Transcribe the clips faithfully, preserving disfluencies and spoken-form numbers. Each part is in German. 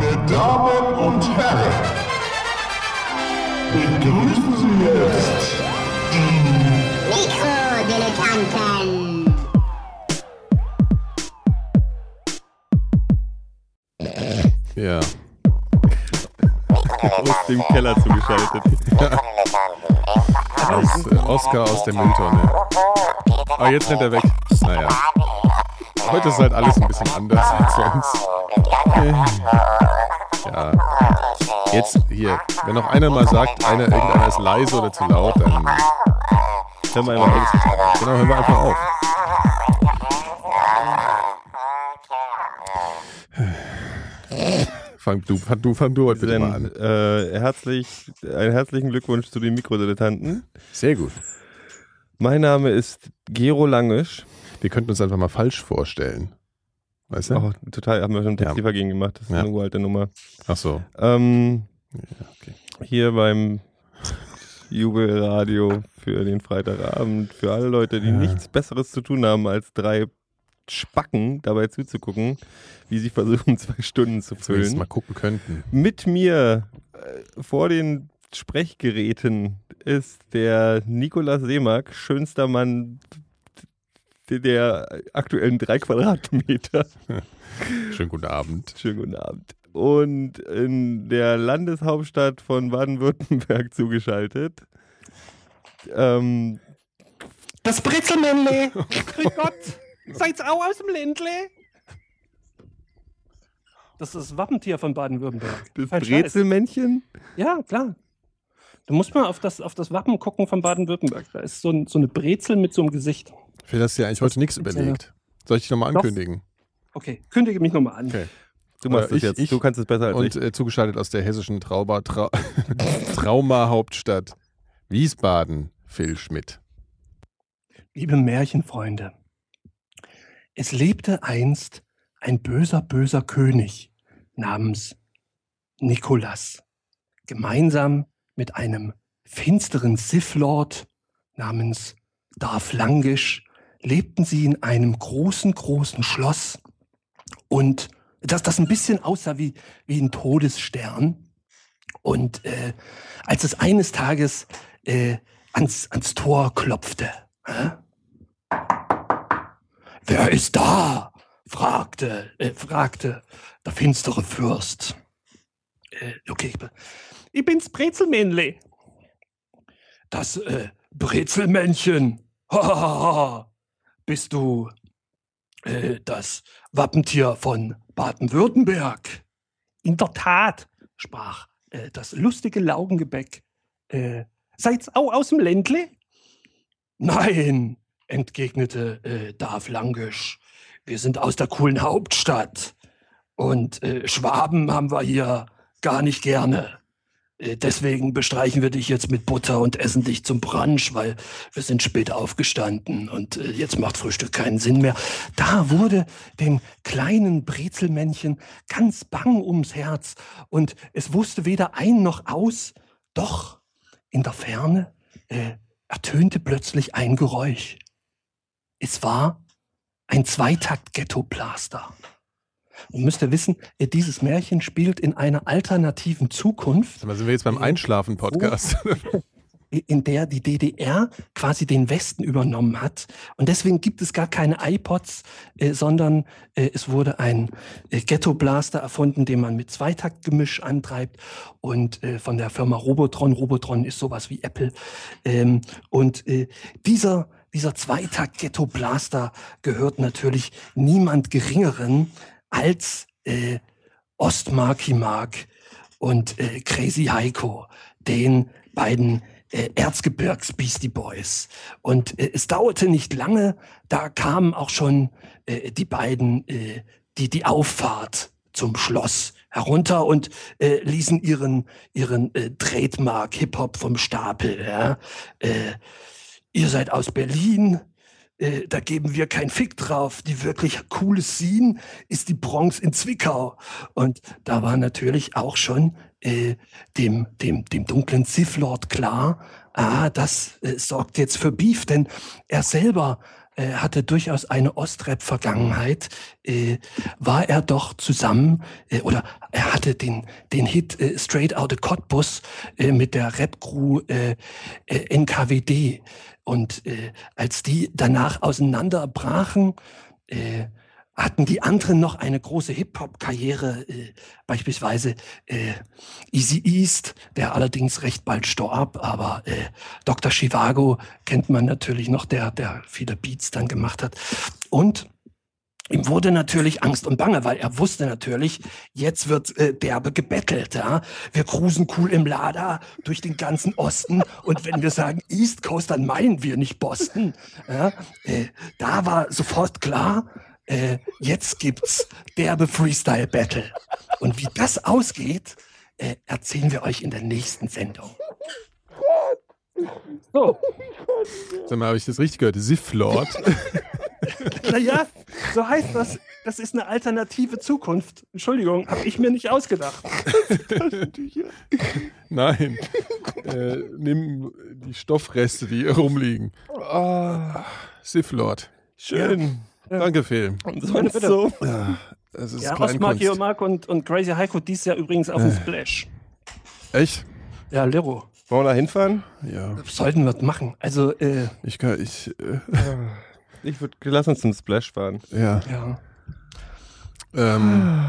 Meine Damen und Herren, begrüßen Sie jetzt die Mikrodilettanten. Ja. Aus dem Keller zugeschaltet. Aus, äh, Oscar aus der Mülltonne. Ah, jetzt rennt er weg. Naja. Heute ist halt alles ein bisschen anders als sonst. Ja. Jetzt hier, wenn noch einer mal sagt, einer, irgendeiner ist leise oder zu laut, dann Hören wir einfach auf. genau, hören wir einfach auf. Fang du, fang du, fang du heute bitte mal an. Äh, herzlich, einen herzlichen Glückwunsch zu den Mikrodilettanten. Sehr gut. Mein Name ist Gero Langisch. Wir könnten uns einfach mal falsch vorstellen. Weißt du? Oh, total, haben wir schon einen Ja. Textiefer gegen gemacht. Das ist Ja. eine uralte Nummer. Ach so. Ähm, Ja, okay. hier beim Jubelradio für den Freitagabend. Für alle Leute, die Ja. nichts Besseres zu tun haben, als drei Spacken dabei zuzugucken, wie sie versuchen, zwei Stunden zu Wenn wir jetzt füllen. mal gucken könnten. Mit mir äh, vor den Sprechgeräten ist der Nikolaus Seemack, schönster Mann d- der aktuellen drei Quadratmeter. Schönen guten Abend. Schönen guten Abend. Und in der Landeshauptstadt von Baden-Württemberg zugeschaltet. Ähm, Das Brezelmännle! Grüß Gott! Seid's auch aus dem Ländle? Das ist das Wappentier von Baden-Württemberg. das Kein Scheiß. Brezelmännchen. Ja, klar. Du musst mal auf das, auf das Wappen gucken von Baden-Württemberg. Da ist so, ein, so eine Brezel mit so einem Gesicht. Für das dir eigentlich heute nichts gibt's überlegt. Soll ich dich nochmal Doch. ankündigen? Okay, kündige mich nochmal an. Okay. Du machst Äh, das ich- jetzt. ich- du kannst es besser als Und ich. äh, zugeschaltet aus der hessischen Trauba, Trau Trauma-Hauptstadt Wiesbaden, Phil Schmidt. Liebe Märchenfreunde, es lebte einst ein böser, böser König namens Nikolas. Gemeinsam mit einem finsteren Sith-Lord namens Darth Langisch lebten sie in einem großen, großen Schloss und das, das ein bisschen aussah wie, wie ein Todesstern. Und äh, als es eines Tages äh, ans, ans Tor klopfte, äh, wer ist da? fragte, äh, fragte der finstere Fürst. Äh, okay, ich, bin- ich bin's Brezelmännle. Das äh, Brezelmännchen. Hahaha. Bist du äh, das Wappentier von Baden-Württemberg? In der Tat, sprach äh, das lustige Laugengebäck. Äh, seid's auch aus dem Ländle? Nein, entgegnete äh, Darth Langisch. Wir sind aus der coolen Hauptstadt. Und äh, Schwaben haben wir hier gar nicht gerne. Äh, deswegen bestreichen wir dich jetzt mit Butter und essen dich zum Brunch, weil wir sind spät aufgestanden und äh, jetzt macht Frühstück keinen Sinn mehr. Da wurde dem kleinen Brezelmännchen ganz bang ums Herz und es wusste weder ein noch aus. Doch in der Ferne äh, ertönte plötzlich ein Geräusch. Es war ein Zweitakt-Ghetto-Blaster. Und müsst ihr wissen, äh, dieses Märchen spielt in einer alternativen Zukunft, Sag mal, sind wir jetzt beim Einschlafen-Podcast? in der die D D R quasi den Westen übernommen hat. Und deswegen gibt es gar keine iPods, äh, sondern äh, es wurde ein äh, Ghetto-Blaster erfunden, den man mit Zweitaktgemisch antreibt und äh, von der Firma Robotron. Robotron ist sowas wie Apple. Ähm, und äh, dieser, dieser Zweitakt-Ghetto-Blaster gehört natürlich niemand Geringeren als äh, Ostmarky Mark und äh, Crazy Heiko, den beiden äh, Erzgebirgs Beastie Boys. Und äh, es dauerte nicht lange, da kamen auch schon äh, die beiden, äh, die, die Auffahrt zum Schloss herunter und äh, ließen ihren, ihren äh, Trademark Hip-Hop vom Stapel. Ja? Äh, ihr seid aus Berlin, äh, da geben wir kein Fick drauf. Die wirklich coole Scene ist die Bronx in Zwickau. Und da war natürlich auch schon äh, dem, dem, dem dunklen Sith Lord klar, ah, das äh, sorgt jetzt für Beef, denn er selber äh, hatte durchaus eine Ostrap-Vergangenheit, äh, war er doch zusammen, äh, oder er hatte den, den Hit äh, Straight Outta Cottbus äh, mit der Rap-Crew äh, äh, N K W D. Und äh, als die danach auseinanderbrachen, äh, hatten die anderen noch eine große Hip-Hop-Karriere, äh, beispielsweise äh, Easy East, der allerdings recht bald starb, aber äh, Doktor Chivago kennt man natürlich noch, der, der viele Beats dann gemacht hat. Und ihm wurde natürlich Angst und Bange, weil er wusste natürlich, jetzt wird äh, derbe gebettelt. Ja? Wir cruisen cool im Lada durch den ganzen Osten und wenn wir sagen East Coast, dann meinen wir nicht Boston. Ja? Äh, da war sofort klar, Äh, jetzt gibt's derbe Freestyle-Battle. Und wie das ausgeht, äh, erzählen wir euch in der nächsten Sendung. So. Sag mal, habe ich das richtig gehört? Sith-Lord? Naja, so heißt das. Das ist eine alternative Zukunft. Entschuldigung, habe ich mir nicht ausgedacht. Nein. Äh, nimm die Stoffreste, die hier rumliegen. Oh, Sith-Lord. Schön. Ja. Danke, Phil. Und Bitte, sonst bitte. so. Ja, das ist Ja, Ostmark, Kleinkunst. Geomark und, und Crazy Heiko dies Jahr übrigens auf dem Splash. Echt? Ja, Lero. Wollen wir da hinfahren? Ja. Das sollten wir machen. Also, äh, Ich kann, ich, äh, Ich würde, lass uns zum Splash fahren. ja. ja. Ähm,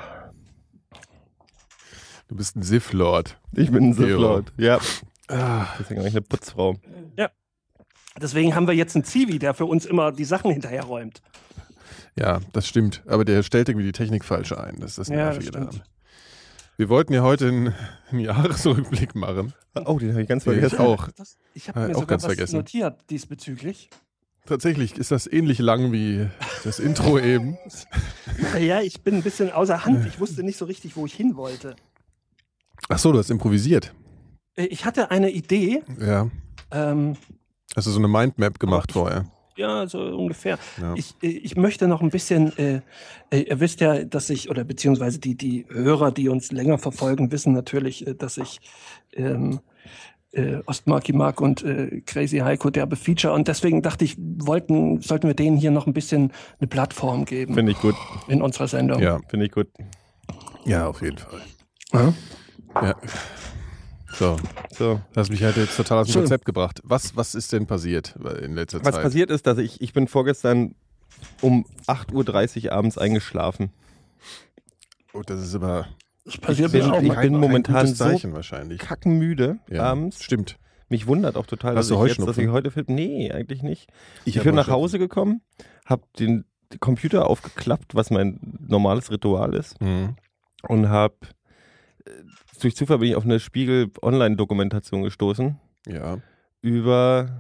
du bist ein Sith-Lord. Ich bin ein Theo. Sith-Lord. Ja. Ah, Deswegen habe ich eine Putzfrau. Deswegen haben wir jetzt einen Zivi, der für uns immer die Sachen hinterherräumt. ja, das stimmt. Aber der stellt irgendwie die Technik falsch ein. Das ist das Ja, das Nervige stimmt. daran. Wir wollten ja heute einen, einen Jahresrückblick machen. Oh, den habe ich ganz Ja, vergessen. ich auch. Das, ich habe Ah, mir auch sogar ganz was vergessen. notiert diesbezüglich. Tatsächlich ist das ähnlich lang wie das Intro eben. Naja, ich bin ein bisschen außer Hand. Ich wusste nicht so richtig, wo ich hin wollte. Ach so, du hast improvisiert. Äh, Ich hatte eine Idee. Ja. Ähm, Hast du so eine Mindmap gemacht vorher? ja, so ungefähr. Ja. Ich, äh, ich möchte noch ein bisschen, äh, äh, ihr wisst ja, dass ich, oder beziehungsweise die, die Hörer, die uns länger verfolgen, wissen natürlich, äh, dass ich ähm, äh, Ostmarki Mark und äh, Crazy Heiko derbe Feature und deswegen dachte ich, wollten, sollten wir denen hier noch ein bisschen eine Plattform geben Finde ich gut. in unserer Sendung. Ja. Finde ich gut. Ja, auf jeden Fall. Ja. Ja. So, So. hast mich halt jetzt total aus dem Schön. Konzept gebracht. Was, was ist denn passiert in letzter Was Zeit? passiert ist, dass ich, ich bin vorgestern um acht Uhr dreißig abends eingeschlafen. Oh, das ist aber Das passiert bin- mir auch ich mal. bin ein momentan gutes so Zeichen wahrscheinlich. Kackenmüde Ja, abends. Stimmt. Mich wundert auch total, Hast dass du ich, jetzt, dass Heuschnupfen? ich heute film. Nee, eigentlich nicht. Ich, hab bin nach Heuschnupfen. Hause gekommen, habe den Computer aufgeklappt, was mein normales Ritual ist, Mhm. und habe durch Zufall bin ich auf eine Spiegel-Online-Dokumentation gestoßen Ja. über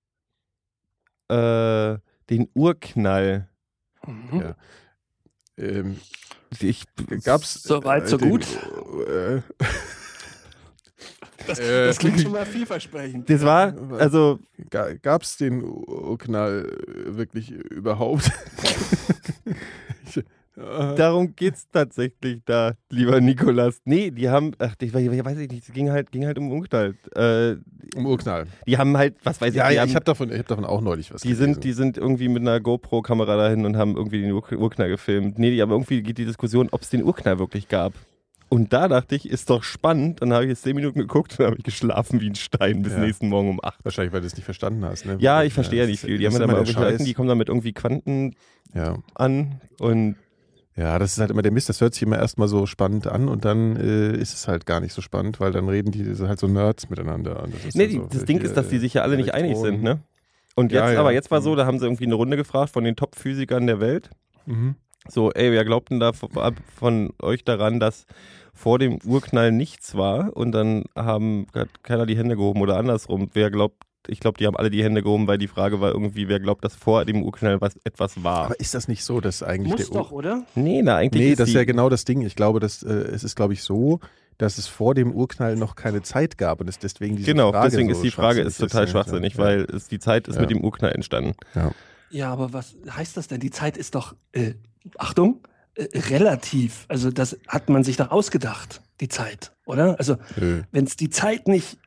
äh, den Urknall. Mhm. Ja. Ähm, Ich, gab's So weit, so den, gut. Äh, Das, Äh, das klingt schon mal vielversprechend. das war, also Gab es den Urknall wirklich überhaupt? ich, äh, darum geht's tatsächlich da, lieber Nikolas. Nee, die haben, ach, ich, ich weiß nicht, es ging halt, ging halt um Urknall. Äh, um Urknall. die haben halt, was weiß ich, Ja, die, ja, haben, ich habe davon, ich hab davon auch neulich was die, gelesen. sind, die sind irgendwie mit einer GoPro-Kamera dahin und haben irgendwie den Ur Urknall gefilmt. Nee, die, aber irgendwie geht die Diskussion, ob es den Urknall wirklich gab. Und da dachte ich, ist doch spannend. Dann habe ich jetzt zehn Minuten geguckt und dann habe ich geschlafen wie ein Stein bis Ja. nächsten Morgen um acht. Wahrscheinlich, weil du es nicht verstanden hast. Ne? Ja, ich verstehe ja das nicht ist- viel. Die das haben ist dann mal immer der irgendwelche Scheiß. Leuten, die kommen dann mit irgendwie Quanten Ja. an und ja, das ist halt immer der Mist. Das hört sich immer erstmal so spannend an und dann äh, ist es halt gar nicht so spannend, weil dann reden die so halt so Nerds miteinander. Und das ist nee, dann die, so, das Ding hier, ist, dass die sich ja alle nicht einig Elektronen. sind, ne? Und Ja, jetzt, ja. aber jetzt war so, da haben sie irgendwie eine Runde gefragt von den Top-Physikern der Welt. Mhm. So, ey, wer glaubt denn da von, von euch daran, dass vor dem Urknall nichts war? Und dann haben hat keiner die Hände gehoben oder andersrum. Wer glaubt, ich glaube, die haben alle die Hände gehoben, weil die Frage war irgendwie, wer glaubt, dass vor dem Urknall was, etwas war? Aber ist das nicht so, dass eigentlich Muss der doch, oder? Nee, na, eigentlich Nee, ist das die, ist ja genau das Ding. Ich glaube, dass, äh, es ist, glaube ich, so, dass es vor dem Urknall noch keine Zeit gab und es deswegen diese Genau, Frage deswegen so ist die Frage ist schwachsinnig total ist, schwachsinnig, ja. weil es, die Zeit ist Ja. mit dem Urknall entstanden. Ja, aber was heißt das denn? Die Zeit ist doch, äh, Achtung, äh, relativ. Also das hat man sich doch ausgedacht, die Zeit, oder? Also Nö. wenn es die Zeit nicht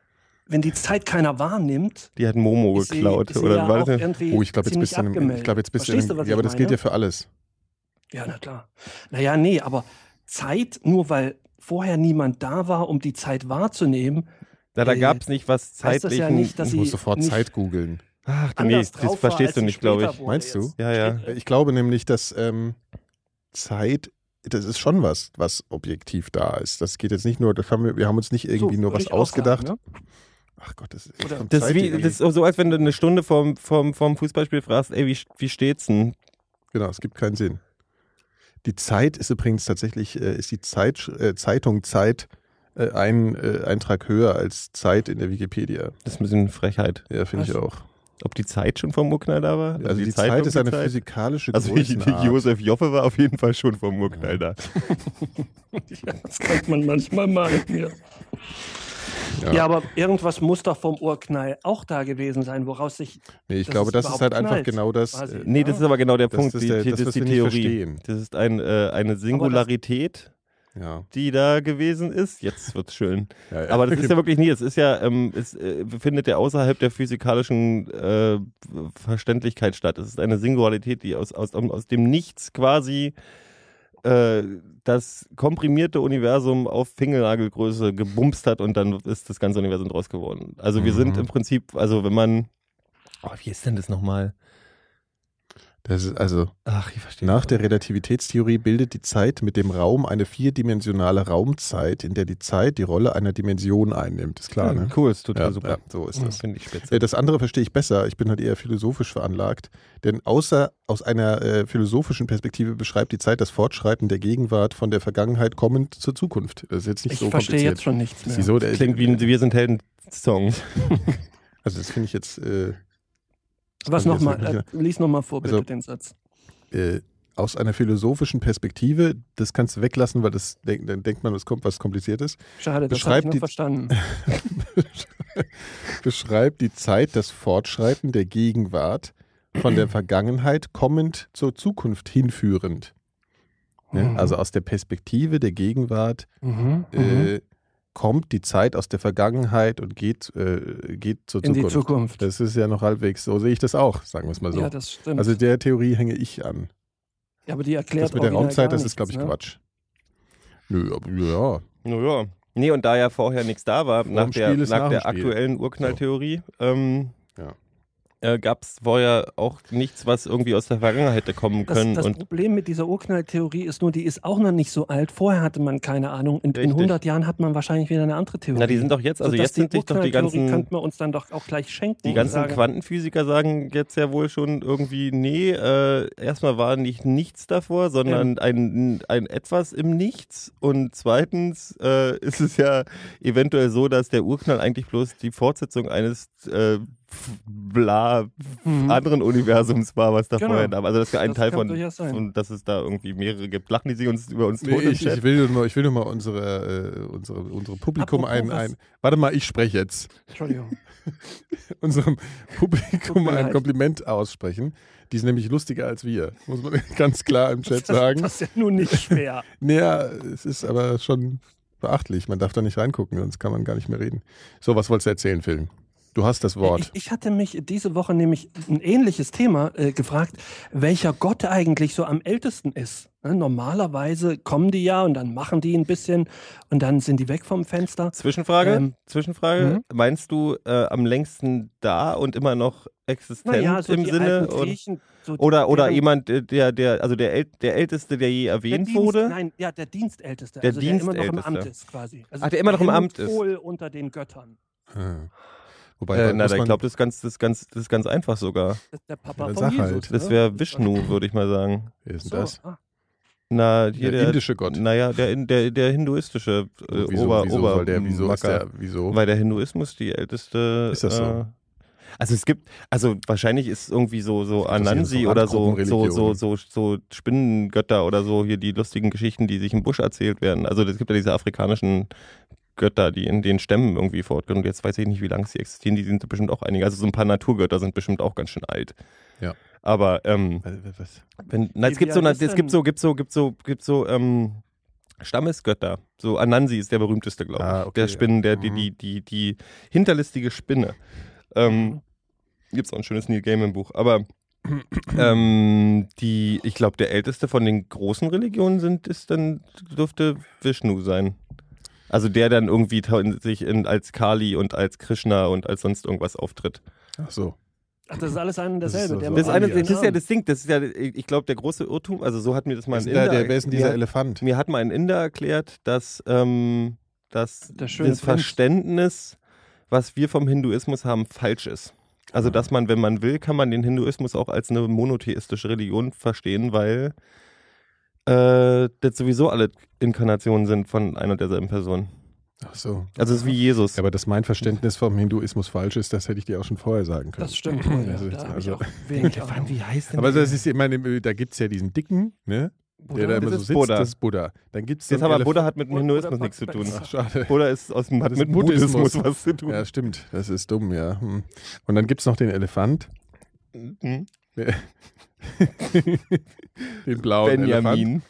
wenn die Zeit keiner wahrnimmt, Die hat Momo ist sie, geklaut. ist sie oder ja war auch das irgendwie Oh, ich glaube, jetzt ziemlich bist du in einem, abgemeldet. ich glaube, jetzt bist du in Verstehst einem, du, was ja, aber ich das gilt meine? ja für alles. Ja, na klar. Naja, nee, aber Zeit, nur weil vorher niemand da war, um die Zeit wahrzunehmen, Na, da äh, gab es nicht was heißt das zeitlichen. ja nicht, dass Ich sie muss sofort nicht Zeit googeln. Ach, nee, anders das drauf war, verstehst als du sie nicht, glaube später ich. wurde Meinst du? jetzt. Ja, ja. Steht, äh, Ich glaube nämlich, dass ähm, Zeit, das ist schon was, was objektiv da ist. Das geht jetzt nicht nur, das haben wir, wir haben uns nicht irgendwie so, nur würde was ich auch ausgedacht. sagen, ne? Ach Gott, das ist Oder- kommt Das ist, Zeit wie, irgendwie. das ist so, als wenn du eine Stunde vorm, vorm, vorm Fußballspiel fragst, ey, wie, wie steht's denn? Genau, es gibt keinen Sinn. Die Zeit ist übrigens tatsächlich, äh, ist die Zeit, äh, Zeitung Zeit äh, ein äh, Eintrag höher als Zeit in der Wikipedia. Das ist ein bisschen Frechheit. Ja, finde ich Was? auch. Ob die Zeit schon vom Urknall da war? Also, die, Zeitung, Zeit ist die eine Zeit? physikalische Also Größenart. Josef Joffe war auf jeden Fall schon vom Urknall da. Ja, das könnte man manchmal meinen, ja. Ja. Ja, aber irgendwas muss doch vom Urknall auch da gewesen sein, woraus sich. Nee, ich dass glaube, es das ist überhaupt halt einfach knallt, genau das. quasi. äh, Nee, das ist aber genau der Das Punkt, ist die, der- die, das, das was ist die wir nicht Theorie. verstehen. Das ist ein, äh, eine Singularität, Ja. die da gewesen ist. Jetzt wird's schön. Ja, ja. Aber das ist ja wirklich nie. Es ist ja, ähm, es äh, befindet ja außerhalb der physikalischen äh, Verständlichkeit statt. Es ist eine Singularität, die aus, aus, aus dem Nichts quasi äh, das komprimierte Universum auf Fingernagelgröße gebumst hat und dann ist das ganze Universum draus geworden. Also wir Mhm. sind im Prinzip, also wenn man, oh, wie ist denn das nochmal? Das ist also Ach, ich verstehe. nach der Relativitätstheorie bildet die Zeit mit dem Raum eine vierdimensionale Raumzeit, in der die Zeit die Rolle einer Dimension einnimmt. Ist klar, ne? Cool, ist total Ja, super. ja, so ist das. Finde ich spitze. Äh, Das andere verstehe ich besser. Ich bin halt eher philosophisch veranlagt. Denn außer aus einer äh, philosophischen Perspektive beschreibt die Zeit das Fortschreiten der Gegenwart von der Vergangenheit kommend zur Zukunft. Das ist jetzt nicht Ich so verstehe kompliziert. jetzt schon nichts mehr. Wieso? Der, Klingt wie ein Wir sind Helden-Song. Also das finde ich jetzt äh, Was Also jetzt nochmal? wirklich- Äh, lies nochmal vor, bitte Also- den Satz. äh, aus einer philosophischen Perspektive, das kannst du weglassen, weil das denk, dann denkt man, es kommt was Kompliziertes. Schade, das habe beschreibt ich noch die- verstanden. Beschreibt die Zeit das Fortschreiten der Gegenwart von der Vergangenheit kommend zur Zukunft hinführend. Ne? Mhm. Also aus der Perspektive der Gegenwart Mhm. mhm. äh, kommt die Zeit aus der Vergangenheit und geht, äh, geht zur In die Zukunft. Zukunft. Das ist ja noch halbwegs, so sehe ich das auch, sagen wir es mal so. Ja, das stimmt. Also der Theorie hänge ich an. ja, aber die erklärt Das mit der original Raumzeit, gar das ist, glaube ich, nichts, ne? Quatsch. Nö, aber ja. Naja. Nee, und da ja vorher nichts da war, Vor nach dem der, Spiel ist nach nach der dem Spiel. aktuellen Urknalltheorie, ähm, Ja. äh, gab es vorher auch nichts, was irgendwie aus der Vergangenheit hätte kommen Das, können. das und Problem mit dieser Urknalltheorie ist nur, die ist auch noch nicht so alt. Vorher hatte man keine Ahnung. In, in Richtig. hundert Jahren hat man wahrscheinlich wieder eine andere Theorie. na, die sind doch jetzt, also Sodass jetzt sind sich doch die Urknalltheorie ganzen, könnten wir uns dann doch auch gleich schenken. die und ganzen sagen, Quantenphysiker sagen jetzt ja wohl schon irgendwie, nee, äh, erstmal war nicht nichts davor, sondern ein, ein etwas im Nichts. Und zweitens äh, ist es ja eventuell so, dass der Urknall eigentlich bloß die Fortsetzung eines äh, bla Mhm. anderen Universums war, was da Genau. vorher da war. Also dass wir einen Das Teil kann von, durchaus sein. von, dass es da irgendwie mehrere gibt. Lachen die sich uns über uns Nee, tot im ich, Chat? ich, will nur mal, ich will nur mal unsere, äh, unsere, unsere Publikum Apropos ein, was- ein. Warte mal, ich spreche jetzt. Entschuldigung. Unserem Publikum mir ein leid. Kompliment aussprechen. Die ist nämlich lustiger als wir. Muss man ganz klar im Chat Das, sagen. das ist ja nun nicht schwer. Naja, es ist aber schon beachtlich. Man darf da nicht reingucken, sonst kann man gar nicht mehr reden. So, was wolltest du erzählen, Phil? Du hast das Wort. Ich, ich hatte mich diese Woche nämlich ein ähnliches Thema äh, gefragt, welcher Gott eigentlich so am ältesten ist. Ne, normalerweise kommen die ja und dann machen die ein bisschen und dann sind die weg vom Fenster. Zwischenfrage, Ähm, Zwischenfrage. mhm. Meinst du äh, am längsten da und immer noch existent Naja, so im die Sinne? alten Und, Griechen. So die- oder oder deren- jemand, äh, der, der, also der, äl der Älteste, der je der erwähnt Dienst, wurde? Nein, ja, der Dienstälteste. Der also der immer noch im Dienstälteste. Amt ist quasi. Also Ach, der immer noch im Helmut Amt ist. Kohl unter den Göttern. Ah. Wobei, Äh, da na, muss ich man- glaube, das, ist ganz- das, ist ganz- das ist ganz einfach sogar. Das ist der Papa Ja, von sag Jesus. halt. Das ne? wäre Vishnu, würde ich mal sagen. wer ist denn So, das? ah. Na, hier Der der, indische Gott. Naja, der, in- der, der hinduistische äh, wieso, Ober, wieso, Ober weil der, wieso ist Macker. der, wieso? Weil der Hinduismus die älteste. Ist das so? Äh, also es gibt, also wahrscheinlich ist irgendwie so so Das sind Anansi so oder so so Randgruppenreligionen. so so so Spinnengötter oder so hier die lustigen Geschichten, die sich im Busch erzählt werden. Also es gibt ja diese afrikanischen Götter, die in den Stämmen irgendwie fortgehen. Und jetzt weiß ich nicht, wie lange sie existieren. Die sind bestimmt auch einige. Also so ein paar Naturgötter sind bestimmt auch ganz schön alt. Ja. Aber ähm, Was- was- wenn, na, es Wie- gibt wie so, alt na, ist es gibt denn- so, gibt so, gibt so, gibt so, ähm, Stammesgötter. So Anansi ist der berühmteste, glaube ich. Ah, okay, der Spinnen, der, ja. die, Mhm. die, die, die hinterlistige Spinne. Ähm, Gibt es auch ein schönes Neil Gaiman-Buch. Aber ähm, die, ich glaube, der älteste von den großen Religionen sind, ist dann, dürfte Vishnu sein. Also der dann irgendwie ta- sich in, als Kali und als Krishna und als sonst irgendwas auftritt. Ach so. Ach, das ist alles ein und Das ist derselbe. so- der so Das ist, eine, alias. das ist ja das Ding, das ist ja, ich glaube, der große Irrtum, also so hat mir das mal ein Wer ist denn Inder, der, wer ist denn dieser mir, Elefant? mir hat mal ein Inder erklärt, dass, ähm, dass Der schöne das Prinz. Verständnis, was wir vom Hinduismus haben, falsch ist. Also dass man, wenn man will, kann man den Hinduismus auch als eine monotheistische Religion verstehen, weil äh, das sowieso alle Inkarnationen sind von einer und derselben Person. Ach so. Also es ist wie Jesus. Aber dass mein Verständnis vom Hinduismus falsch ist, das hätte ich dir auch schon vorher sagen können. Das stimmt. wohl, ja. Also, Da hab ich also- auch wenig Ahnung. wie heißt Aber das ist, ich meine, da gibt es ja diesen Dicken, ne? Der da Das immer so ist sitzt, Buddha. das ist Buddha. Dann gibt's Jetzt so aber einen Buddha Elef- hat mit dem Buddha- Hinduismus Buddha- nichts zu tun. Ach, schade. Buddha ist aus dem, hat Das mit ist dem Buddhismus Buddhismus. was zu tun. Ja, stimmt. Das ist dumm, ja. Hm. Und dann gibt es noch den Elefant. Mhm. Den blauen Elefant. Benjamin.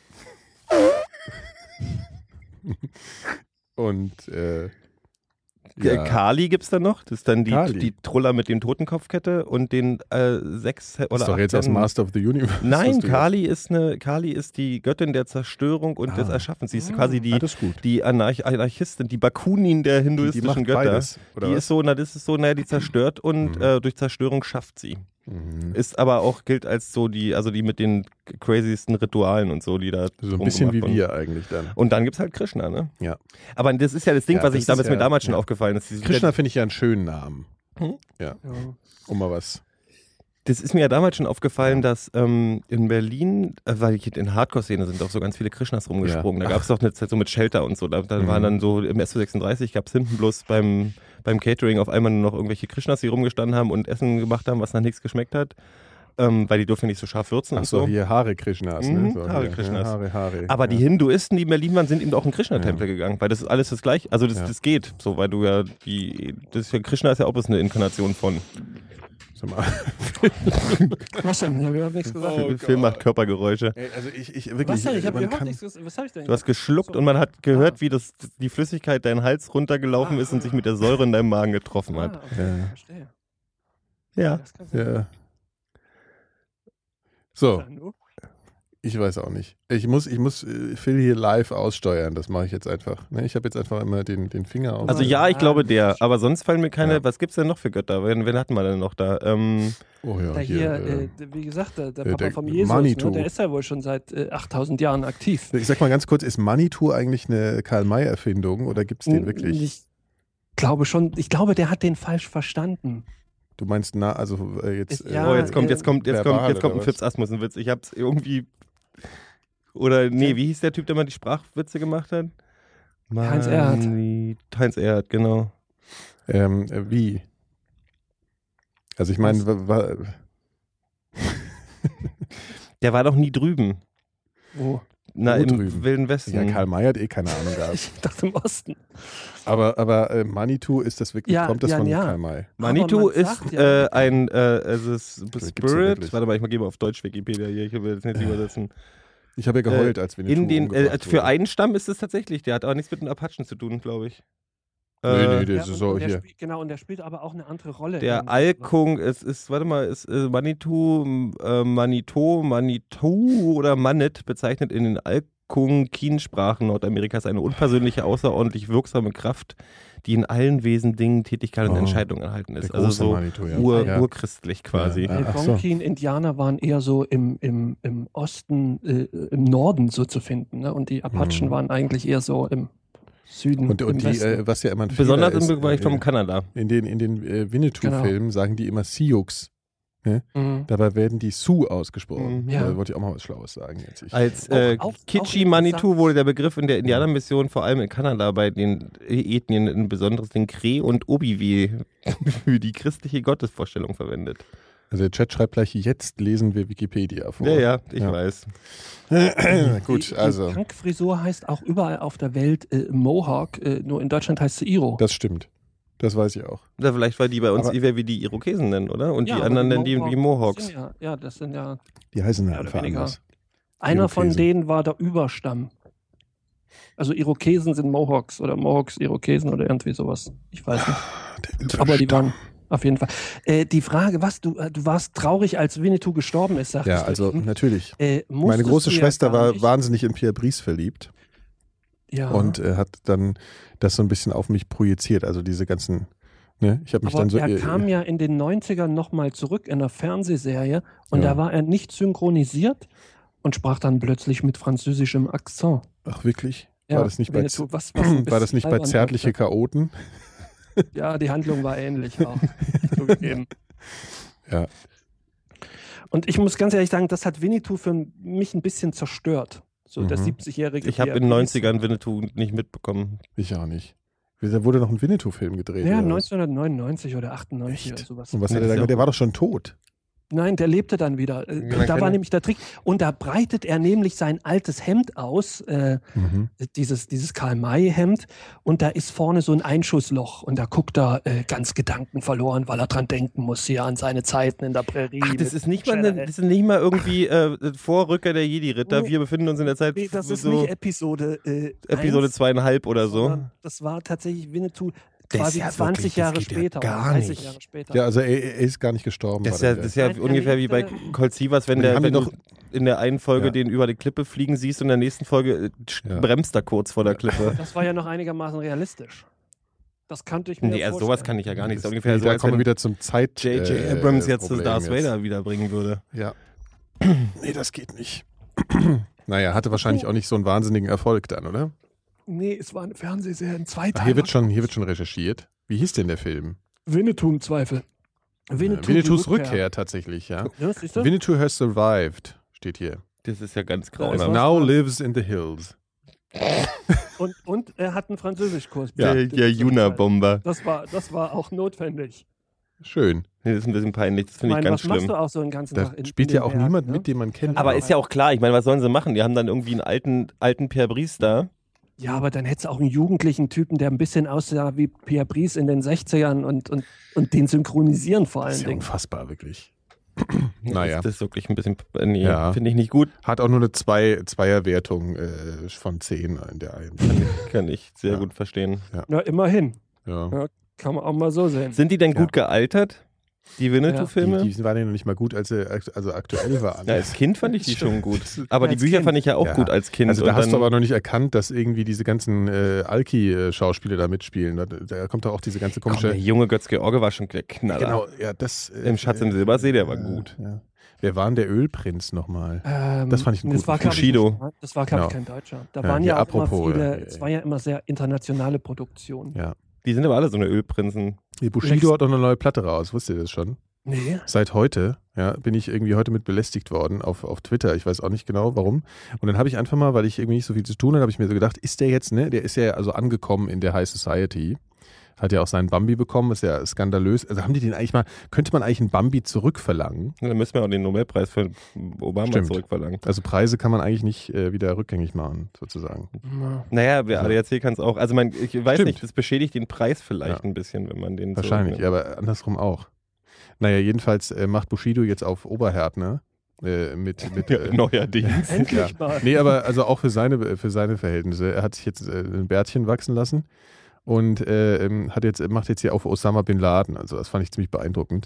Und äh, Ja. ja. Kali gibt es da noch. Das ist dann die, Kali. die Truller mit dem Totenkopfkette und den äh, sechs oder Das ist doch acht jetzt aus Händen. Master of the Universe. Nein, was du Kali ist, eine, Kali ist die Göttin der Zerstörung und Ah. des Erschaffens. Sie ist quasi jetzt- die, Ah, das ist gut. die Anarch Anarchistin, die Bakunin der Die, die hinduistischen macht Götter. beides, oder die was? ist so, na, das ist so, naja, die zerstört und Mhm. äh, durch Zerstörung schafft sie. Mhm. Ist aber auch, gilt als so die, also die mit den craziesten Ritualen und so, die da So ein bisschen wie rumgemacht wir eigentlich dann. wurden. Und dann gibt es halt Krishna, ne? Ja. Aber das ist ja das Ding, Ja, was das ich damals ist ja- mir damals schon ja. aufgefallen ist. Dieses- Krishna finde ich ja einen schönen Namen. Hm? Ja, Ja. um mal was. Das ist mir ja damals schon aufgefallen, dass ähm, in Berlin, äh, weil ich in Hardcore-Szene sind auch so ganz viele Krishnas rumgesprungen. Ja. Da gab es doch eine Zeit so mit Shelter und so. Da, da Mhm. waren dann so im S U sechsunddreißig gab es hinten bloß beim, beim Catering auf einmal nur noch irgendwelche Krishnas, die rumgestanden haben und Essen gemacht haben, was nach nichts geschmeckt hat. Ähm, weil die dürfen nicht so scharf würzen Ach und so, so. hier Hare Krishnas. Mhm, Ne? So, Hare hier, Krishnas. Ja, Hare, Hare. Aber die ja. Hinduisten, die in Berlin waren, sind eben auch in Krishna-Tempel gegangen, weil das ist alles das Gleiche. Also das, Ja. das geht, so, weil du ja die, das ist ja, Krishna ist ja auch bloß eine Inkarnation von. Sag mal. Was denn? Ja, wir haben nichts gesagt. Oh Der Film macht Körpergeräusche. Ey, also ich, ich wirklich. Was denn? Ich habe man überhaupt kann- nichts gesagt. Was habe ich denn? Du hast geschluckt und man hat gehört, wie das, die Flüssigkeit deinen Hals runtergelaufen ist und sich mit der Säure in deinem Magen getroffen Ah, hat. okay, Ja. verstehe. Ja. Das kann sein. Ja. So, Dann du? ich weiß auch nicht. Ich muss, ich muss äh, Phil hier live aussteuern. Das mache ich jetzt einfach. Ne? Ich habe jetzt einfach immer den, den Finger auf. Also ja, ich Ah, glaube der, aber sonst fallen mir keine, Ja. was gibt's denn noch für Götter? Wen, wen hatten wir denn noch da? Ähm, oh ja, Da hier. hier, äh, äh, wie gesagt, der, der äh, Papa der vom Jesus, Manitou. ne, der ist ja wohl schon seit äh, achttausend Jahren aktiv. ich sag mal ganz kurz, ist Manitou eigentlich eine Karl-May-Erfindung oder gibt es den wirklich? Ich glaube schon, ich glaube, der hat den falsch verstanden. Du meinst, na, also äh, jetzt. Ist- äh, ja, oh, jetzt kommt, äh, jetzt kommt, jetzt verbal kommt, jetzt kommt ein oder was? Fips Asmus, ein Witz. Ich hab's irgendwie. Oder, nee, wie hieß der Typ, der mal die Sprachwitze gemacht hat? Heinz Erhardt. Mani- Heinz Erhardt, genau. Ähm, äh, wie? Also ich meine, wa- wa- Der war doch nie drüben. Wo? Na, Wo im drüben? Wilden Westen. ja, Karl May hat eh keine Ahnung gehabt. Ich dachte im Osten. Aber, aber äh, Manitou, ist das wirklich, Ja, kommt das ja, von ja. Karl May? Manitou Aber man ist sagt ja- äh, ein äh, also es ist gibt's ja Spirit. wirklich. Warte mal, ich mal gehe mal auf Deutsch Wikipedia hier. Ich will das nicht übersetzen. Ich habe ja geheult, als wir In den, äh, umgebracht für wurde. einen Stamm ist es tatsächlich. Der hat aber nichts mit den Apachen zu tun, glaube ich. Nee, Äh, nee, das Ja, ist und so der hier. spielt, genau, und der spielt aber auch eine andere Rolle. Der in- Alkung, es ist, warte mal, ist äh, Manitou, m- äh, Manito, Manitou oder Manit bezeichnet in den Algonkin-Sprachen Nordamerikas eine unpersönliche, außerordentlich wirksame Kraft, die in allen Wesen, Dingen, Tätigkeiten und Oh, Entscheidungen enthalten Der ist. große Also so Manitou, ja. ur, ja. urchristlich quasi. Ja. Ach so. Algonquin-Indianer waren eher so im, im, im Osten, äh, im Norden so zu finden. Ne? Und die Apachen Mhm. waren eigentlich eher so im Süden. Und, im und die, Westen. äh, was ja immer ein Besonders Fehler ist, im Bereich äh, von Kanada. in den, in den äh, Winnetou-Filmen sagen die immer Sioux. Mhm. Dabei werden die Sioux ausgesprochen. Mhm. Ja. Da wollte ich auch mal was Schlaues sagen jetzt. Ich, Als Auch- äh, auch- auch Kitschi interessant. Manitou wurde der Begriff in der Indianermission vor allem in Kanada bei den Ethnien, in besonders den Cree und Obiwi, für die christliche Gottesvorstellung verwendet. also der Chat schreibt gleich, jetzt lesen wir Wikipedia vor. Ja, ja, ich Ja. weiß. Gut, die, also, Die Punkfrisur heißt auch überall auf der Welt äh, Mohawk, äh, nur in Deutschland heißt sie Iro. das stimmt. Das weiß ich auch. Oder vielleicht, weil die bei uns Aber- eher wie die Irokesen nennen, oder? Und Ja, die aber anderen nennen die Mohawk wie Mohawks. sind Ja, ja, das sind ja. Die heißen Mehr halt oder einfach weniger. anders. Einer von Irokesen. denen war der Überstamm. Also Irokesen sind Mohawks oder Mohawks Irokesen oder irgendwie sowas. Ich weiß nicht. Der Aber die Stamm. waren auf jeden Fall. Äh, die Frage, was, du, äh, du warst traurig, als Winnetou gestorben ist, sagst Ja, du. also natürlich. Äh, Meine musstest große du ja Schwester gar war nicht. wahnsinnig in Pierre Brice verliebt Ja. und äh, hat dann das so ein bisschen auf mich projiziert. Also diese ganzen, ne, ich habe mich Aber dann so. er äh, kam ja in den neunzigern nochmal zurück in einer Fernsehserie und Ja. da war er nicht synchronisiert und sprach dann plötzlich mit französischem Akzent. Ach wirklich? Ja, war das nicht bei, Winnetou, was, was ein war das bisschen nicht bei albern Zärtliche wirkte. Chaoten? Ja, die Handlung war ähnlich auch. zugegeben. Ja. Und ich muss ganz ehrlich sagen, das hat Winnetou für mich ein bisschen zerstört. So der Mhm. siebzigjährige Ich habe in den neunzigern Winnetou nicht mitbekommen. Ich auch nicht. Da wurde noch ein Winnetou-Film gedreht. Ja, oder was? neunzehnhundertneunundneunzig oder achtundneunzig Echt? oder sowas. Und was Ja, hat er das da ist gemacht? ja- Der war doch schon tot. Nein, der lebte dann wieder. Äh, Ja, da war keine- nämlich der Trick. Und da breitet er nämlich sein altes Hemd aus, äh, Mhm. dieses, dieses Karl-May-Hemd. Und da ist vorne so ein Einschussloch. Und da guckt er äh, ganz Gedanken verloren, weil er dran denken muss hier an seine Zeiten in der Prärie. Ach, das mit ist nicht mal, eine, General. das ist nicht mal irgendwie äh, Vorrücker der Jedi-Ritter. Nee. Wir befinden uns in der Zeit Nee, das ist so nicht Episode äh, Episode eins, zweieinhalb oder so. sondern das war tatsächlich Winnetou Das quasi ist ja zwanzig wirklich- das Jahre geht ja später gar oder dreißig nicht. Jahre später. Ja, also er, er ist gar nicht gestorben. Das ist war ja, der. das ist ja Nein, er ungefähr wie bei lebte- Colt Sievers, wenn Die der haben wenn die du doch- in der einen Folge Ja. den über die Klippe fliegen siehst und in der nächsten Folge äh, sch- Ja. bremst er kurz vor der Klippe. Das war ja noch einigermaßen realistisch. Das kannte ich mir Nee, also vorstellen. sowas kann ich ja gar nicht. Das ist Das- ungefähr so, da als kommen wir wenn wieder zum Zeit. J J äh, Abrams jetzt das Problem Darth jetzt. Vader wiederbringen würde. Ja. Nee, das geht nicht. Naja, hatte wahrscheinlich auch nicht so einen wahnsinnigen Erfolg dann, oder? Nee, es war eine Fernsehserie in zwei Ach, Teilen. hier, wird schon, hier wird schon recherchiert. Wie hieß denn der Film? Winnetou im Zweifel. Winnetou, Äh, Winnetous die Rückkehr tatsächlich, ja. Ja, siehst du? Winnetou has survived, steht hier. Das ist ja ganz Da ist grausam. was Now dran. lives in the hills. Und, und er hat einen Französischkurs. Der, belegt. der Juna-Bomber. Das war, das war auch notwendig. Schön. Nee, das ist ein bisschen peinlich. Das Ich finde ich meine, ganz was machst schlimm. du auch so den ganzen Da Tag in spielt in ja den auch Bergen, niemand ne? mit, den man kennt. Aber ist ja auch klar. Ich meine, was sollen sie machen? Die haben dann irgendwie einen alten, alten Pierre Brice da. Ja, aber dann hättest du auch einen jugendlichen Typen, der ein bisschen aussah wie Pierre Brice in den sechzigern und, und, und den synchronisieren vor Das allen ist ja Dingen. unfassbar, wirklich. Naja. Das, das ist wirklich ein bisschen, äh, nee, Ja. finde ich nicht gut. Hat auch nur eine zwei, Zweierwertung äh, von zehn in der I M D B. Kann ich sehr Ja. gut verstehen. Na, immerhin. Ja. Ja, kann man auch mal so sehen. Sind die denn Ja. gut gealtert? Die Winnetou-Filme? Die, die waren ja noch nicht mal gut, als sie akt- also aktuell waren. Ja, als Kind fand ich die schon gut. Das- Aber die Als Bücher Kind. fand ich ja auch Ja. gut als Kind. Also da Und hast du dann- aber noch nicht erkannt, dass irgendwie diese ganzen äh, Alki-Schauspieler da mitspielen. Da, da kommt doch auch diese ganze Komm, komische... der junge Götz-George war schon der Knaller. Genau, ja, das... äh, Im Schatz im Silbersee, der war äh, gut. Ja. Wer war denn der Ölprinz nochmal? Ähm, Das fand ich einen das guten war, Film. glaub ich, Bushido. nicht- Das war, glaube ich, Genau. kein Deutscher. Da Ja, waren hier ja auch apropos, immer viele, äh, es war ja immer sehr internationale Produktionen. Ja. Die sind aber alle so eine Ölprinzen. Nee, Bushido hat doch eine neue Platte raus, wusst ihr das schon? Nee. Seit heute, ja, bin ich irgendwie heute mit belästigt worden auf, auf Twitter. Ich weiß auch nicht genau warum. Und dann habe ich einfach mal, weil ich irgendwie nicht so viel zu tun hatte, habe ich mir so gedacht, ist der jetzt, ne? Der ist ja also angekommen in der High Society. Hat ja auch seinen Bambi bekommen, ist ja skandalös. Also haben die den eigentlich mal, könnte man eigentlich einen Bambi zurückverlangen? Dann müssen wir auch den Nobelpreis für Obama Stimmt. zurückverlangen. Also Preise kann man eigentlich nicht äh, wieder rückgängig machen, sozusagen. Ja. Naja, der Ja. A D A C kann es auch. Also man, ich weiß Stimmt. nicht, das beschädigt den Preis vielleicht Ja. ein bisschen, wenn man den Wahrscheinlich, so... ja, aber andersrum auch. Naja, jedenfalls äh, macht Bushido jetzt auf Oberhärtner äh, mit, mit äh, Neuerdings. Endlich Ja. mal. Nee, aber also auch für seine, für seine Verhältnisse. Er hat sich jetzt äh, ein Bärtchen wachsen lassen und äh, ähm, hat jetzt, macht jetzt hier auf Osama Bin Laden. Also das fand ich ziemlich beeindruckend.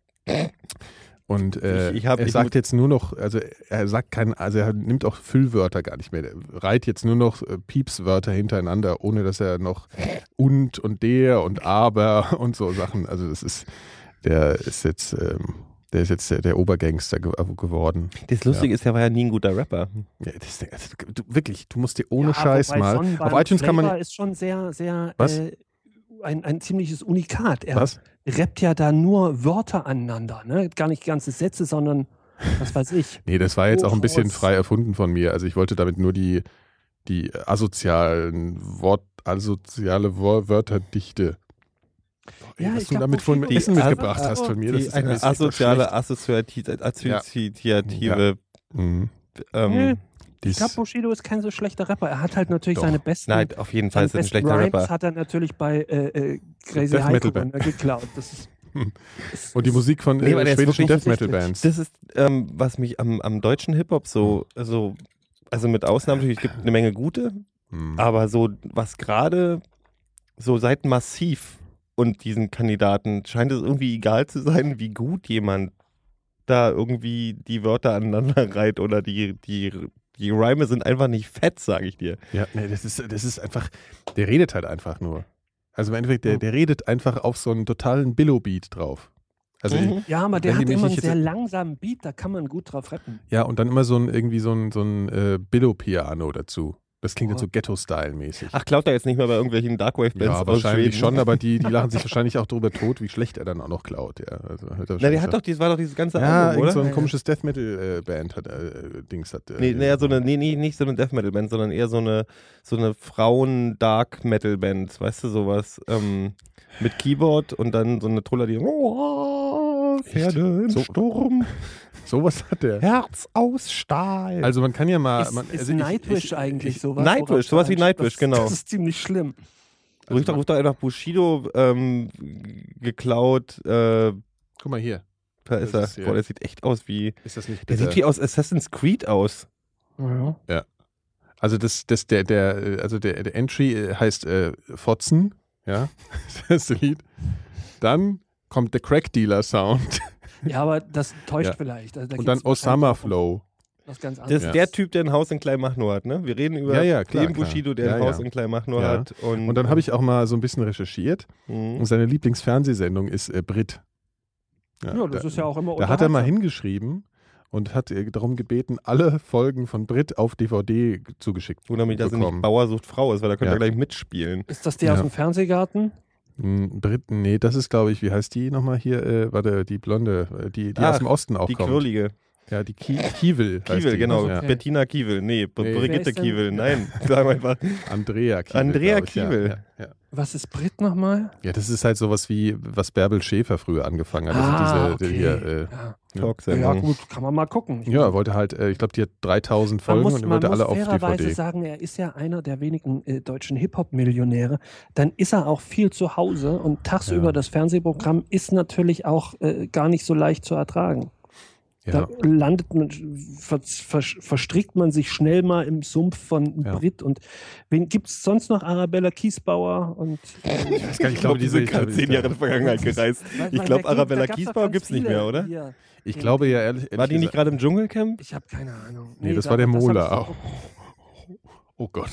Und äh, Ich- ich hab- er ich sagt muss- jetzt nur noch, also er sagt kein, also er nimmt auch Füllwörter gar nicht mehr. Er reiht jetzt nur noch äh, Piepswörter hintereinander, ohne dass er noch und und der und aber und so Sachen. Also das ist, der ist jetzt, ähm, der ist jetzt der, der Obergangster ge geworden. Das Lustige ist, er war ja nie ein guter Rapper. Ja, das, also, du, wirklich, du musst dir ohne Ja, Scheiß wobei mal. Sonnenbank Auf iTunes kann Flavor man. ist schon sehr, sehr Was? äh, ein, ein ziemliches Unikat. Er Was? rappt ja da nur Wörter aneinander, ne? Gar nicht ganze Sätze, sondern was weiß ich. Nee, das war jetzt auch ein bisschen Hochhaus. frei erfunden von mir. Also ich wollte damit nur die, die asozialen Wort, asoziale Wor Wörterdichte. Ey, Ja, was ich du glaub, damit von Bushido- Essen Die- mitgebracht also, hast von mir, das Die, ist eine das ist echt asoziale, schlecht. assoziative, assoziative Mhm. ähm, Nee. Dies, Ich glaube, Bushido ist kein so schlechter Rapper. Er hat halt natürlich Doch. seine besten, Nein, auf jeden Fall seine ist er ein besten schlechter Rhymes Rapper. hat er natürlich bei äh, äh, Crazy Death Metal Heiko Band. ne, geklaut. Das ist, das und die ist- Musik von Nee, aber äh, der ist schwedischen wirklich Death Metal offensichtlich. Bands. Das ist, ähm, was mich am, am deutschen Hip-Hop so, so, also mit Ausnahmen natürlich, es gibt eine Menge gute Hm. Aber so, was gerade so seit Massiv und diesen Kandidaten scheint es irgendwie egal zu sein, wie gut jemand da irgendwie die Wörter aneinander reiht oder die, die, die Reime sind einfach nicht fett, sage ich dir. Ja, nee, das ist, das ist einfach, der redet halt einfach nur. Also im Endeffekt, der, der redet einfach auf so einen totalen Billo-Beat drauf. Also Mhm. Ja, aber der Wenn die hat mich immer einen nicht sehr jetzt- langsamen Beat, da kann man gut drauf rappen. ja, und dann immer so ein irgendwie so ein, so ein äh, Billo-Piano dazu. Das klingt jetzt so Ghetto-Style-mäßig. Ach, klaut er jetzt nicht mehr bei irgendwelchen Darkwave-Bands ja, aus wahrscheinlich Schweden? schon, aber die, die lachen sich wahrscheinlich auch darüber tot, wie schlecht er dann auch noch klaut. Ja, also, hat er Na, der wahrscheinlich hat doch, dieses war doch dieses ganze ja, Album, irgend oder? so ein Ja, ja. komisches Death Metal äh, Band hat äh, Dings hat. Äh, Nee, naja, so eine, nee, nee, nicht so eine Death Metal Band, sondern eher so eine, so eine Frauen-Dark Metal Band, weißt du, sowas. Ähm, mit Keyboard und dann so eine Truller, die oh, Pferde im So- Sturm, sowas hat der. Herz aus Stahl. Also man kann ja mal. Ist, man, ist also ich- Nightwish ich, eigentlich ich, sowas? Nightwish, worauf sowas wie du Nightwish, das, genau. Das ist ziemlich schlimm. Ruf doch, ruf doch einfach Bushido ähm, geklaut. Äh, Guck mal hier. da ist Das er. ist hier- Boah, der sieht echt aus wie. Ist das nicht Der bitter? sieht wie aus Assassin's Creed aus. Ja. Also das, das, der, der, äh, also der, der Entry äh, heißt äh, Fotzen, ja, das ist das Lied. Dann kommt der Crack Dealer Sound Ja, aber das täuscht Ja. vielleicht. Also da und geht's dann Osama wahrscheinlich auch um Flow. Was ganz Das anderes. ist Ja. der Typ, der ein Haus in Kleinmachnow hat, ne? Wir reden über Ja, ja, klar, den klar. Bushido, der Ja, ein Haus ja. in Kleinmachnow Ja. hat. Und, Und dann habe ich auch mal so ein bisschen recherchiert Mhm. und seine Lieblingsfernsehsendung ist äh, Brit. Ja, das da, ist ja auch immer Da hat er mal unterhaltsam. hingeschrieben und hat äh, darum gebeten, alle Folgen von Brit auf D V D zugeschickt Wundert mich, dass er bekommen. nicht Bauer sucht Frau ist, weil da könnte Ja. er gleich mitspielen. Ist das der Ja. aus dem Fernsehgarten? Hm, Brit, nee, das ist glaube ich, wie heißt die nochmal hier? Äh, warte, die Blonde, äh, die, die Ach, aus dem Osten auch Die kommt. Quirlige. Ja, die Ki Kiewel. heißt Kiewel, die. genau. Ja. Okay. Bettina Kiewel. Nee, B Nee. Wer Brigitte ist denn- Kiewel. Nein, sagen wir einfach. Andrea Kiewel. Andrea glaub ich, ja, Kiewel. Ja, ja. Was ist Brit nochmal? ja, das ist halt sowas wie, was Bärbel Schäfer früher angefangen hat. Ah, Also diese, okay. hier, äh, Ja. Ja, Talksendung. gut, kann man mal gucken. Ich ja, wollte halt, äh, ich glaube, die hat dreitausend Man Folgen muss, und die man wollte muss alle auf D V fairerweise D. sagen, er ist ja einer der wenigen äh, deutschen Hip-Hop-Millionäre. Dann ist er auch viel zu Hause und tagsüber Ja. das Fernsehprogramm ist natürlich auch äh, gar nicht so leicht zu ertragen. Ja. Da landet man, ver, ver, verstrickt man sich schnell mal im Sumpf von Ja. Brit. Und wen gibt es sonst noch? Arabella Kiesbauer und äh, Ich weiß gar nicht, Ich glaube, die diese- sind gerade diese- zehn Jahre in die Vergangenheit gereist. weil- Ich weil glaube, da gibt- Arabella da gab's doch Kiesbauer ganz gibt es nicht viele mehr, oder? hier. Ich glaube ja ehrlich, ehrlich War die nicht gesagt- gerade im Dschungelcamp? Ich habe keine Ahnung. Nee, das da- war der hab Mola ich- auch. Oh Gott.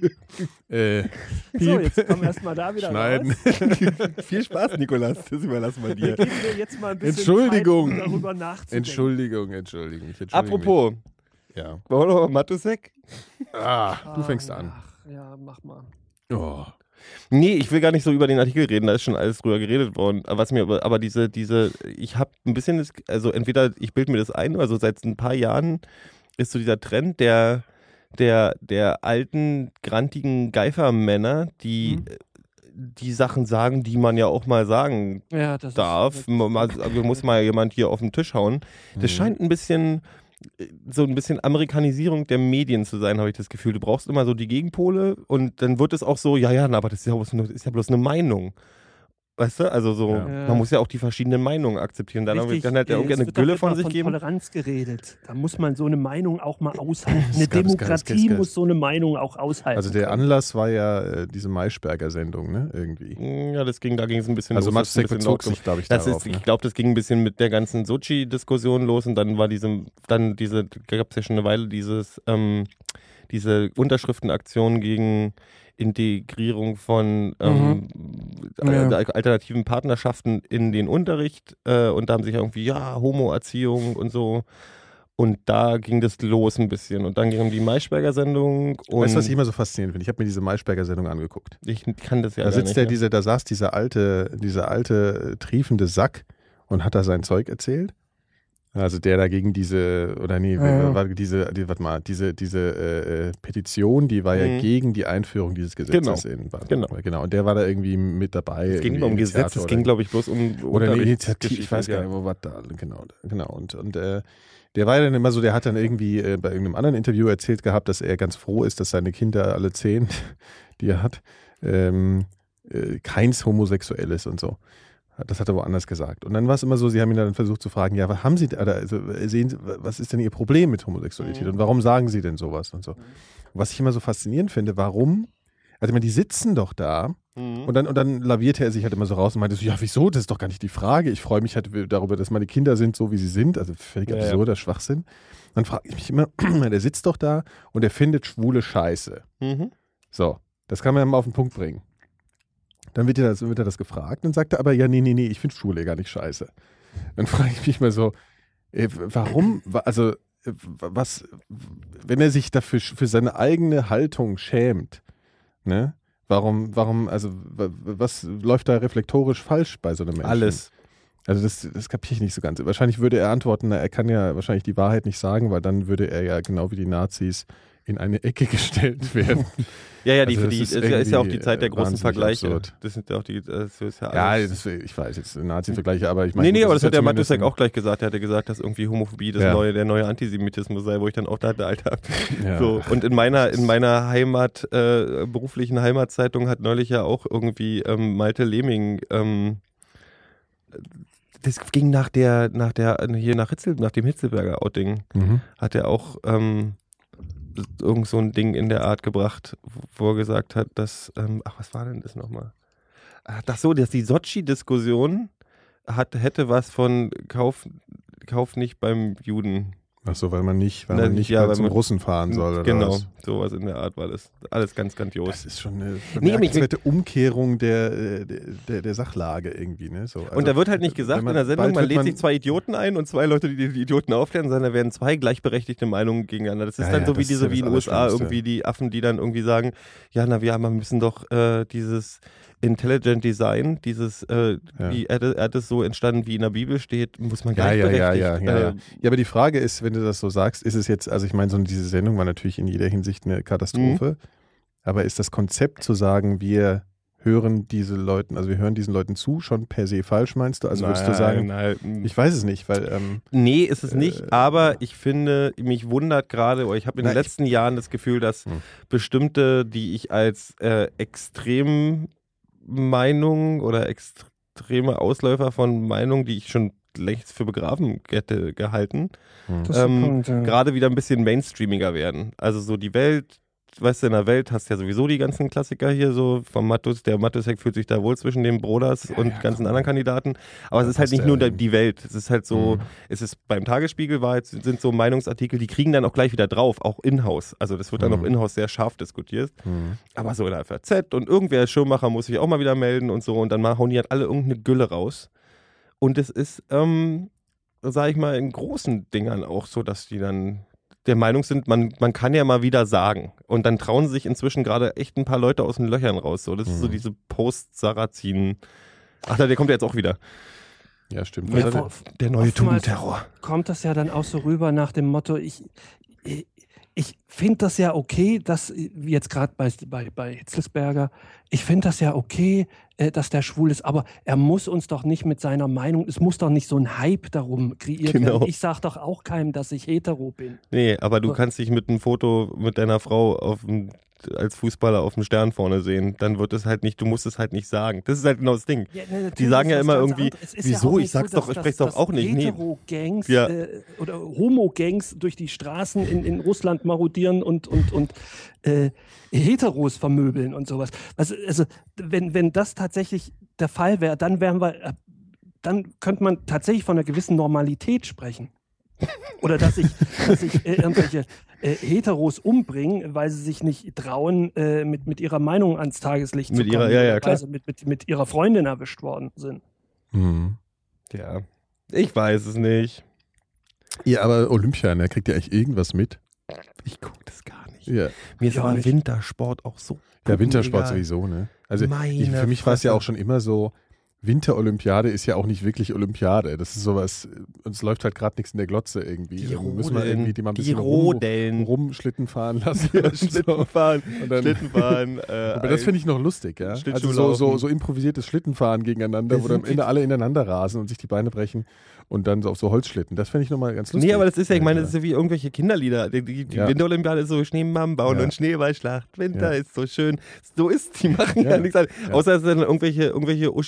äh, So, Piep. jetzt kommen wir erstmal da wieder Schneiden. raus. Viel Spaß, Nikolas. Das überlassen wir dir. Gib mir jetzt mal ein bisschen Entschuldigung. Zeit, um darüber nachzudenken. Entschuldigung, Entschuldigung. Ich entschuldige Apropos, Mich. Ja. wollen wir noch mal Matusek? Ah, du Ah, fängst an. Ach, ja, mach mal. Oh. Nee, ich will gar nicht so über den Artikel reden, da ist schon alles drüber geredet worden. Aber Was mir, aber aber diese, diese, ich habe ein bisschen, das, also entweder ich bilde mir das ein, also seit ein paar Jahren ist so dieser Trend der, der, der alten, grantigen Geifermänner, die Mhm. die Sachen sagen, die man ja auch mal sagen Ja, das darf. ist Man- man- Also muss mal jemand hier auf den Tisch hauen. Das Mhm. scheint ein bisschen so ein bisschen Amerikanisierung der Medien zu sein, habe ich das Gefühl. Du brauchst immer so die Gegenpole und dann wird es auch so, ja, ja, na, aber das ist ja bloß eine, ist ja bloß eine Meinung. Weißt du? Also so, Ja. man muss ja auch die verschiedenen Meinungen akzeptieren. Dann, Richtig, dann hat er äh, irgendwie es eine wird doch Gülle immer von sich von geben. Toleranz geredet. Da muss man so eine Meinung auch mal aushalten. Eine Es gab- es gab- es Demokratie gab- muss so eine Meinung auch aushalten. Also der können. Anlass war ja äh, diese Maischberger-Sendung, ne? Irgendwie. Ja, das ging, da ging es ein bisschen Also los. das ist ein Matusek bisschen bezog laut sich, glaube ich, Das darauf. ist, ne? ich glaube, das ging ein bisschen mit der ganzen Sochi-Diskussion los und dann war diese, dann diese, gab es ja schon eine Weile dieses, ähm, diese Unterschriftenaktion gegen Integrierung von ähm, Ja. äh, alternativen Partnerschaften in den Unterricht äh, und da haben sich irgendwie, ja, Homo-Erziehung und so. Und da ging das los ein bisschen. Und dann ging um die Maischberger-Sendung. Und Weißt du, was ich immer so faszinierend finde? Ich habe mir diese Maischberger-Sendung angeguckt. ich kann das ja Da gar sitzt nicht, der, ja. dieser, da saß dieser alte, dieser alte, äh, triefende Sack und hat da sein Zeug erzählt. Also der dagegen diese, oder nee, Ja. war diese, die, warte mal, diese, diese äh, äh, Petition, die war ja Mhm. gegen die Einführung dieses Gesetzes in Baden. Genau. Genau. Und der war da irgendwie mit dabei. Es ging irgendwie nicht um Gesetz, Initiator es oder- ging, glaube ich, bloß um Oder eine Initiative, Unterrichtsgeschichten, ich weiß gar ja. nicht, wo war da, genau, genau. Und, und äh, der war ja dann immer so, der hat dann irgendwie äh, bei irgendeinem anderen Interview erzählt gehabt, dass er ganz froh ist, dass seine Kinder, alle zehn, die er hat, ähm, äh, keins Homosexuelles und so. Das hat er woanders gesagt. Und dann war es immer so, sie haben ihn dann versucht zu fragen, ja, was haben Sie, oder, also, sehen Sie, was ist denn Ihr Problem mit Homosexualität Mhm. und warum sagen Sie denn sowas und so. Und was ich immer so faszinierend finde, warum, also ich meine, die sitzen doch da Mhm. und dann, und dann lavierte er sich halt immer so raus und meinte so, ja, wieso, das ist doch gar nicht die Frage. Ich freue mich halt darüber, dass meine Kinder sind, so wie sie sind. Also völlig Ja, ja. absurder Schwachsinn. Dann frage ich mich immer, der sitzt doch da und er findet Schwule Scheiße. Mhm. So, das kann man ja mal auf den Punkt bringen. Dann wird er das, wird er das gefragt. Dann sagt er aber, ja, nee, nee, nee, ich finde Schwule gar nicht scheiße. Dann frage ich mich mal so, äh, warum, wa- also, äh, was, wenn er sich dafür für seine eigene Haltung schämt, ne? Warum, warum, also, wa- was läuft da reflektorisch falsch bei so einem Menschen? Alles. Also, das, das kapiere ich nicht so ganz. Wahrscheinlich würde er antworten, na, er kann ja wahrscheinlich die Wahrheit nicht sagen, weil dann würde er ja genau wie die Nazis in eine Ecke gestellt werden. Ja, ja, die, Also das die, ist ist, ja, ist ja auch die irgendwie, Zeit der äh, großen wahnsinnig Vergleiche. absurd. Das sind ja auch die, das ist ja Ja, alles. das, ich weiß jetzt Nazi-Vergleiche, aber ich meine. Nee, nee, gut, aber das ist hat der ja zumindest Matusek ein- auch gleich gesagt. Er hatte gesagt, dass irgendwie Homophobie das Ja. neue, der neue Antisemitismus sei, wo ich dann auch dachte, Alter. Ja. So. Und in meiner, in meiner Heimat, äh, beruflichen Heimatzeitung hat neulich ja auch irgendwie ähm, Malte Lehming, ähm, das ging nach der, nach der, hier nach Hitzel, nach dem Hitzelberger Outing, Mhm. hat er auch ähm, irgend so ein Ding in der Art gebracht, wo er gesagt hat, dass, ähm, ach, was war denn das nochmal? Ach so, dass die Sotschi-Diskussion hat, hätte was von Kauf, Kauf nicht beim Juden. Ach so, weil man nicht, weil Na, man nicht ja, mehr weil zum man- Russen fahren soll. Oder Genau, was? sowas in der Art war das. Alles ganz grandios. Das ist schon eine Nee, aber ich- bemerkenswerte Umkehrung der, äh, der, der Sachlage irgendwie. Ne? So, also, Und da wird halt nicht gesagt wenn man- in der Sendung, bald man wird lädt man- sich zwei Idioten ein und zwei Leute, die die Idioten aufklären, sondern da werden zwei gleichberechtigte Meinungen gegeneinander. Das ist Ja, dann ja, so wie das ist diese, ja wie in das den U S A Allerschlimmste. irgendwie die Affen, die dann irgendwie sagen, ja, na, wir haben- wir müssen doch äh, dieses Intelligent Design, dieses, äh, Ja. wie er, er hat es so entstanden, wie in der Bibel steht, muss man Ja, ja, gleichberechtigt. ja, ja, ja, ja. äh, Ja, aber die Frage ist, wenn du das so sagst, ist es jetzt, also ich meine, so diese Sendung war natürlich in jeder Hinsicht eine Katastrophe, Mhm. aber ist das Konzept zu sagen, wir hören diese Leuten, also wir hören diesen Leuten zu, schon per se falsch, meinst du? Also würdest du sagen, nein, ich weiß es nicht, weil, ähm, Nee, ist es nicht, Äh, aber ich finde, mich wundert gerade, oder ich habe in Na, den ich- letzten Jahren das Gefühl, dass Hm. bestimmte, die ich als äh, extrem Meinungen oder extreme Ausläufer von Meinungen, die ich schon längst für begraben hätte gehalten, Das ist ein ähm, Punkt, ja. gerade wieder ein bisschen mainstreamiger werden. Also so die Welt, weißt du, in der Welt hast du ja sowieso die ganzen Klassiker hier so vom Mattus, der Mattusek fühlt sich da wohl zwischen den Broders Ja, und ja, ganzen komm. anderen Kandidaten. Aber Da es ist halt passt nicht er nur rein. die Welt. Es ist halt so, Mhm. es ist beim Tagesspiegel war jetzt, sind so Meinungsartikel, die kriegen dann auch gleich wieder drauf, auch in-house. Also das wird dann Mhm. auch in-house sehr scharf diskutiert. hm. Aber so in der F A Z und irgendwer Schirmmacher muss sich auch mal wieder melden und so und dann mal hauen die halt alle irgendeine Gülle raus. Und es ist, ähm, sag ich mal, in großen Dingern auch so, dass die dann der Meinung sind, man, man kann ja mal wieder sagen. Und dann trauen sich inzwischen gerade echt ein paar Leute aus den Löchern raus. So, das ist so Mhm. diese Post-Sarazin. Ach, der kommt ja jetzt auch wieder. Ja, stimmt. Ja, Also, vor- Der neue Oftmals Tugendterror. kommt das ja dann auch so rüber nach dem Motto, ich, ich, ich finde das ja okay, dass, wie jetzt gerade bei, bei, bei Hitzelsberger, ich finde das ja okay, äh, dass der schwul ist, aber er muss uns doch nicht mit seiner Meinung, es muss doch nicht so ein Hype darum kreiert Genau. werden. Ich sage doch auch keinem, dass ich hetero bin. Nee, aber du So. kannst dich mit einem Foto mit deiner Frau auf dem, als Fußballer auf dem Stern vorne sehen. Dann wird es halt nicht, du musst es halt nicht sagen. Das ist halt genau das Ding. Ja, ne, natürlich Die sagen ja ist immer was ganz irgendwie, anderes. Es ist wieso? auch nicht Ich sag's so, doch, dass- ich sprech's dass- doch auch dass nicht. Nee. Hetero-Gangs Ja. äh, oder Homo-Gangs durch die Straßen in, in Russland marodieren und, und, und äh, Heteros vermöbeln und sowas. Also, also wenn, wenn das tatsächlich der Fall wäre, dann wären wir, äh, dann könnte man tatsächlich von einer gewissen Normalität sprechen. Oder dass sich dass sich, äh, irgendwelche äh, Heteros umbringen, weil sie sich nicht trauen, äh, mit, mit ihrer Meinung ans Tageslicht Mit zu kommen, ihrer- ja, ja, oder klar. weil sie mit, mit, mit ihrer Freundin erwischt worden sind. hm. Ja, ich weiß es nicht. Ja, aber Olympia, ne, kriegt ihr eigentlich irgendwas mit? Ich gucke das gar nicht. Ja, Mir ist Ja, aber nicht. Wintersport auch so. ja Wintersport egal. sowieso, ne? Also Meine ich, für mich war es ja Fresse. auch schon immer so, Winterolympiade ist ja auch nicht wirklich Olympiade. Das ist sowas, uns läuft halt gerade nichts in der Glotze irgendwie. Die Dann müssen wir irgendwie die mal ein die bisschen rum, Rodeln. rumschlitten fahren lassen. Ja, und so. Schlittenfahren, Und dann- Schlittenfahren. Äh, Aber das finde ich noch lustig, ja. Also so, Schlittschuhlaufen. so, so improvisiertes Schlittenfahren gegeneinander, Das wo dann sind am Ende alle ineinander rasen und sich die Beine brechen und dann so auf so Holzschlitten. Das finde ich nochmal ganz lustig. Nee, aber das ist ja, ich meine, das ist ja wie irgendwelche Kinderlieder. Die, die, die Ja. Winterolympiade ist so Schneemann bauen Ja. und Schneeballschlacht. Winter Ja. ist so schön. So ist, die machen ja, Ja. nichts anderes. Ja. Außer dass dann irgendwelche, irgendwelche Uschis mit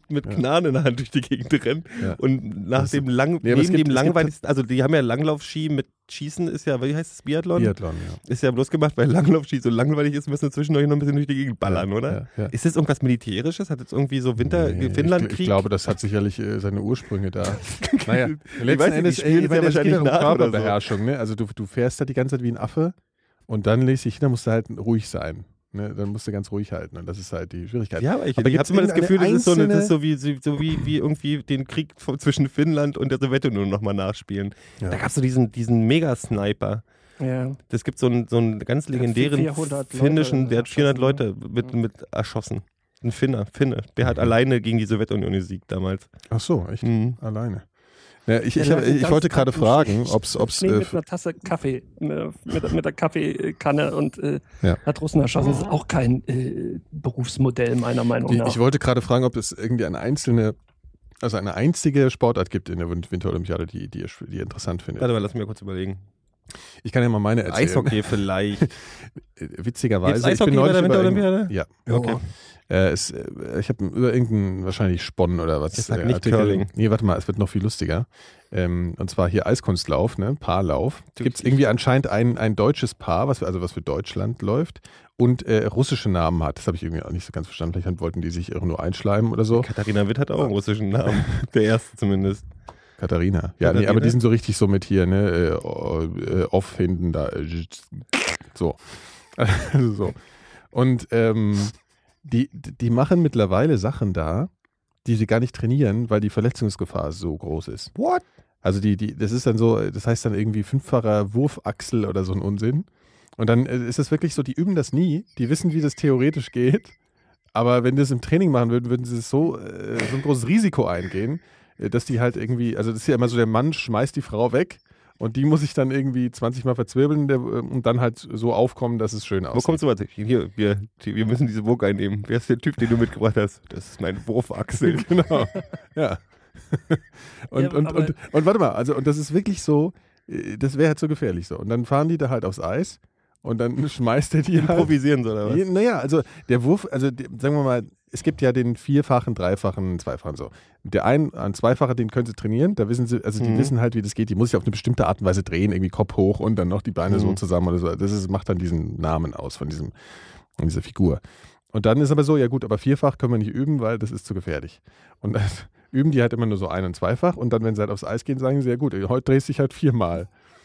mit Ja. Knarren in der Hand durch die Gegend rennen. Ja. Und nach Das- dem lang, Nee, aber es neben gibt- dem es gibt- langweiligsten, also die haben ja Langlaufski mit Schießen, ist ja, wie heißt das, Biathlon? Biathlon, ja. Ist ja bloß gemacht, weil Langlaufski so langweilig ist, müssen wir zwischendurch noch ein bisschen durch die Gegend ballern, Ja, oder? ja, ja. Ist das irgendwas Militärisches? Hat jetzt irgendwie so Winter, Nee, Finnlandkrieg? Ich, ich glaube, das hat sicherlich äh, seine Ursprünge da. naja, Ich letzten weiß nicht, Endes, die spielen ey, es weil ja das geht wahrscheinlich ja um nach oder so. Körperbeherrschung. Ne? Also du, du fährst da die ganze Zeit wie ein Affe und dann lese ich hin, da musst du halt ruhig sein. Ne? Dann musst du ganz ruhig halten und das ist halt die Schwierigkeit. Ja, aber ich, Aber ich habe gibt's immer das Gefühl, das ist, so, eine, das ist einzelne- so, wie, so wie, wie irgendwie den Krieg von- zwischen Finnland und der Sowjetunion nochmal nachspielen. Ja. Da gab es so diesen, diesen Mega-Sniper. Ja. Das gibt so einen, so einen ganz Der hat legendären vierhundert Leute finnischen, der hat vierhundert erschossen, Leute mit, mit erschossen. Ein Finner, Finne. Der hat Mhm. alleine gegen die Sowjetunion gesiegt damals. Ach so, echt? Mhm. Alleine. Ja, ich, Der ich, lag hab, den ich ganzen wollte Tag gerade im fragen, Sch- ob es Schnee äh, mit einer Tasse Kaffee, mit, mit, mit der Kaffeekanne und äh, Ja. hat Russen erschossen. Das ist auch kein äh, Berufsmodell, meiner Meinung ich, nach. ich wollte gerade fragen, ob es irgendwie eine einzelne, also eine einzige Sportart gibt in der Win- Winterolympiade, die, die, ihr, die ihr interessant findet. Warte mal, lass mich kurz überlegen. Ich kann ja mal meine erzählen. Eishockey vielleicht. Äh, Witzigerweise. Gibt's Eishockey ich bin bei der neulich über Winterolympiade? Ja. Okay. Äh, es, äh, ich habe über irgendeinen, wahrscheinlich Sponnen oder was. Ich sag äh, nicht Curling. Nee, warte mal, es wird noch viel lustiger. Ähm, und zwar hier Eiskunstlauf, ne? Paarlauf. Du- Gibt es irgendwie anscheinend ein, ein deutsches Paar, was, also was für Deutschland läuft und äh, russische Namen hat. Das habe ich irgendwie auch nicht so ganz verstanden. Vielleicht wollten die sich nur einschleimen oder so. Katharina Witt hat auch einen russischen Namen. Der erste zumindest. Katharina. Ja, Katharina? nee, aber die sind so richtig so mit hier, ne? Äh, äh, off hinten da. Äh, so. Also so. Und ähm, die, die machen mittlerweile Sachen da, die sie gar nicht trainieren, weil die Verletzungsgefahr so groß ist. What? Also die, die, das ist dann so, das heißt dann irgendwie fünffacher Wurfachsel oder so ein Unsinn. Und dann äh, ist es wirklich so, die üben das nie, die wissen, wie das theoretisch geht, aber wenn die das im Training machen würden, würden sie so, äh, so ein großes Risiko eingehen, äh, dass die halt irgendwie, also das ist ja immer so, der Mann schmeißt die Frau weg und die muss sich dann irgendwie zwanzig Mal verzwirbeln der, und dann halt so aufkommen, dass es schön Wo aussieht. kommst du mal? Hier, wir, wir müssen diese Burg einnehmen. Wer ist der Typ, den du mitgebracht hast? Das ist mein Wurfachsel. Genau, ja. und, Ja, und, aber- und, und warte mal, also und das ist wirklich so, äh, das wäre halt so gefährlich so. Und dann fahren die da halt aufs Eis und dann schmeißt er die halt. Improvisieren soll, oder was? Je- Naja, also der Wurf, also die, sagen wir mal, es gibt ja den vierfachen, dreifachen, zweifachen so. Der ein, ein Zweifacher, den können sie trainieren, da wissen sie, also die Mhm. wissen halt, wie das geht, die muss sich auf eine bestimmte Art und Weise drehen, irgendwie Kopf hoch und dann noch die Beine so Mhm. zusammen oder so. Das ist, macht dann diesen Namen aus von diesem, von dieser Figur. Und dann ist aber so, ja gut, aber vierfach können wir nicht üben, weil das ist zu gefährlich. Und dann üben die halt immer nur so ein- und zweifach und dann, wenn sie halt aufs Eis gehen, sagen sie, ja gut, heute drehst du dich halt viermal.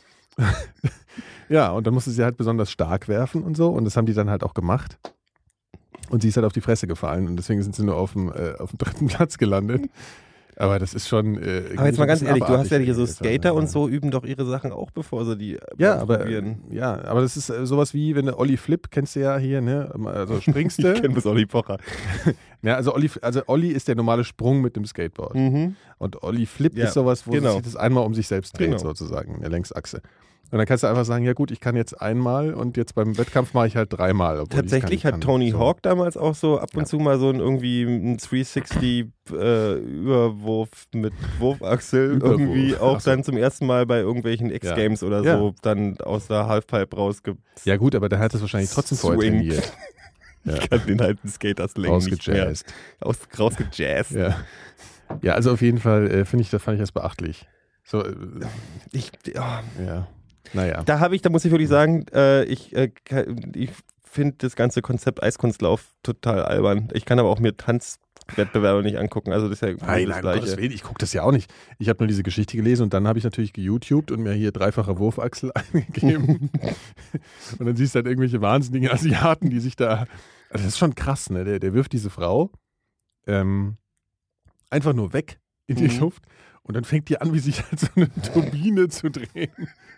Ja, und dann musste sie halt besonders stark werfen und so und das haben die dann halt auch gemacht. Und sie ist halt auf die Fresse gefallen und deswegen sind sie nur auf dem, äh, auf dem dritten Platz gelandet. Aber das ist schon. Äh, Aber jetzt mal ganz ehrlich, du hast ja hier so abartig. Skater und so, üben doch ihre Sachen auch, bevor sie die äh, Ja, aber, probieren. ja, aber das ist äh, sowas wie, wenn du Olli Flip, kennst du ja hier, ne? Also springst Ich du. kenne bis Olli Pocher. Ja, also Olli, also Olli ist der normale Sprung mit dem Skateboard. Mhm. Und Olli Flip Ja, ist sowas, wo genau. sich das einmal um sich selbst dreht, Genau. sozusagen, in der Längsachse. Und dann kannst du einfach sagen, ja gut, ich kann jetzt einmal und jetzt beim Wettkampf mache ich halt dreimal. obwohl ich es Tatsächlich gar hat nicht kann. Tony So. Hawk damals auch so ab und Ja. zu mal so ein irgendwie ein dreihundertsechzig äh, Überwurf mit Wurfachsel Überwurf. irgendwie auch Ach so. dann zum ersten Mal bei irgendwelchen X-Games oder Ja. so dann aus der Halfpipe rausge... Ja gut, aber der hat das wahrscheinlich trotzdem vorher Swing. trainiert. Ja. Ich kann den halt einen Skaterslang nicht mehr. Rausgejazzt. Aus, rausgejazzt. Ja. Ja, also auf jeden Fall äh, finde ich, das fand ich das beachtlich. So, äh, Ich, ja. ja. Naja. Da habe ich, da muss ich wirklich sagen, äh, ich, äh, ich finde das ganze Konzept Eiskunstlauf total albern. Ich kann aber auch mir Tanzwettbewerbe nicht angucken. Also das ist ja Nein, das nein, um Gottes Gleiche. Willen, ich gucke das ja auch nicht. Ich habe nur diese Geschichte gelesen und dann habe ich natürlich geYouTubed und mir hier dreifache Wurfachsel eingegeben. Und dann siehst du halt irgendwelche wahnsinnigen Asiaten, die sich da. Also das ist schon krass, ne? Der, der wirft diese Frau ähm, einfach nur weg in die Mhm. Luft und dann fängt die an, wie sich halt so eine Turbine zu drehen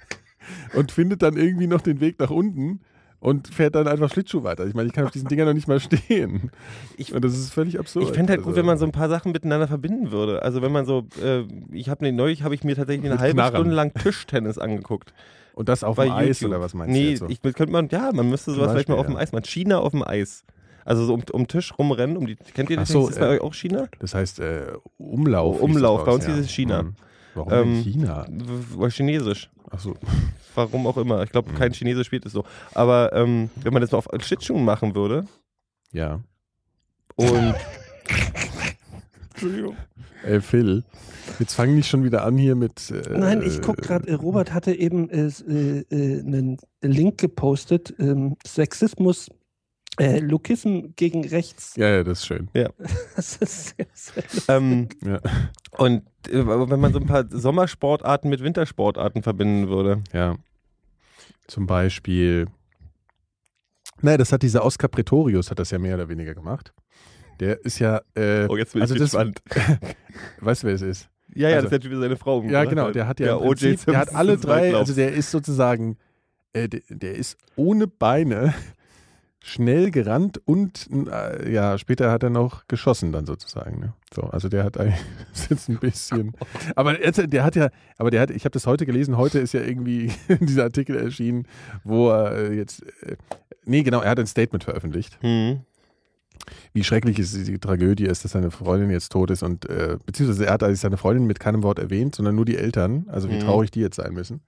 und findet dann irgendwie noch den Weg nach unten. Und fährt dann einfach Schlittschuh weiter. Ich meine, ich kann auf diesen Dingern noch nicht mal stehen. Ich- und das ist völlig absurd. Ich fände halt gut, Also- wenn man so ein paar Sachen miteinander verbinden würde. Also wenn man so, äh, ich habe ne, neulich habe ich mir tatsächlich eine Mit halbe Knarren. Stunde lang Tischtennis angeguckt. Und das auf bei dem Eis YouTube. oder was meinst nee, du jetzt? So? ich könnte man, ja, man müsste Zum sowas vielleicht mal Beispiel, auf dem ja. Eis machen. China auf dem Eis. Also so um, um den Tisch rumrennen, um die, kennt ihr das? Ach so, ist das bei äh, euch auch China? Das heißt äh, Umlauf. hieß Umlauf, das bei raus, uns hieß es China. Hm. Warum Ähm, denn China? W- Oder Chinesisch. Achso. Warum auch immer. Ich glaube, Mhm. kein Chinesisch spielt es so. Aber ähm, wenn man das mal auf Schlittschuhen machen würde Ja. und Entschuldigung. Ey, Phil, jetzt fangen die schon wieder an hier mit. Äh, Nein, ich gucke gerade, äh, Robert hatte eben äh, äh, einen Link gepostet, ähm, Sexismus, äh, Lokism gegen rechts. Ja, ja, das ist schön. Das ist sehr, sehr Ähm, Ja. und äh, wenn man so ein paar Sommersportarten mit Wintersportarten verbinden würde. ja. Zum Beispiel. Naja, das hat dieser Oscar Pretorius, hat das ja mehr oder weniger gemacht. Der ist ja. Äh, Oh, jetzt bin also ich das, gespannt. Weißt du, wer es ist? Ja, ja, also- das ist ja wieder seine Frau. Ja, genau. Der hat ja, Der im O J Prinzip, der hat Simpsons alle des drei, Waldlaufs. also der ist sozusagen, äh, der, der ist ohne Beine schnell gerannt und äh, ja, später hat er noch geschossen dann sozusagen. Ne? So, also der hat eigentlich ist jetzt ein bisschen, aber er, der hat ja, aber der hat, ich habe das heute gelesen, heute ist ja irgendwie dieser Artikel erschienen, wo er äh, jetzt, äh, nee genau, er hat ein Statement veröffentlicht, Mhm. wie schrecklich es die Tragödie ist, dass seine Freundin jetzt tot ist und äh, beziehungsweise er hat eigentlich seine Freundin mit keinem Wort erwähnt, sondern nur die Eltern, also wie Mhm. traurig die jetzt sein müssen.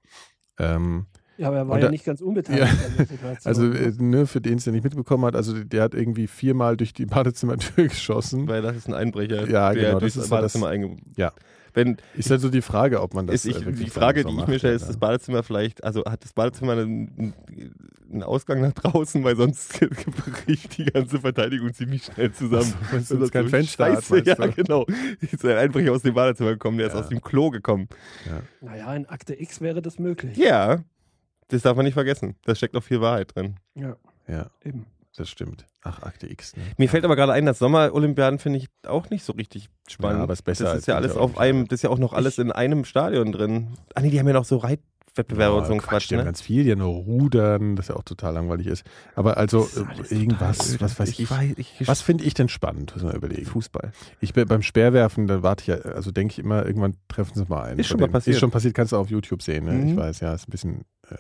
Ähm, Ja, aber er war Und ja da- nicht ganz unbeteiligt Ja. an der Situation. Also, äh, ne, für den es der nicht mitbekommen hat, also der hat irgendwie viermal durch die Badezimmertür geschossen. Weil das ist ein Einbrecher, Ja, der genau, durchs das ist so Badezimmer einge... Ja. Wenn, Ist halt so die Frage, ob man das. ist ich, äh, wirklich die Frage, dann die so ich mir macht, stelle, ja. ist das Badezimmer vielleicht, also hat das Badezimmer einen, einen Ausgang nach draußen, weil sonst bricht die ganze Verteidigung ziemlich schnell zusammen. Ach so, wenn es Also jetzt kein so, Fenster hat, Scheiße, meinst ja, du? genau. Ist ein Einbrecher aus dem Badezimmer gekommen, der ist Ja. aus dem Klo gekommen. Naja, in Akte X wäre das möglich. Ja, das darf man nicht vergessen. Da steckt noch viel Wahrheit drin. Ja, Ja, eben. das stimmt. Ach, Akte X. Ne? Mir fällt aber gerade ein, das Sommerolympiaden finde ich auch nicht so richtig spannend. Ja, aber ist besser das als ist ja alles auf Winterolympiade. einem, das ist ja auch noch alles in einem Stadion drin. Ah nee, die haben ja noch so Reitwettbewerbe und so ein Quatsch, Die haben ne? ganz viel, die haben nur Rudern, das ja auch total langweilig ist. Aber also Das ist alles äh, irgendwas, total was weiß ich. weiß, ich Was finde ich denn spannend, muss man überlegen. Fußball. Ich bin beim Speerwerfen, da warte ich ja, also denke ich immer, irgendwann treffen sie mal ein. Ist von schon mal denen. passiert. Ist schon passiert, kannst du auf YouTube sehen, ne? Mhm. Ich weiß, ja, ist ein bisschen äh,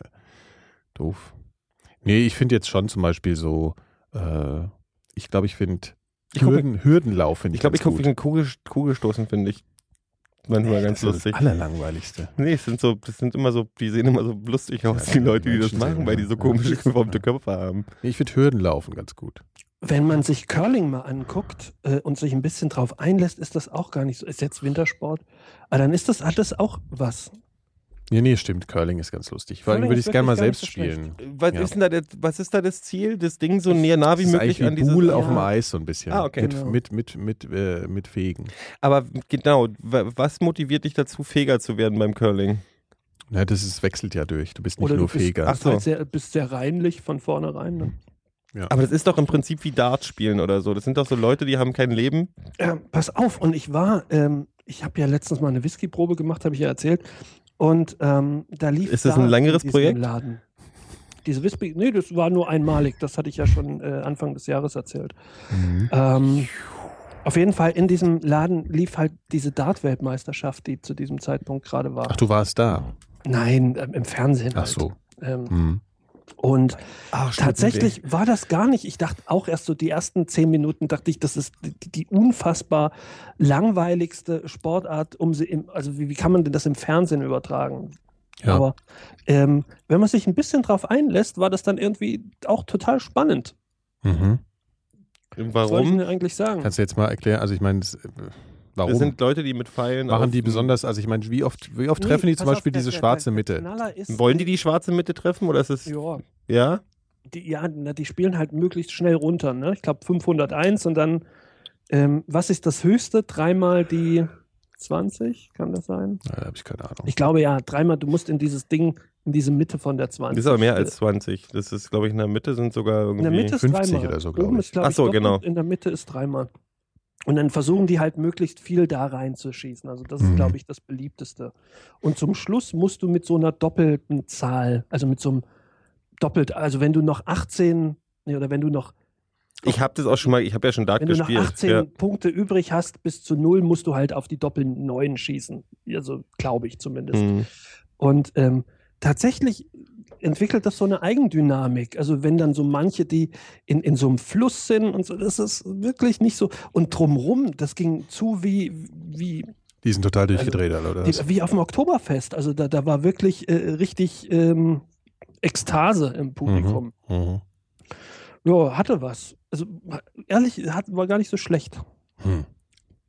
doof. Nee, ich finde jetzt schon zum Beispiel so, äh, ich glaube, ich finde Ich guck- Hürden, Hürdenlauf finde Ich ich glaube, ich ganz gucke gut. wegen Kugel, Kugelstoßen, finde ich manchmal ganz das ist lustig. das Allerlangweiligste. Nee, es sind so, das sind immer so, die sehen immer so lustig aus, Ja, die die Leute, die das Menschen machen, sehen, weil die ja. so Ja. komische geformte Köpfe haben. Nee, ich finde Hürdenlaufen ganz gut. Wenn man sich Curling mal anguckt äh, und sich ein bisschen drauf einlässt, ist das auch gar nicht so. Ist jetzt Wintersport, aber dann ist das alles auch was. Nee, nee, stimmt. Curling ist ganz lustig. Vor allem Curling würde ist ich es gerne mal wirklich selbst gar nicht so spielen. Was, Ja. ist denn da das, was ist da das Ziel, das Ding so näher nah wie Das ist möglich eigentlich an wie diese... Buhl auf dem Ja. Eis so ein bisschen. Ah, okay. Mit, Genau. mit, mit, mit, äh, mit Fegen. Aber genau, wa- was motiviert dich dazu, fähiger zu werden beim Curling? Na, das ist, wechselt ja durch. Du bist nicht Oder nur du bist, Feger. Ach so. halt sehr, bist sehr reinlich von vornherein. Ne? Aber das ist doch im Prinzip wie Dart spielen oder so. Das sind doch so Leute, die haben kein Leben. Ja, pass auf, und ich war, ähm, ich habe ja letztens mal eine Whiskyprobe gemacht, habe ich ja erzählt. Und ähm, da lief Ist das da ein längeres in diesem Projekt? Laden. Diese Whisky, nee, das war nur einmalig, das hatte ich ja schon äh, Anfang des Jahres erzählt. Mhm. Ähm, auf jeden Fall, in diesem Laden lief halt diese Dart-Weltmeisterschaft, die zu diesem Zeitpunkt gerade war. Ach, du warst da. Nein, ähm, im Fernsehen. Ach Halt. so. Ähm, Mhm. und Ach, tatsächlich war das gar nicht. Ich dachte auch erst so die ersten zehn Minuten, dachte ich, das ist die, die unfassbar langweiligste Sportart, um sie im, also wie, wie kann man denn das im Fernsehen übertragen? Ja. Aber ähm, wenn man sich ein bisschen drauf einlässt, war das dann irgendwie auch total spannend. Mhm. Was soll ich Warum? denn eigentlich sagen? Kannst du jetzt mal erklären? Also ich meine, das, äh, warum Das sind Leute, die mit Pfeilen machen auf- die besonders, also ich meine, wie oft, wie oft Nee, treffen die pass zum auf, Beispiel der- diese der- schwarze der Mitte? Knaller ist, Wollen die die schwarze Mitte treffen oder ist es... Ja, Ja? die, ja, na, die spielen halt möglichst schnell runter. Ne? Ich glaube fünfhunderteins und dann, ähm, was ist das Höchste? Dreimal die zwanzig, kann das sein? Ja, da habe ich keine Ahnung. Ich glaube ja, dreimal, du musst in dieses Ding, in diese Mitte von der zwanzig. Das ist aber mehr als zwanzig. Das ist, glaube ich, in der Mitte sind sogar irgendwie... In der Mitte ist fünfzig dreimal. oder so, glaub Oben ich. ist, glaube Ach ich, so, doppelt, genau. in der Mitte ist dreimal. Und dann versuchen die halt möglichst viel da reinzuschießen. Also das ist, Mhm. glaube ich, das beliebteste. Und zum Schluss musst du mit so einer doppelten Zahl, also mit so einem doppelt, also wenn du noch achtzehn, nee, oder wenn du noch Ich habe das auch schon mal, ich habe ja schon Dart Wenn du noch gespielt. achtzehn Ja. Punkte übrig hast, bis zu null, musst du halt auf die doppelten neun schießen. Also glaube ich zumindest. Mhm. Und ähm, tatsächlich entwickelt das so eine Eigendynamik. Also wenn dann so manche, die in, in so einem Fluss sind und so, das ist wirklich nicht so. Und drumrum, das ging zu wie, wie, Die sind total durchgedreht, alle, oder? was? die, wie auf dem Oktoberfest. Also da, da war wirklich äh, richtig ähm, Ekstase im Publikum. Mhm. Ja, hatte was. Also ehrlich, hat, war gar nicht so schlecht. Hm.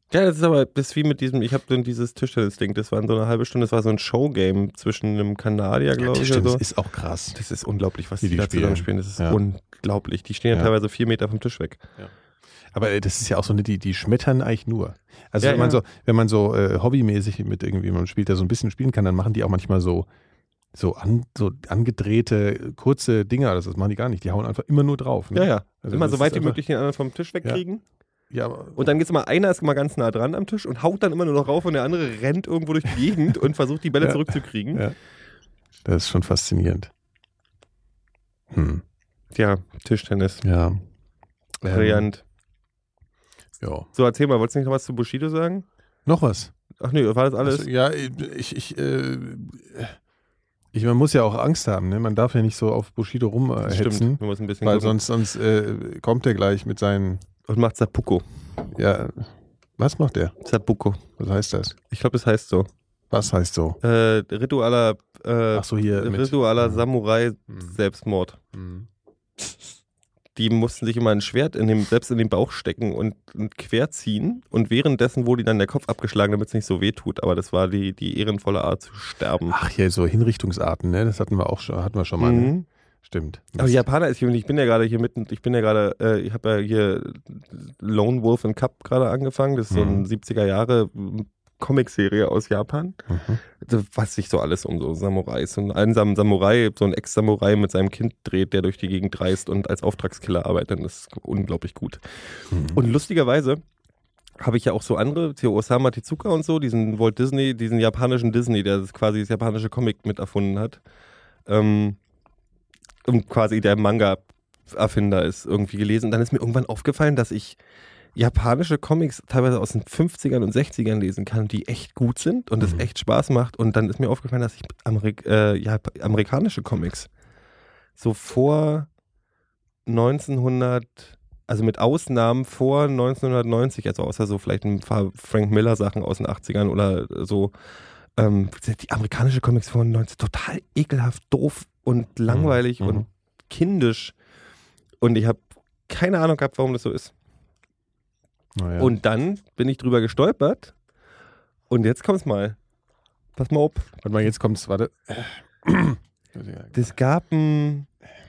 Ja, das ist aber das ist wie mit diesem, ich habe dann dieses Tischtennis-Ding, das war so eine halbe Stunde, das war so ein Showgame zwischen einem Kanadier, glaube ich. Tischtennis Oder so. ist auch krass. Das ist unglaublich, was Wie die, die da spielen. zusammen spielen. Das ist Ja. unglaublich. Die stehen ja, Ja. teilweise vier Meter vom Tisch weg. Aber äh, das ist ja auch so, ne, die, die schmettern eigentlich nur. Also Ja, wenn man ja. so, wenn man so äh, hobbymäßig mit irgendwie, man spielt, der so ein bisschen spielen kann, dann machen die auch manchmal so, so, an, so angedrehte, kurze Dinger. Das, das machen die gar nicht. Die hauen einfach immer nur drauf. Ne? Ja, ja. Also immer das so weit ist wie einfach- möglich den anderen vom Tisch wegkriegen. Ja, aber, Und dann geht's immer, einer ist immer ganz nah dran am Tisch und haut dann immer nur noch rauf und der andere rennt irgendwo durch die Gegend und versucht die Bälle Ja. zurückzukriegen. Ja. Das ist schon faszinierend. Hm. Ja, Tischtennis. Ja. Ähm, Brillant. ja. So, erzähl mal, wolltest du nicht noch was zu Bushido sagen? Noch was? Ach nee, war das alles? Also, ja, ich, ich, äh, ich, man muss ja auch Angst haben, ne? Man darf ja nicht so auf Bushido Das rumhetzen, stimmt, man muss ein bisschen weil gucken. sonst, sonst äh, kommt er gleich mit seinen, Und macht Seppuku. ja, was macht der? Seppuku. Was heißt das? Ich glaube, das heißt so. Was heißt so? Äh, ritualer äh, Ach so, hier mit- ritualer Mhm. Samurai-Selbstmord. Hm. Die mussten sich immer ein Schwert in dem, selbst in den Bauch stecken und, und querziehen. Und währenddessen wurde ihnen dann der Kopf abgeschlagen, damit es nicht so weh tut. Aber das war die, die ehrenvolle Art zu sterben. Ach ja, so Hinrichtungsarten, ne? Das hatten wir auch schon, hatten wir schon mal, ne? Mhm. Stimmt. Aber die Japaner, ich, ich bin ja gerade hier mitten, ich bin ja gerade, äh, ich habe ja hier Lone Wolf and Cub gerade angefangen. Das ist so Mhm. eine siebziger Jahre Comicserie aus Japan. Mhm. Was sich so alles um so Samurais, so einen einsamen Samurai, so ein Ex-Samurai mit seinem Kind dreht, der durch die Gegend reist und als Auftragskiller arbeitet. Das ist unglaublich gut. Mhm. Und lustigerweise habe ich ja auch so andere, hier Osamu Tezuka und so, diesen Walt Disney, diesen japanischen Disney, der das quasi das japanische Comic mit erfunden hat. Ähm, und quasi der Manga-Erfinder ist, irgendwie gelesen. Und dann ist mir irgendwann aufgefallen, dass ich japanische Comics teilweise aus den fünfzigern und sechzigern lesen kann, die echt gut sind und es Mhm. echt Spaß macht. Und dann ist mir aufgefallen, dass ich Amerik äh, ja, amerikanische Comics so vor neunzehnhundert, also mit Ausnahmen vor neunzehnhundertneunzig, also außer so vielleicht ein paar Frank Miller Sachen aus den achtzigern oder so, ähm, die amerikanische Comics vor neunzehn total ekelhaft, doof und langweilig Mhm. und kindisch. Und ich habe keine Ahnung gehabt, warum das so ist. Naja. Und dann bin ich drüber gestolpert und jetzt kommt's mal. Pass mal auf. Warte mal, jetzt kommt's, warte. Es gab ein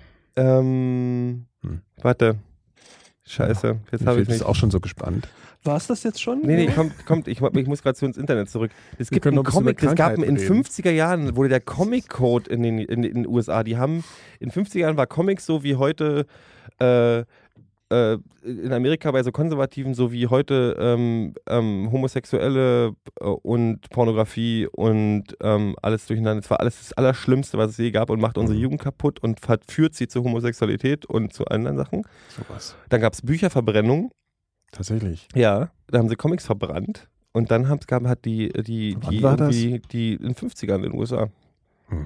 ähm, Hm. warte. Scheiße, jetzt habe ich Felix ist nicht. auch schon so gespannt. War es das jetzt schon? Nee, nee, kommt, kommt, ich, ich muss gerade zu ins Internet zurück. Es Wir gibt können einen noch ein bisschen Comic, über es gab in Krankheiten den reden. fünfziger Jahren, wurde der Comic-Code in den, in, in den U S A, die haben, in den fünfziger Jahren war Comics so wie heute, äh, äh, in Amerika bei so Konservativen, so wie heute ähm, ähm, Homosexuelle äh, und Pornografie und ähm, alles durcheinander. Es war alles das Allerschlimmste, was es je gab und macht unsere Mhm. Jugend kaputt und verführt sie zur Homosexualität und zu anderen Sachen. Sowas. Dann gab es Bücherverbrennung. Tatsächlich. Ja, da haben sie Comics verbrannt und dann haben- gab, hat die, die, Wann die war das? irgendwie, die in den fünfzigern in den U S A. Hm.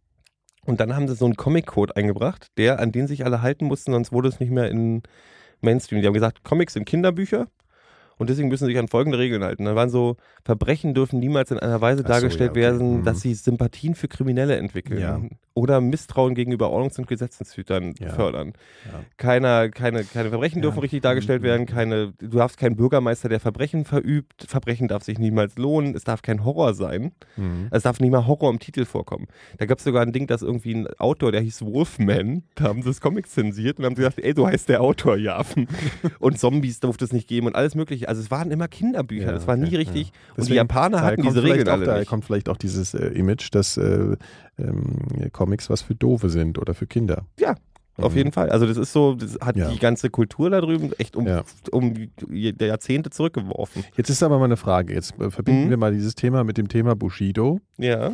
Und dann haben sie so einen Comic-Code eingebracht, der, an den sich alle halten mussten, sonst wurde es nicht mehr in Mainstream. Die haben gesagt, Comics sind Kinderbücher und deswegen müssen sie sich an folgende Regeln halten. Dann waren so, Verbrechen dürfen niemals in einer Weise Ach so, dargestellt ja, okay. werden, Mhm. dass sie Sympathien für Kriminelle entwickeln Ja. oder Misstrauen gegenüber Ordnungs- und Gesetzeshütern Ja. fördern. Ja. Keiner, keine, keine Verbrechen Ja. dürfen richtig dargestellt Mhm. werden, keine, du darfst keinen Bürgermeister, der Verbrechen verübt, Verbrechen darf sich niemals lohnen, es darf kein Horror sein, Mhm. es darf nicht mal Horror im Titel vorkommen. Da gab es sogar ein Ding, dass irgendwie ein Autor, der hieß Wolfman, da haben sie das Comic zensiert und haben gesagt, ey, so heißt der Autor, ja. Und Zombies durfte es nicht geben und alles mögliche. Also es waren immer Kinderbücher, Ja, das war okay, nie richtig. ja. Und die Deswegen, Japaner daher hatten kommt diese vielleicht Regeln auch, alle daher nicht. kommt vielleicht auch dieses äh, Image, dass äh, ähm, Comics was für Doofe sind oder für Kinder. Ja, auf Mhm. jeden Fall. Also das ist so, das hat Ja. die ganze Kultur da drüben echt um, Ja. um Jahrzehnte zurückgeworfen. Jetzt ist aber mal eine Frage. Jetzt äh, verbinden Mhm. wir mal dieses Thema mit dem Thema Bushido. Ja.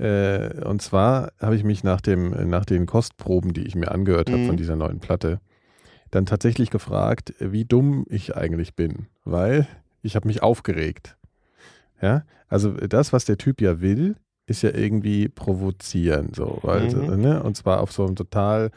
Äh, und zwar habe ich mich nach, dem, äh, nach den Kostproben, die ich mir angehört habe Mhm. von dieser neuen Platte, dann tatsächlich gefragt, wie dumm ich eigentlich bin. Weil ich habe mich aufgeregt. Ja, also das, was der Typ ja will, ist ja irgendwie provozieren. So, also, Mhm. ne? Und zwar auf so einem total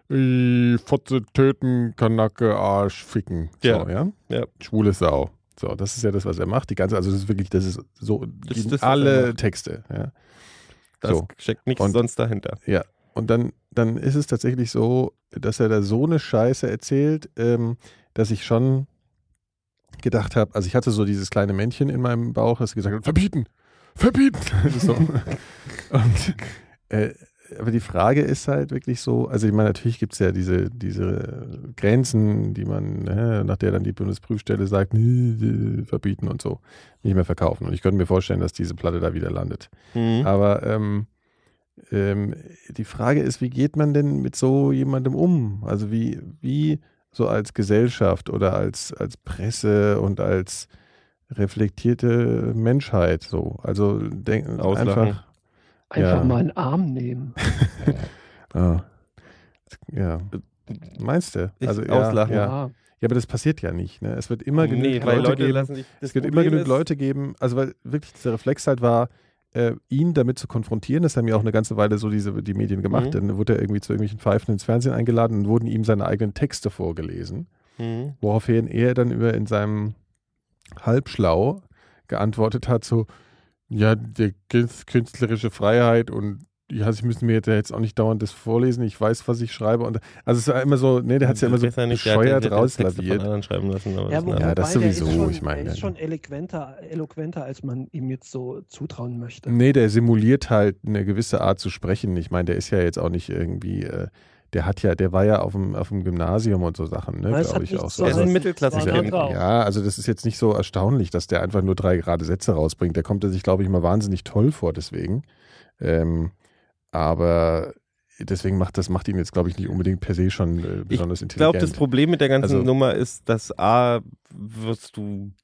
äh, Fotze, töten, Kanacke, Arsch, ficken. So, Ja. ja? Ja. Schwule Sau. So, das ist ja das, was er macht. Die ganze, also das ist wirklich, das ist so, Das die- ist das, was er alle macht. Texte. Ja. Das So. steckt nichts Und- sonst dahinter. Ja, und dann, dann ist es tatsächlich so, dass er da so eine Scheiße erzählt, ähm, dass ich schon gedacht habe, also ich hatte so dieses kleine Männchen in meinem Bauch, das gesagt hat, verbieten, verbieten. so. Und äh, aber die Frage ist halt wirklich so, also ich meine, natürlich gibt es ja diese, diese Grenzen, die man, äh, nach der dann die Bundesprüfstelle sagt, nee, verbieten und so, nicht mehr verkaufen. Und ich könnte mir vorstellen, dass diese Platte da wieder landet. Mhm. Aber ähm, ähm, die Frage ist, wie geht man denn mit so jemandem um? Also wie, wie so als Gesellschaft oder als, als Presse und als reflektierte Menschheit so. Also denken Auslachen. einfach. Einfach Ja. mal einen Arm nehmen. Ah. Ja. Meinst du? Ich Also, ja, auslachen. Ja. ja, aber das passiert ja nicht. Ne? Es wird immer genügend Nee, weil Leute, Leute geben. lassen sich. Es wird immer genügend Leute geben. Also weil wirklich dieser Reflex halt war, äh, ihn damit zu konfrontieren. Das haben ja auch eine ganze Weile so diese die Medien gemacht. Mhm. Dann wurde er irgendwie zu irgendwelchen Pfeifen ins Fernsehen eingeladen und wurden ihm seine eigenen Texte vorgelesen. Mhm. Woraufhin er dann über in seinem Halbschlau geantwortet hat, so, ja, die künstlerische Freiheit und ja, Sie müssen mir jetzt auch nicht dauernd das vorlesen, ich weiß, was ich schreibe. Und, also es war immer so, nee, der hat es ja immer so Besser nicht, der hat- bescheuert der hat Texte von rauslaviert. anderen schreiben lassen, aber Ja, das wo, ist eine Ja, andere- das wobei der sowieso, ist schon, ich meine, der ist schon eloquenter, eloquenter, als man ihm jetzt so zutrauen möchte. Nee, der simuliert halt eine gewisse Art zu sprechen. Ich meine, der ist ja jetzt auch nicht irgendwie, äh, der hat ja, der war ja auf dem, auf dem Gymnasium und so Sachen, ne, Na, es glaube hat ich nichts auch zu so. Er ist ein heißen. Mittelklasse-Kind. Es war drauf. Ja, also das ist jetzt nicht so erstaunlich, dass der einfach nur drei gerade Sätze rausbringt. Der kommt er sich, glaube ich, mal wahnsinnig toll vor deswegen. Ähm, aber deswegen macht das macht ihn jetzt, glaube ich, nicht unbedingt per se schon äh, besonders Ich glaube, intelligent. das Problem mit der ganzen Also- Nummer ist, dass A, wirst du.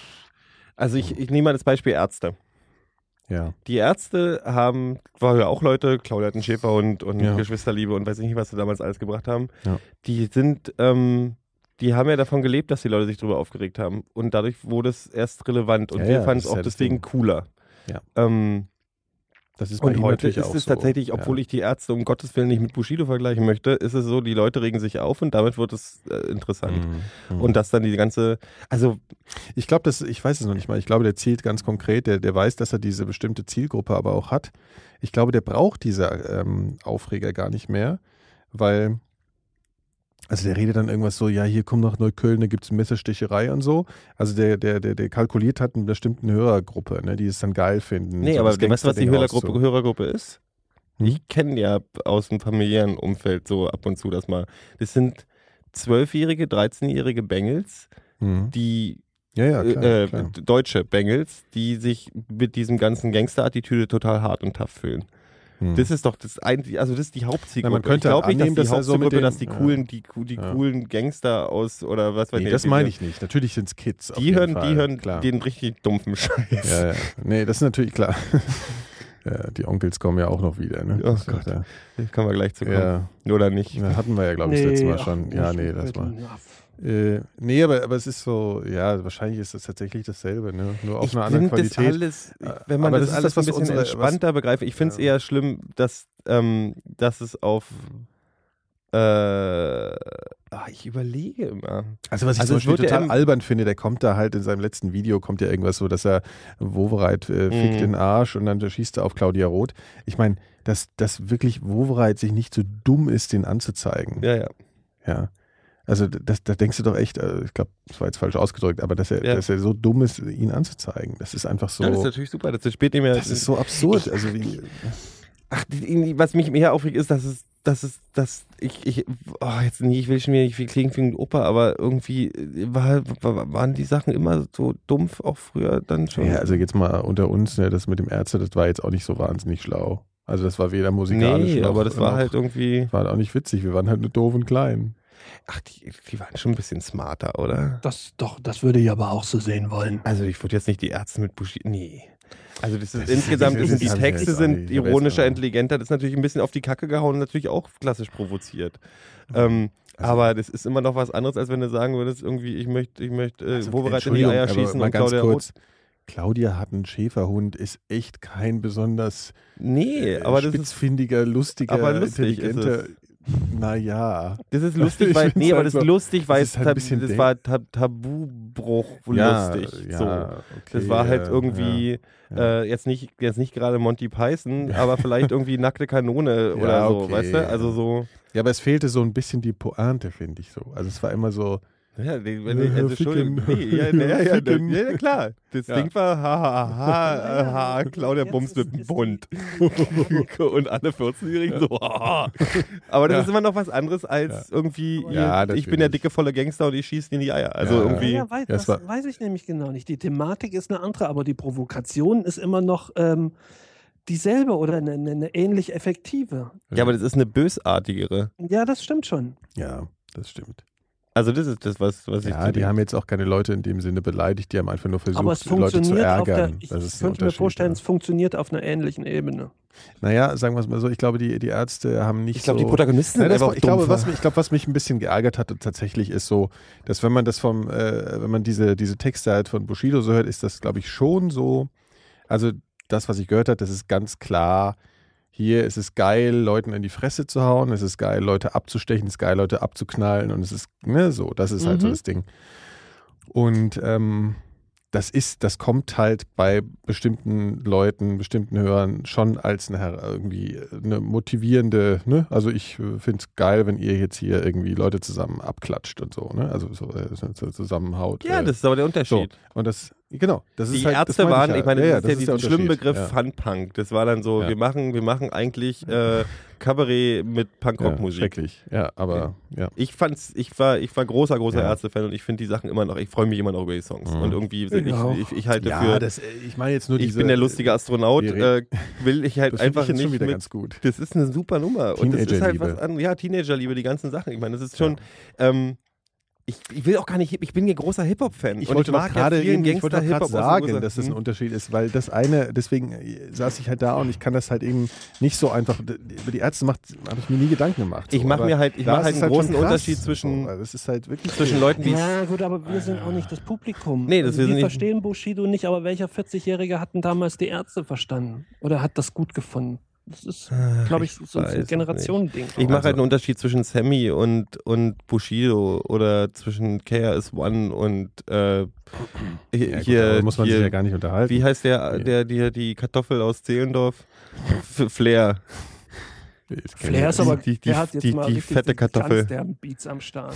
Also ich, ich nehme mal das Beispiel Ärzte. ja. Die Ärzte haben, war ja auch Leute, Claudia hat einen Schäferhund und Ja. Geschwisterliebe und weiß ich nicht, was sie damals alles gebracht haben. Ja. Die sind, ähm, die haben ja davon gelebt, dass die Leute sich darüber aufgeregt haben. Und dadurch wurde es erst relevant. Und Ja, wir ja, fanden das es ist auch ja das deswegen Ding. cooler. Ja. Ähm, Das ist bei und ihm heute natürlich ist auch es so. tatsächlich, obwohl ja. ich die Ärzte um Gottes Willen nicht mit Bushido vergleichen möchte, ist es so, die Leute regen sich auf und damit wird es äh, interessant. Mhm. Mhm. Und dass dann die ganze, also Ich glaube, dass ich weiß es noch nicht mal. Ich glaube, der zielt ganz konkret. Der, der weiß, dass er diese bestimmte Zielgruppe aber auch hat. Ich glaube, der braucht diese ähm, Aufreger gar nicht mehr, weil also der redet dann irgendwas so, ja, hier komm nach Neukölln, da gibt es Messerstecherei und so. Also der, der, der, der kalkuliert halt eine bestimmte Hörergruppe, ne, die es dann geil finden. nee, so aber das weißt du, was die Gangsterding Hörergruppe, rauszu- Hörergruppe ist? Hm? Ich kenne ja aus dem familiären Umfeld so ab und zu das mal. Das sind zwölfjährige, dreizehnjährige Bengels, Mhm. die Ja, ja, klar, äh, klar. deutsche Bengels, die sich mit diesem ganzen Gangster-Attitüde total hart und tough fühlen. Mhm. Das ist doch das einzige, also das ist die Hauptzielgruppe. Na, man könnte ich glaube nicht, dass annehmen, die dass er so mit Hauptzielgruppe, den- dass die ja. coolen, die, die Ja. coolen Gangster aus oder was weiß Nee, ich. das die- meine ich nicht. Natürlich sind es Kids. auf Die jeden hören, Fall, die hören klar. den richtig dumpfen Scheiß. Ja, ja. Nee, das ist natürlich klar. Ja, die Onkels kommen ja auch noch wieder. Ne? Oh Das Gott. ist ja, Kann man gleich zu kommen. ja, Oder nicht. ja, hatten wir ja, glaube ich, das letzte Mal schon. ach, Ja, nicht nee, das mit war. dem Nerv. Äh, nee, aber, aber es ist so, ja, wahrscheinlich ist das tatsächlich dasselbe, ne? Nur auf Ich einer anderen finde das Qualität. alles, Äh, wenn man aber das, das ist alles das, was ein bisschen unsere- was- entspannter begreift. Ich finde es Ja. eher schlimm, dass, ähm, dass es auf äh, ah, ich überlege immer. Also was ich Also zum es Beispiel wird ja total im- albern finde, der kommt da halt in seinem letzten Video, kommt ja irgendwas so, dass er Wowereit äh, fickt Mhm. den Arsch und dann schießt er auf Claudia Roth. Ich meine, dass, dass wirklich Wowereit sich nicht so dumm ist, den anzuzeigen. Ja, ja. Ja. Also das, da denkst du doch echt, äh, ich glaube, das war jetzt falsch ausgedrückt, aber dass er, Ja. dass er so dumm ist, ihn anzuzeigen. Das ist einfach so, ja. Das ist natürlich super. Das spielt ihm ja. das ist so absurd. Also wie, Ach, die- was mich mehr aufregt, ist, dass es, dass es, dass ich, ich, oh, jetzt nie, ich will schon wieder nicht viel klingen wie ein Opa, aber irgendwie war, war, waren die Sachen immer so dumpf, auch früher dann schon. ja, also jetzt mal unter uns, ne, das mit dem Ärzte, das war jetzt auch nicht so wahnsinnig schlau. Also das war weder musikalisch nee, noch, aber das war noch, halt irgendwie. war auch nicht witzig. Wir waren halt nur doof und klein. Ach, die, die waren schon ein bisschen smarter, oder? Das, doch, das würde ich aber auch so sehen wollen. Also ich würde jetzt nicht die Ärzte mit Bushido. Nee. Also das ist Das ist- insgesamt das sind die ist- Texte das ist- sind ich weiß ironischer, auch. intelligenter. Das ist natürlich ein bisschen auf die Kacke gehauen und natürlich auch klassisch provoziert. Ähm, Also- aber das ist immer noch was anderes, als wenn du sagen würdest, irgendwie, ich möchte, ich möchte, äh, Also, wo bereit in die Entschuldigung, Eier aber schießen mal und ganz Claudia kurz. Roth. Claudia hat einen Schäferhund, ist echt kein besonders Nee, äh, aber das ist, spitzfindiger, lustiger, aber lustig ist intelligenter. Naja. das ist lustig, Ich weil, find's nee, aber halt das so- ist lustig, weil das es ist halt ein tab, bisschen das denk- war tab Tabubruch Ja, lustig. ja, so. okay, Das war halt ja, irgendwie ja. Äh, jetzt nicht jetzt nicht gerade Monty Python, aber vielleicht irgendwie nackte Kanone oder Ja, so, okay, weißt du? Also ja. so. Ja, aber es fehlte so ein bisschen die Pointe, finde ich so. Also es war immer so, Ja, nee, wenn ich, also Entschuldigung, nee, ja, ja, ja, ja, ja, klar. Das Ja. Ding war, ha, ha, ha, ha, Claudia Bums mit dem Bund. Und alle vierzehnjährigen so, ha. Aber das Ja. ist immer noch was anderes als irgendwie, Ja, ihr, ich bin der natürlich. dicke, volle Gangster und ich schieße in die Eier. Also Ja. irgendwie, Ja, weiß, das das war- weiß ich nämlich genau nicht. Die Thematik ist eine andere, aber die Provokation ist immer noch ähm, dieselbe oder eine, eine, eine ähnlich effektive. ja, aber das ist eine bösartigere. Ja, das stimmt schon. Ja, das stimmt. Also das ist das, was, was ich Ja, zu die dem- haben jetzt auch keine Leute in dem Sinne beleidigt, die haben einfach nur versucht, Aber es Leute zu funktioniert auf der, ärgern. ich Das ist ein könnte mir Unterschied, vorstellen, ja. es funktioniert auf einer ähnlichen Ebene. Naja, sagen wir es mal so, ich glaube, die, die Ärzte haben nicht Ich glaube, so... die Protagonisten Nein, sind das, einfach ich, glaube, dumm. was mich, ich glaube, was mich ein bisschen geärgert hat tatsächlich ist so, dass wenn man das vom, äh, wenn man diese, diese Texte halt von Bushido so hört, ist das, glaube ich, schon so, also das, was ich gehört habe, das ist ganz klar, hier ist es geil, Leuten in die Fresse zu hauen, es ist geil, Leute abzustechen, es ist geil, Leute abzuknallen und es ist, ne, so, das ist halt so Mhm. das Ding. Und ähm, das ist, das kommt halt bei bestimmten Leuten, bestimmten Hörern schon als eine her- irgendwie eine motivierende, ne? Also ich finde es geil, wenn ihr jetzt hier irgendwie Leute zusammen abklatscht und so, ne? Also so, äh, so zusammenhaut. Ja, äh, das ist aber der so. Unterschied. Und das, genau, das ist Die halt, das Ärzte meine waren, ja. ich meine, das ja, ist ja der dieser schlimme Unterschied, Begriff ja. Fun-Punk. Das war dann so, Ja. wir machen, wir machen eigentlich äh, Kabarett mit Ja, Punk-Rock-Musik. schrecklich. Ja, aber ja. Ich fand's, ich war, ich war großer, großer Ja. Ärzte-Fan und ich finde die Sachen immer noch, ich freue mich immer noch über die Songs. Mhm. Und irgendwie, Ich auch. ich, ich, ich halte Ja, für, das, äh, ich meine jetzt nur ich diese, bin der lustige Astronaut, die äh, will ich halt das finde einfach ich jetzt nicht schon wieder mit, ganz gut. das ist eine super Nummer. Und das ist halt Teenagerliebe. was an, ja, Teenagerliebe, die ganzen Sachen. Ich meine, das ist schon, ähm, ich, ich will auch gar nicht, ich bin hier großer Hip-Hop-Fan. Ich und wollte ich doch mag gerade ja vielen eben- ich wollte doch Gangster-Hip-Hop gerade aus den sagen, U S A. dass das ein Hm. Unterschied ist, weil das eine, deswegen äh, saß ich halt da und ich kann das halt eben nicht so einfach, über die Ärzte macht, habe ich mir nie Gedanken gemacht. So. Ich mache Aber mir halt, ich da mache halt ist einen es großen schon krass, Unterschied zwischen, so, weil das ist halt wirklich zwischen Leuten, die Ja, gut, aber wir sind auch nicht das Publikum. Nee, das also wir wir sind nicht- verstehen Bushido nicht, aber welcher vierzig-Jährige hat denn damals die Ärzte verstanden? Oder hat das gut gefunden? Das ist, glaube ich, so weiß ein es Generationending. Ich mache Also- halt einen Unterschied zwischen Sammy und, und Bushido oder zwischen K R S One und äh, hier, ja, gut, hier, darüber muss man hier sich ja gar nicht unterhalten. wie heißt der, Nee. der, die, die Kartoffel aus Zehlendorf? F- Flair. Ich kenn Flair ist aber, die- die- der hat jetzt die- mal die richtig fette Kartoffel. ganz derben Beats am Start.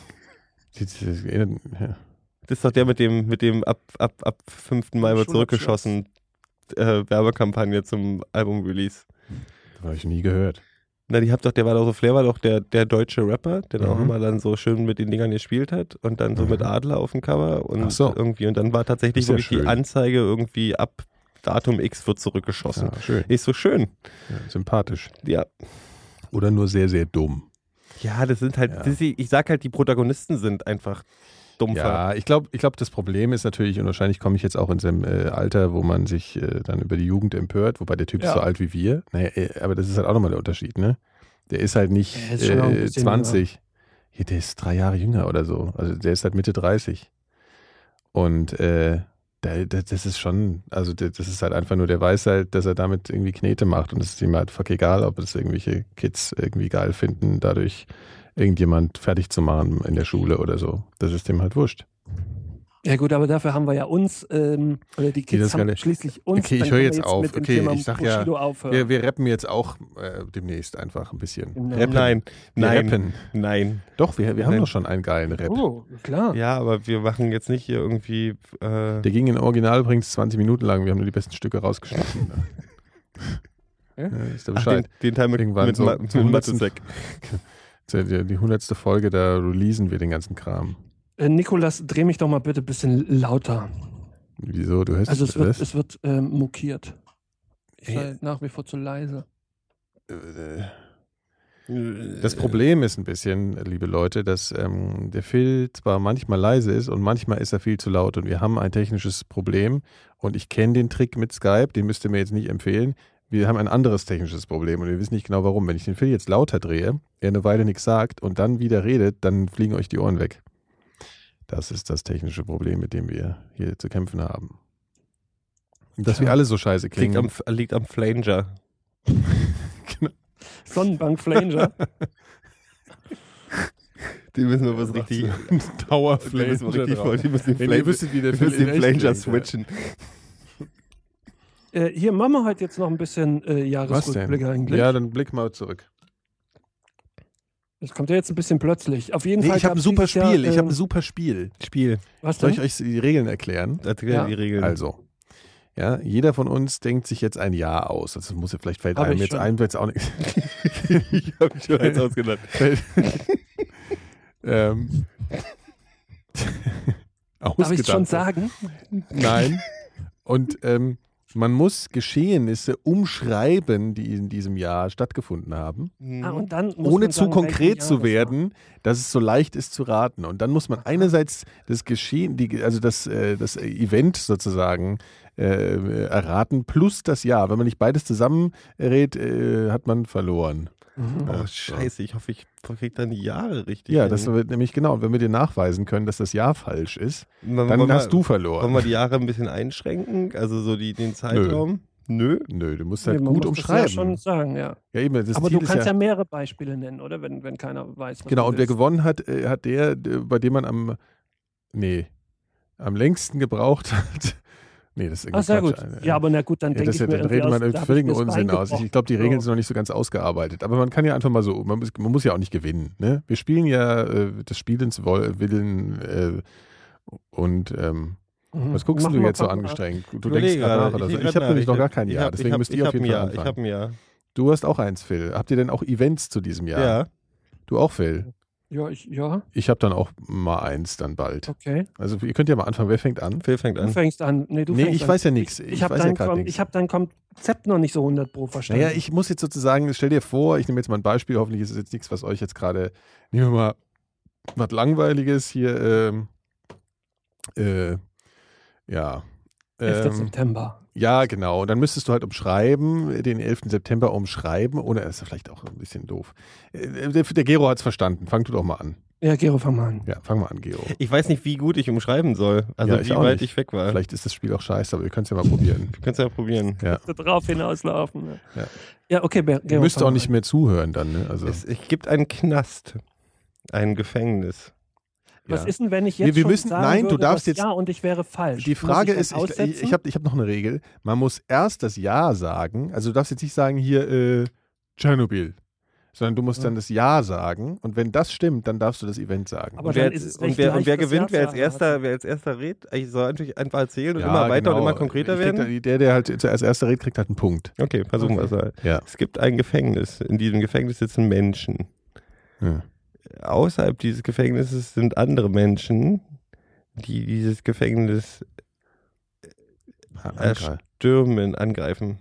die- die- ja. Das ist doch der mit dem, mit dem ab, ab, ab fünften Mai wird Schulabschluss. zurückgeschossen äh, Werbekampagne zum Album-Release. Das habe ich nie gehört. Na, die habt doch, der war doch so, Flair war doch der, der deutsche Rapper, der dann auch Mhm. immer dann so schön mit den Dingern gespielt hat und dann so Mhm. mit Adler auf dem Cover und Ach so. irgendwie und dann war tatsächlich Ist ja wirklich die schön. Anzeige irgendwie ab Datum X wird zurückgeschossen. Ja, schön. Ist so schön. Ja, sympathisch. Ja. Oder nur sehr, sehr dumm. Ja, das sind halt, Ja. das, ich sag halt, die Protagonisten sind einfach dumpfer. Ja, ich glaube, ich glaub, das Problem ist natürlich, und wahrscheinlich komme ich jetzt auch in so einem äh, Alter, wo man sich äh, dann über die Jugend empört, wobei der Typ Ja. ist so alt wie wir. Naja, äh, aber das ist halt auch nochmal der Unterschied, ne? Der ist halt nicht Er ist schon noch ein äh, bisschen zwanzig. Hier, der ist drei Jahre jünger oder so. Also der ist halt Mitte dreißig. Und äh, da, da, das ist schon, also der, das ist halt einfach nur, der weiß halt, dass er damit irgendwie Knete macht und es ist ihm halt fuck egal, ob es irgendwelche Kids irgendwie geil finden, dadurch irgendjemand fertig zu machen in der Schule oder so. Das ist dem halt wurscht. Ja gut, aber dafür haben wir ja uns, ähm, oder die das Kids haben geile- schließlich uns. Okay, ich dann höre können wir jetzt auf. Mit dem Okay, Thema ich sag ja, Bushido aufhören. Wir, wir rappen jetzt auch äh, demnächst einfach ein bisschen. Genau. Rappen. Nein, Wir nein, rappen. nein. Doch, wir, wir haben Nein. doch schon einen geilen Rap. Oh, klar. Ja, aber wir machen jetzt nicht hier irgendwie. Äh, Der ging in Original übrigens zwanzig Minuten lang. Wir haben nur die besten Stücke rausgeschnitten. Ja? Ja, ist der ach, den, Bescheid. den Teil mit, Irgendwann mit, so Ma- zum mit hundertsten Matusek. Die, die hundertste Folge, da releasen wir den ganzen Kram. Äh, Nikolas, dreh mich doch mal bitte ein bisschen lauter. Wieso? Du hörst Also es wird, das? es wird ähm, mokiert. Ich Ey. sei nach wie vor zu leise. Das Problem ist ein bisschen, liebe Leute, dass ähm, der Phil zwar manchmal leise ist und manchmal ist er viel zu laut und wir haben ein technisches Problem und ich kenne den Trick mit Skype, den müsst ihr mir jetzt nicht empfehlen. Wir haben ein anderes technisches Problem und wir wissen nicht genau warum. Wenn ich den Phil jetzt lauter drehe, er eine Weile nichts sagt und dann wieder redet, dann fliegen euch die Ohren weg. Das ist das technische Problem, mit dem wir hier zu kämpfen haben. Und dass Tja. wir alle so scheiße Liegt klingen. am, liegt am Flanger. Sonnenbank Flanger. Die müssen wir was richtig. Dauer Die müssen wir richtig voll. Die müssen den Wenn ihr Flanger, wüsstet, wie der wir Phil müssen in den echt Flanger klingt, switchen. äh, hier machen wir heute jetzt noch ein bisschen äh, Was denn? Jahresrückblick eigentlich. Ja, dann blick mal zurück. Das kommt ja jetzt ein bisschen plötzlich. Auf jeden Nee, Fall. ich habe ein gab's super dieses Jahr, Spiel. Ich habe ähm, ein super Spiel. Spiel. Was Soll denn? ich euch die Regeln erklären? Erzähl Ja. die Regeln. Also, ja, jeder von uns denkt sich jetzt ein Jahr aus. Das muss ja, vielleicht fällt Hab einem ich jetzt schon. ein, jetzt auch nicht. ich habe schon eins ausgedacht. Fällt- ähm, Darf ich es schon ausgedacht. sagen? Nein. Und ähm, man muss Geschehnisse umschreiben, die in diesem Jahr stattgefunden haben, Ah, und dann muss ohne man zu sagen, konkret welchen zu Jahr das war. werden, dass es so leicht ist zu raten. Und dann muss man einerseits das Geschehen, die, also das, äh, das Event sozusagen äh, erraten, plus das Jahr. Wenn man nicht beides zusammenrät, äh, hat man verloren. Mhm. Oh, scheiße, ich hoffe, ich kriege dann die Jahre richtig. Ja, hin. das wird nämlich genau, wenn wir dir nachweisen können, dass das Jahr falsch ist, Wollen dann wir- hast du Wollen verloren. wir die Jahre ein bisschen einschränken? Also so die, den Zeitraum? Nö. Nö, du musst Nee, halt man gut muss das umschreiben. Ja schon sagen, ja. Ja, eben, das Aber Ziel du ist kannst ja, ja, mehrere Beispiele nennen, oder? Wenn, wenn keiner weiß, was genau, du und wer willst. gewonnen hat, äh, hat der, äh, bei dem man am, nee, am längsten gebraucht hat. Nee, das ist irgendwie Ah, sehr Quatsch. gut. Ja, aber na gut, dann Ja, denke das ich ja, mir dann irgendwie redet man aus, da irgendwie hab ich völligen mir's Unsinn aus. Ich, ich glaube, die beigebracht. Regeln So. sind noch nicht so ganz ausgearbeitet. Aber man kann ja einfach mal so, man muss, man muss ja auch nicht gewinnen. Ne? Wir spielen ja äh, das Spielens Woll- Willen äh, und ähm, Mhm. was guckst Mach du mal, jetzt so mach mal. angestrengt? Du Überlege denkst gerade gerade. nach oder so. denk Ich grad habe nach. nämlich noch hab- gar kein ich Jahr, hab- deswegen ich hab- müsst ich ihr auf hab jeden ein Fall Jahr. anfangen. Ich habe ein Jahr. Du hast auch eins, Phil. Habt ihr denn auch Events zu diesem Jahr? Ja. Du auch, Phil? Ja, ich, ja, Ich habe dann auch mal eins dann bald. okay. Also ihr könnt ja mal anfangen. Wer fängt an? Phil fängt Du an. fängst an. Nee, du Nee, fängst ich an. weiß ja nichts. Ich, Ich ich habe weiß ja dein, grad Kon- nichts. ich hab dein Konzept noch nicht so hundert Pro verstanden. Naja, ich muss jetzt sozusagen, stell dir vor, ich nehme jetzt mal ein Beispiel, hoffentlich ist es jetzt nichts, was euch jetzt gerade, nehmen wir mal was Langweiliges hier, ähm, äh, ja. elfter Ähm, September. ja, genau. Und dann müsstest du halt umschreiben, den elften September umschreiben, ohne, das ist vielleicht auch ein bisschen doof. Äh, Der, der Gero hat es verstanden. Fang du doch mal an. Ja, Gero, fang mal an. Ja, fang mal an, Gero. Ich weiß nicht, wie gut ich umschreiben soll. Also Ja, ich wie auch weit nicht. ich weg war. Vielleicht ist das Spiel auch scheiße, aber ihr könnt es ja mal probieren. Du kannst ja probieren. Ja. So drauf hinauslaufen. Ne? Ja. Ja, okay, Ber- Ihr Gero. müsst fang auch mal nicht an. mehr zuhören dann, ne? Also, Es, es gibt einen Knast. Ein Gefängnis. Was ja. ist denn, wenn ich Wir- jetzt wir schon müssen- sagen nein, du würde, darfst das jetzt- Ja und ich wäre falsch? Die Muss Frage ich ist, dann ich, ich, aussetzen? ich habe ich hab noch eine Regel. Man muss erst das Ja sagen. Also du darfst jetzt nicht sagen, hier, äh, Tschernobyl. Sondern du musst Ja. dann das Ja sagen. Und wenn das stimmt, dann darfst du das Event sagen. Aber Und wer, dann ist es und recht wer, und leicht, wer das gewinnt, Ja wer zu als erster, erraten. wer als erster redet? Ich soll natürlich einfach erzählen und Ja, immer weiter genau. und immer konkreter Ich krieg werden. da- Der, der halt zuerst erster redet, kriegt halt einen Punkt. Okay, versuchen wir es mal. Ja. Es gibt ein Gefängnis. In diesem Gefängnis sitzen Menschen. ja. Außerhalb dieses Gefängnisses sind andere Menschen, die dieses Gefängnis Angreif. stürmen, angreifen.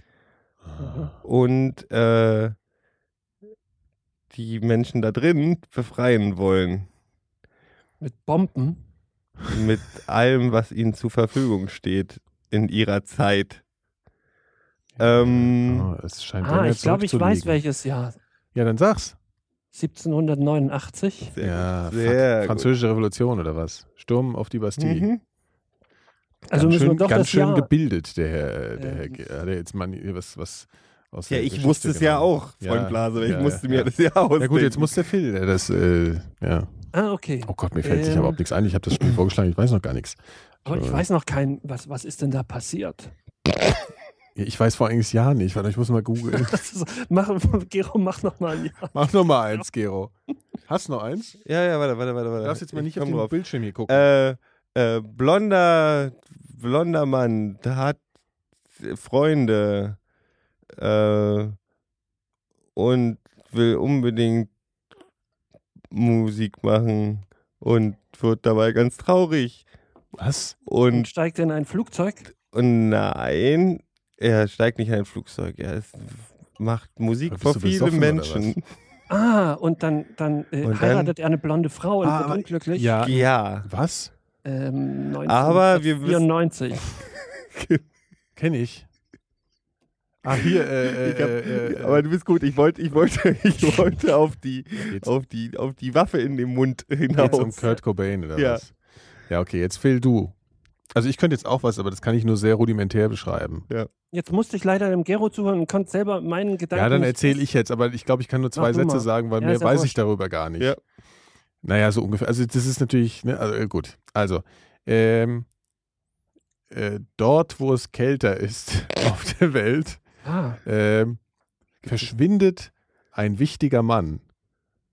Und äh, die Menschen da drin befreien wollen. Mit Bomben? Mit allem, was ihnen zur Verfügung steht in ihrer Zeit. Ähm, Oh, es scheint Ah, länger ich glaube, ich weiß zurückzuliegen. welches Jahr. Ja, dann sag's. siebzehnhundertneunundachtzig? Sehr ja, gut, sehr fuck. Französische Revolution oder was? Sturm auf die Bastille. Mhm. Also ganz müssen wir schön, doch ganz das schön Jahr. gebildet, der Herr. Der Ähm. Herr Ge- hat er jetzt mal was, was aus Ja, der ich Geschichte wusste es ja genommen. auch, Freund Ja, Blase. Ich ja, musste ja, mir ja. das ja ausdenken. Ja gut, jetzt muss der Phil, der das, äh, ja. Ah, okay. Oh Gott, mir fällt sich Ähm. überhaupt nichts ein. Ich habe das Spiel vorgeschlagen, ich weiß noch gar nichts. Aber ich Äh, weiß noch kein, was, was ist denn da passiert? Ja, ich weiß vor allem das Jahr nicht, warte, ich muss mal googeln. Das ist, mach, Gero, mach noch mal ein Jahr. Mach noch mal eins, Gero. Hast du noch eins? Ja, ja, warte, warte, warte. Du warte. darfst jetzt mal Ich nicht auf komm den drauf. Bildschirm hier gucken. Äh, äh, blonder, blonder Mann, der hat Freunde äh, und will unbedingt Musik machen und wird dabei ganz traurig. Was? Und Und, steigt in ein Flugzeug? und nein, er steigt nicht in ein Flugzeug. Er ist, macht Musik Bist vor du viele besoffen oder Menschen. Ah, und dann, dann, äh, Und dann- heiratet er eine blonde Frau und Ah, wird aber- unglücklich? Ja. Ja. Was? Ähm, Aber wir wissen- neunzehnhundertvierundneunzig. Kenn ich. Ah, hier, äh, Ich hab, äh, äh, aber du bist gut. Ich wollte, ich wollte, ich wollte auf die, geht's, auf die, auf die Waffe in dem Mund geht's hinaus. um Kurt Cobain oder Ja. was? Ja, okay, jetzt Phil, du. Also ich könnte jetzt auch was, aber das kann ich nur sehr rudimentär beschreiben. Jetzt musste ich leider dem Gero zuhören und konnte selber meinen Gedanken. Ja, dann nicht- erzähle ich jetzt, aber ich glaube, ich kann nur zwei Mach du Sätze mal. sagen, weil Ja, mehr ist ja weiß ich wurscht. darüber gar nicht. Ja. Naja, so ungefähr. Also das ist natürlich, ne, also äh, gut. Also, ähm, äh, dort, wo es kälter ist auf der Welt, Ah, ähm, verschwindet ein wichtiger Mann.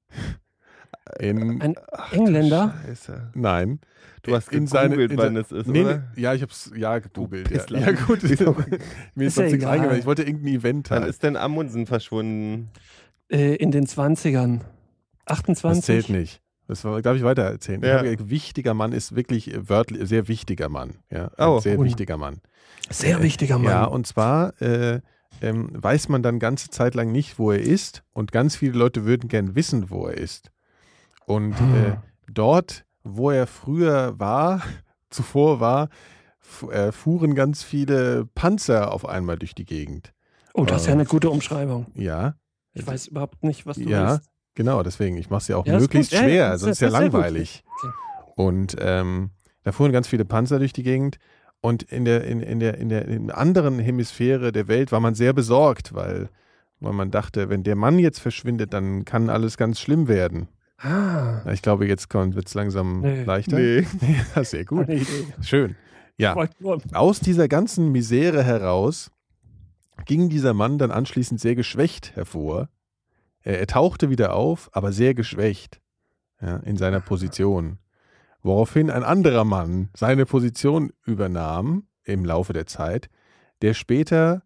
In, Ein Engländer? Scheiße. nein. Du hast in gegoogelt, seine, in wann se- es ist, nee, oder? nee, ja, ich hab's ja gegoogelt. Ja. Pissler. ja, gut. Mir ist Ist sonst ja nichts egal. eingefallen. Ich wollte irgendein Event Wann halt. ist denn Amundsen verschwunden? Äh, in den zwanzigern. Das achtundzwanzig? zählt nicht. Das war, darf ich weiter erzählen? Ja. Ich habe, wichtiger Mann ist wirklich äh, wörtlich, sehr wichtiger Mann. Ja, ein Oh. sehr Und- wichtiger Mann. Sehr Äh, wichtiger Mann. Ja, und zwar äh, ähm, weiß man dann ganze Zeit lang nicht, wo er ist, und ganz viele Leute würden gern wissen, wo er ist. Und Hm. äh, dort, wo er früher war, zuvor war, fu- äh, fuhren ganz viele Panzer auf einmal durch die Gegend. Oh, das ist ja äh, eine gute Umschreibung. Ja, Ich weiß überhaupt nicht, was du ja, willst. genau, deswegen. Ich mache es ja auch Ja, ist möglichst gut. Ja, schwer, ja, das sonst ist- ist ja das ist sehr gut. langweilig. Okay. Und ähm, da fuhren ganz viele Panzer durch die Gegend. Und in der, in, in der, in der, in der anderen Hemisphäre der Welt war man sehr besorgt, weil, weil man dachte, wenn der Mann jetzt verschwindet, dann kann alles ganz schlimm werden. Ah, Ich glaube, jetzt wird es langsam Nee. leichter. Nee. Ja, sehr gut. eine Idee. Schön. Ja, Wollt nur- aus dieser ganzen Misere heraus ging dieser Mann dann anschließend sehr geschwächt hervor. Er, er tauchte wieder auf, aber sehr geschwächt, ja, in seiner Position. Woraufhin ein anderer Mann seine Position übernahm im Laufe der Zeit, der später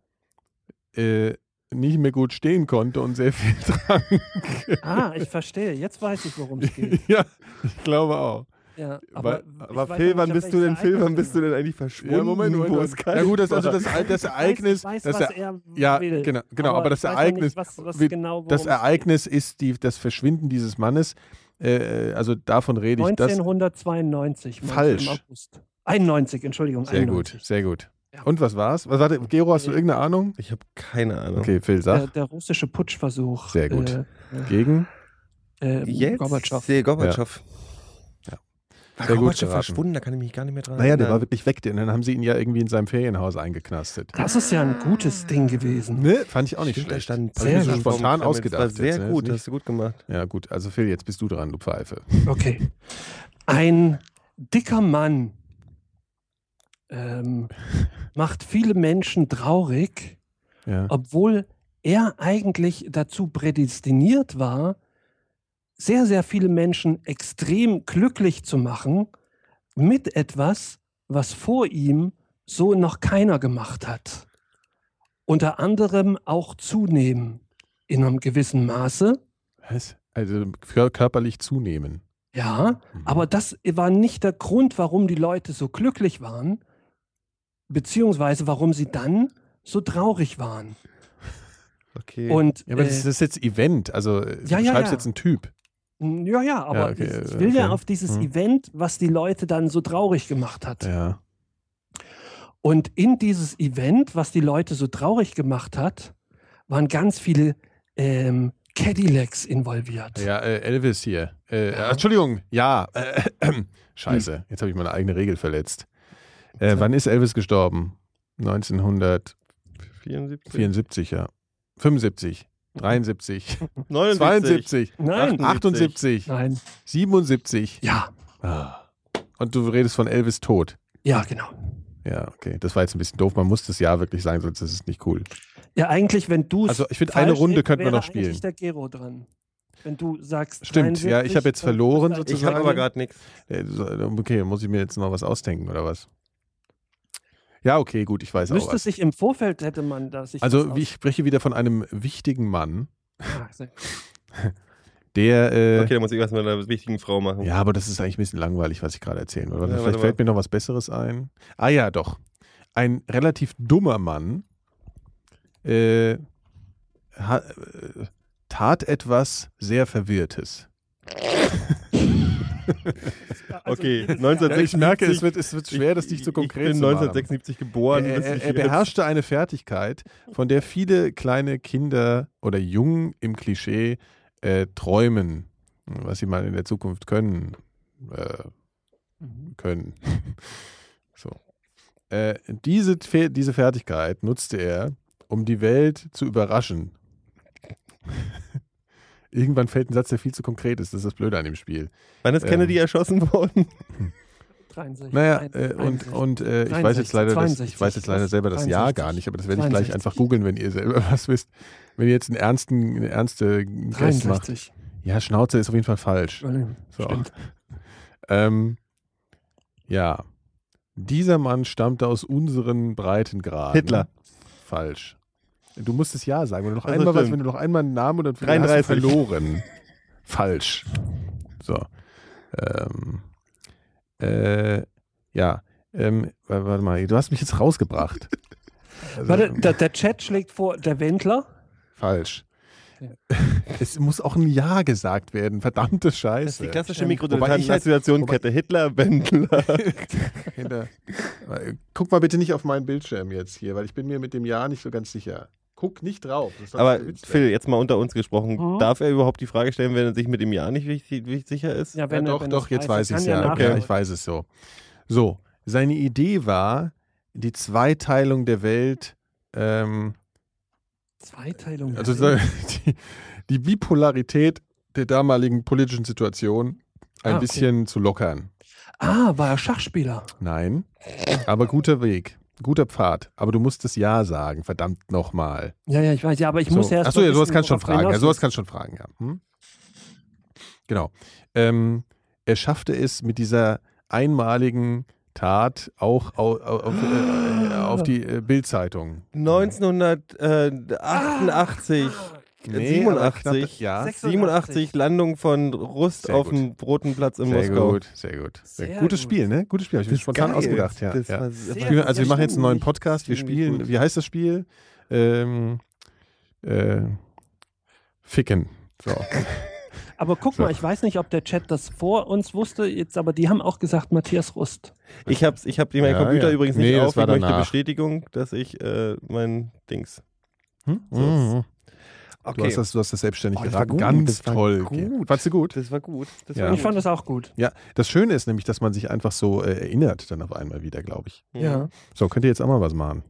äh, nicht mehr gut stehen konnte und sehr viel trank. Ah, ich verstehe. Jetzt weiß ich, worum es geht. Ja, ich glaube auch. Ja, Weil- ich Aber weiß Phil, noch wann nicht, auf bist du denn, welches Phil, wann Ereignis bist du denn eigentlich verschwunden? Ja, Moment, Moment. wo Moment. es kalt Ja gut, das, also war? das, das Ich Ereignis, weiß, das was er, er ja, will. genau, genau, aber, das ich weiß noch Ereignis, nicht, was, was wie- genau, das worum's Ereignis ist die, das Verschwinden dieses Mannes. Äh, also davon rede ich. Das, neunzehnhundertzweiundneunzig. meinst du, Falsch. Im August. einundneunzig, Entschuldigung. sehr gut, einundneunzig. sehr gut. Ja. Und was war's? Was warte, Gero, hast du Äh, irgendeine Ahnung? Ich habe keine Ahnung. Okay, Phil, Der, sag. der russische Putschversuch. Sehr gut. Äh, Gegen? äh, Jetzt? Gorbatschow. Sehe Gorbatschow. Ja. War Sehr gut Gorbatschow geraten. verschwunden? Da kann ich mich gar nicht mehr dran Naja, der war erinnern. wirklich weg. Und dann haben sie ihn ja irgendwie in seinem Ferienhaus eingeknastet. Das ist ja ein gutes Ding gewesen. Ne? Fand ich auch nicht Stimmt, da schlecht. stand ein Hab ich Sehr mir so gut. spontan Das ausgedacht. war sehr jetzt, ne? gut, Ist nicht- hast du gut gemacht. Ja, gut. Also Phil, jetzt bist du dran, du Pfeife. Okay. Ein dicker Mann ähm, macht viele Menschen traurig, Ja. obwohl er eigentlich dazu prädestiniert war, sehr, sehr viele Menschen extrem glücklich zu machen mit etwas, was vor ihm so noch keiner gemacht hat. Unter anderem auch zunehmen in einem gewissen Maße. Was? Also kör- körperlich zunehmen. Ja, Mhm. aber das war nicht der Grund, warum die Leute so glücklich waren, beziehungsweise warum sie dann so traurig waren. Okay. Und Ja, aber äh, das, ist- das ist jetzt Event. Also äh, Ja, du ja, schreibst ja. jetzt einen Typ. ja, ja, aber Ja, okay, ich, ich äh, will ja okay. auf dieses Mhm. Event, was die Leute dann so traurig gemacht hat. Ja. Und in dieses Event, was die Leute so traurig gemacht hat, waren ganz viele ähm, Cadillacs involviert. Ja, äh, Elvis hier. Äh, Ja. äh, Entschuldigung, ja. Äh, äh, scheiße, jetzt habe ich meine eigene Regel verletzt. Äh, Ja. wann ist Elvis gestorben? neunzehnhundertvierundsiebzig, vierundsiebzig. ja. fünfundsiebzig, dreiundsiebzig, neunundsiebzig. zweiundsiebzig, Nein, achtundsiebzig, nein. siebenundsiebzig. Ja, Ah. Und du redest von Elvis tot. ja, genau. Ja, okay. Das war jetzt ein bisschen doof. Man muss das Jahr wirklich sagen, sonst ist es nicht cool. Ja, eigentlich, wenn du Also ich finde, eine Runde könnten wir noch spielen. eigentlich der Gero dran. Wenn du sagst Stimmt, ja, ich habe jetzt verloren dann- sozusagen. Ich habe aber gerade nichts. Äh, so, Okay, dann muss ich mir jetzt noch was ausdenken, oder was? Ja, okay, gut, ich weiß auch Müsste was. sich im Vorfeld hätte man da sich Also was wie ich spreche wieder von einem wichtigen Mann, aus- Ah, sehr- der, äh, Okay, dann muss ich was mit einer wichtigen Frau machen. ja, aber das ist eigentlich ein bisschen langweilig, was ich gerade erzählen will. Ja, Vielleicht warte fällt mal. mir noch was Besseres ein. Ah ja, doch. Ein relativ dummer Mann äh, ha, äh, tat etwas sehr Verwirrtes. Also Okay, jedes Jahr. neunzehnhundertsechzig. Ja, ich merke, es wird, es wird schwer, das nicht so konkret Ich bin zu machen. neunzehnhundertsechsundsiebzig geboren. Er, wüsste er, ich er jetzt. beherrschte eine Fertigkeit, von der viele kleine Kinder oder Jungen im Klischee äh, träumen, was sie mal in der Zukunft können. Äh, Mhm. können. so. Äh, diese, Fe- diese Fertigkeit nutzte er, um die Welt zu überraschen. Irgendwann fällt ein Satz, der viel zu konkret ist. Das ist das Blöde an dem Spiel. Wann ist ähm, Kennedy erschossen worden? dreiundsechzig, Naja, ein- äh, und, einundsechzig. und äh, ich weiß jetzt leider, das, ich weiß jetzt leider selber das Jahr gar nicht, aber das werde ich gleich zweiundsechzig. einfach googeln, wenn ihr selber was wisst. Wenn ihr jetzt einen ernsten, eine ernste Guest macht. dreiundsechzig. Ja, Schnauze ist auf jeden Fall falsch. So. Ähm, ja. Dieser Mann stammte aus unseren Breitengraden. Hitler. Falsch. Du musst es ja sagen. Wenn du noch Also einmal was, stimmt. wenn du noch einmal einen Namen oder dreiunddreißig. hast du verloren. Falsch. So. Ähm, äh, ja. Ähm, warte mal, du hast mich jetzt rausgebracht. Also, Warte, der, der Chat schlägt vor, der Wendler. falsch. Es muss auch ein Ja gesagt werden. Verdammte Scheiße. Das ist die klassische Stimmt. Wobei ich halt- Mikrodilettanten-Assoziationskette. Hitler, Wendler. Hinter- Guck mal bitte nicht auf meinen Bildschirm jetzt hier, weil ich bin mir mit dem Ja nicht so ganz sicher. Guck nicht drauf. Das ist doch Aber ein Witz. Phil, jetzt mal unter uns gesprochen, Mhm. darf er überhaupt die Frage stellen, wenn er sich mit dem Ja nicht richtig, richtig sicher ist? Ja, Ja, wenn er- doch, wenn doch, er jetzt weiß er ich es kann ja. nachschauen. Ja, ich weiß es so. So, seine Idee war, die Zweiteilung der Welt, ähm, Zweiteilung. also so, die, die Bipolarität der damaligen politischen Situation ein Ah, okay. bisschen zu lockern. Ah, war er Schachspieler. Nein, aber guter Weg, guter Pfad. Aber du musst das Ja sagen, verdammt nochmal. Ja, ja, ich weiß. Ja, aber ich muss So. erst Achso, mal ja, sowas wissen, kannst du schon worauf fragen. Ja, hinaus sowas ist. kannst du schon fragen, ja. Hm? Genau. Ähm, er schaffte es mit dieser einmaligen Tat auch au, au, auf, äh, auf die äh, Bild-Zeitung. neunzehnhundertachtundachtzig, Nee, aber knapp- siebenundachtzig, ja. siebenundachtzig Landung von Rust Sehr auf gut. dem Roten Platz in Sehr Moskau. gut, sehr gut. Sehr Sehr Gutes gut. Spiel, ne? Gutes Spiel. Habe ich mir spontan Geil. ausgedacht, ja. Das ja. war, Sehr Spielen wir- also wir Ja, machen jetzt einen neuen stimmt. Podcast. Wir Ziemlich spielen, gut. wie heißt das Spiel? Ähm, äh, Ficken. So. Aber guck So. mal, ich weiß nicht, ob der Chat das vor uns wusste, jetzt, aber die haben auch gesagt Matthias Rust. Ich habe ich hab meinen Ja, Computer ja. übrigens Nee, nicht das auf. war Ich möchte danach. Bestätigung, dass ich äh, mein Dings. Hm? So. Mhm. Okay. Du, hast das, du hast das selbstständig Oh, das war geraten. gut, Ganz das war toll. gut. Fandst du gut? Das war gut. Das Ja. war Ich fand gut. das auch gut. Ja, das Schöne ist nämlich, dass man sich einfach so äh, erinnert dann auf einmal wieder, glaube ich. Ja. So, könnt ihr jetzt auch mal was machen?